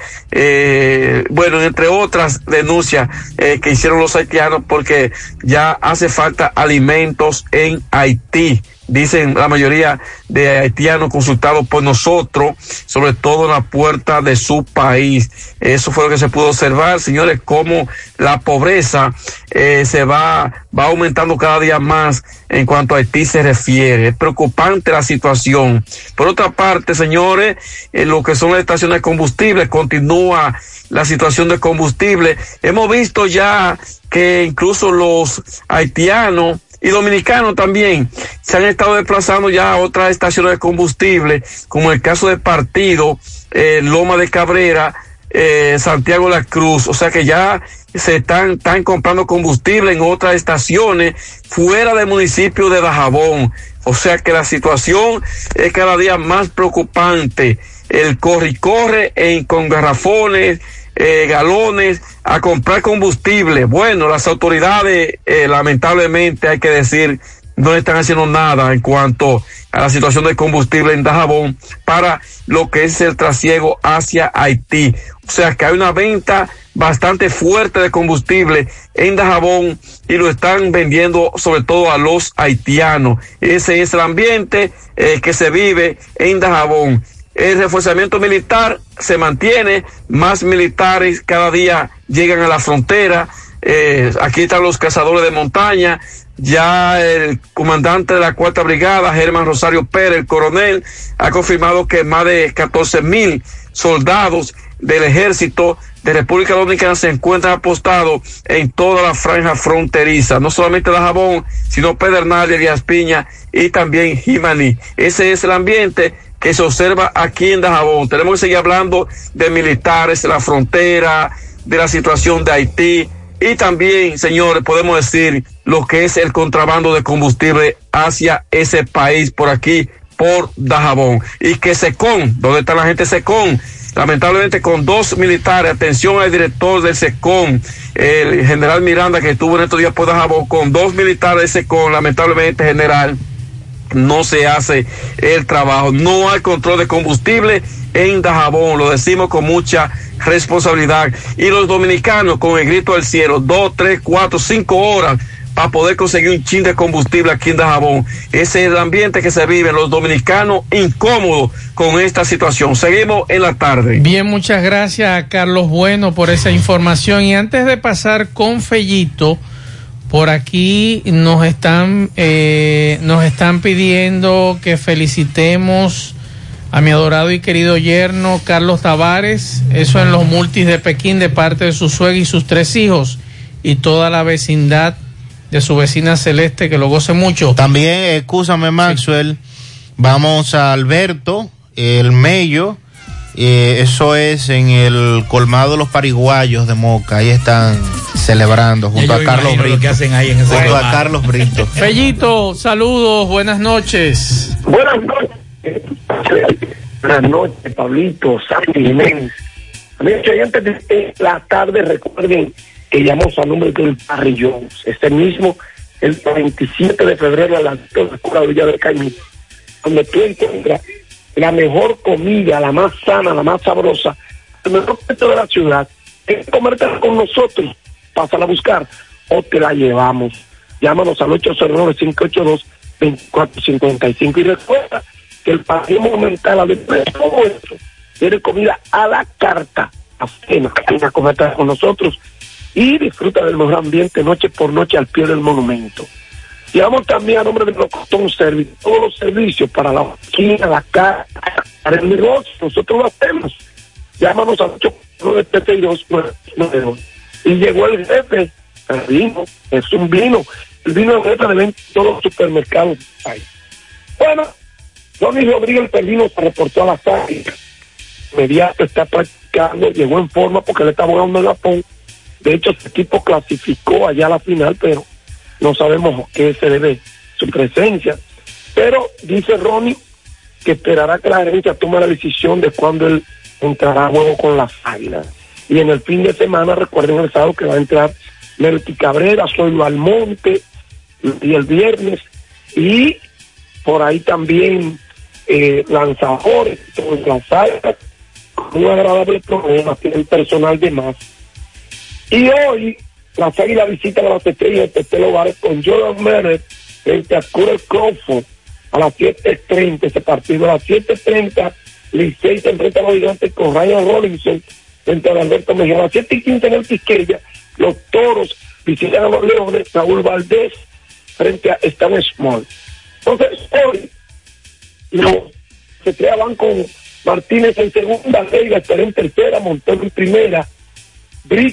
eh, bueno, entre otras denuncias eh, que hicieron los haitianos, porque ya hace falta alimentos en Haití. Dicen la mayoría de haitianos consultados por nosotros, sobre todo en la puerta de su país. Eso fue lo que se pudo observar, señores, cómo la pobreza eh, se va, va aumentando cada día más en cuanto a Haití se refiere. Es preocupante la situación. Por otra parte, señores, en lo que son las estaciones de combustible, continúa la situación de combustible. Hemos visto ya que incluso los haitianos y dominicanos también se han estado desplazando ya a otras estaciones de combustible, como el caso de Partido, eh, Loma de Cabrera, eh, Santiago de la Cruz. O sea que ya se están, están comprando combustible en otras estaciones fuera del municipio de Dajabón. O sea que la situación es cada día más preocupante. El corre y corre en, con garrafones, eh, galones, a comprar combustible. Bueno, las autoridades, eh, lamentablemente hay que decir, no están haciendo nada en cuanto a la situación de combustible en Dajabón para lo que es el trasiego hacia Haití. O sea que hay una venta bastante fuerte de combustible en Dajabón y lo están vendiendo sobre todo a los haitianos. Ese es el ambiente eh, que se vive en Dajabón. El reforzamiento militar se mantiene, más militares cada día llegan a la frontera. Eh, aquí están los cazadores de montaña. Ya el comandante de la cuarta brigada, Germán Rosario Pérez, el coronel, ha confirmado que más de catorce mil soldados del ejército de República Dominicana se encuentran apostados en toda la franja fronteriza, no solamente Dajabón, sino Pedernales, Elías Piña y también Jimaní. Ese es el ambiente que se observa aquí en Dajabón. Tenemos que seguir hablando de militares, de la frontera, de la situación de Haití y también, señores, podemos decir lo que es el contrabando de combustible hacia ese país por aquí, por Dajabón. Y que SECON, ¿dónde está la gente SECON? Lamentablemente con dos militares, atención al director del SECON, el general Miranda, que estuvo en estos días por Dajabón, con dos militares de SECON, lamentablemente, general, no se hace el trabajo, no hay control de combustible en Dajabón, lo decimos con mucha responsabilidad. Y los dominicanos con el grito al cielo, dos, tres, cuatro, cinco horas para poder conseguir un chin de combustible aquí en Dajabón. Ese es el ambiente que se vive, los dominicanos incómodos con esta situación. Seguimos en la tarde. Bien, muchas gracias a Carlos Bueno por esa información. Y antes de pasar con Fellito, por aquí nos están, eh, nos están pidiendo que felicitemos a mi adorado y querido yerno Carlos Tavares, eso en los multis de Pekín, de parte de su suegra y sus tres hijos, y toda la vecindad de su vecina Celeste, que lo goce mucho. También, excúsame Maxwell, sí. Vamos a Alberto, el Mello, eh, eso es en el colmado de los Pariguayos de Moca, ahí están celebrando junto a Carlos Brito. Que hacen ahí en ese junto a Carlos Brito. Fellito, saludos, buenas noches. Buenas noches. Buenas noches, Pablito, Sandy Jiménez. Amigos oyentes de la tarde, recuerden que llamamos a nombre del Parrillón. Este mismo, el veintisiete de febrero, a la escuela de Villa del Caimito, donde tú encuentras la mejor comida, la más sana, la más sabrosa, el mejor puesto de la ciudad. Es comértela con nosotros, pásala a buscar o te la llevamos. Llámanos al ocho cero nueve, cinco ocho dos, dos cuatro cinco cinco y recuerda que el Parrillón Monumental, además de todo esto, tiene comida a la carta, a cena, a comértela con nosotros y disfruta del mejor ambiente noche por noche al pie del monumento. Llevamos también a nombre de Locotón Service todos los servicios para la oficina, la casa, para el negocio, nosotros lo hacemos. Llámanos al ocho nueve tres dos nueve dos. Y llegó el jefe, el vino, es un vino, el vino de jefe de venta en todos los supermercados del país. Bueno, Johnny Rodríguez Perlino se reportó a la sala, inmediato está practicando, llegó en forma porque le está jugando en Japón. De hecho, este equipo clasificó allá a la final, pero no sabemos qué se debe su presencia. Pero dice Ronnie que esperará que la gerencia tome la decisión de cuándo él entrará a juego con las Águilas. Y en el fin de semana, recuerden el sábado que va a entrar Melky Cabrera, Zoilo Almonte, y el viernes, y por ahí también eh, lanzadores, todas las Águilas, con un agradable problema, tienen personal de más. Y hoy, las Águilas visitan a las Estrellas de Tetelo Bares con Jordan Meret frente a Curry Crawford a las siete treinta. Ese partido a las siete treinta, Licey se enfrenta a los Gigantes con Ryan Robinson frente a Alberto Mejía. A las siete quince en el Quisqueya, los Toros visitan a los Leones, Raúl Valdés frente a Stan Small. Entonces, hoy, los Estrellas van con Martínez en segunda, Vega estará en tercera, Montero en primera, Brick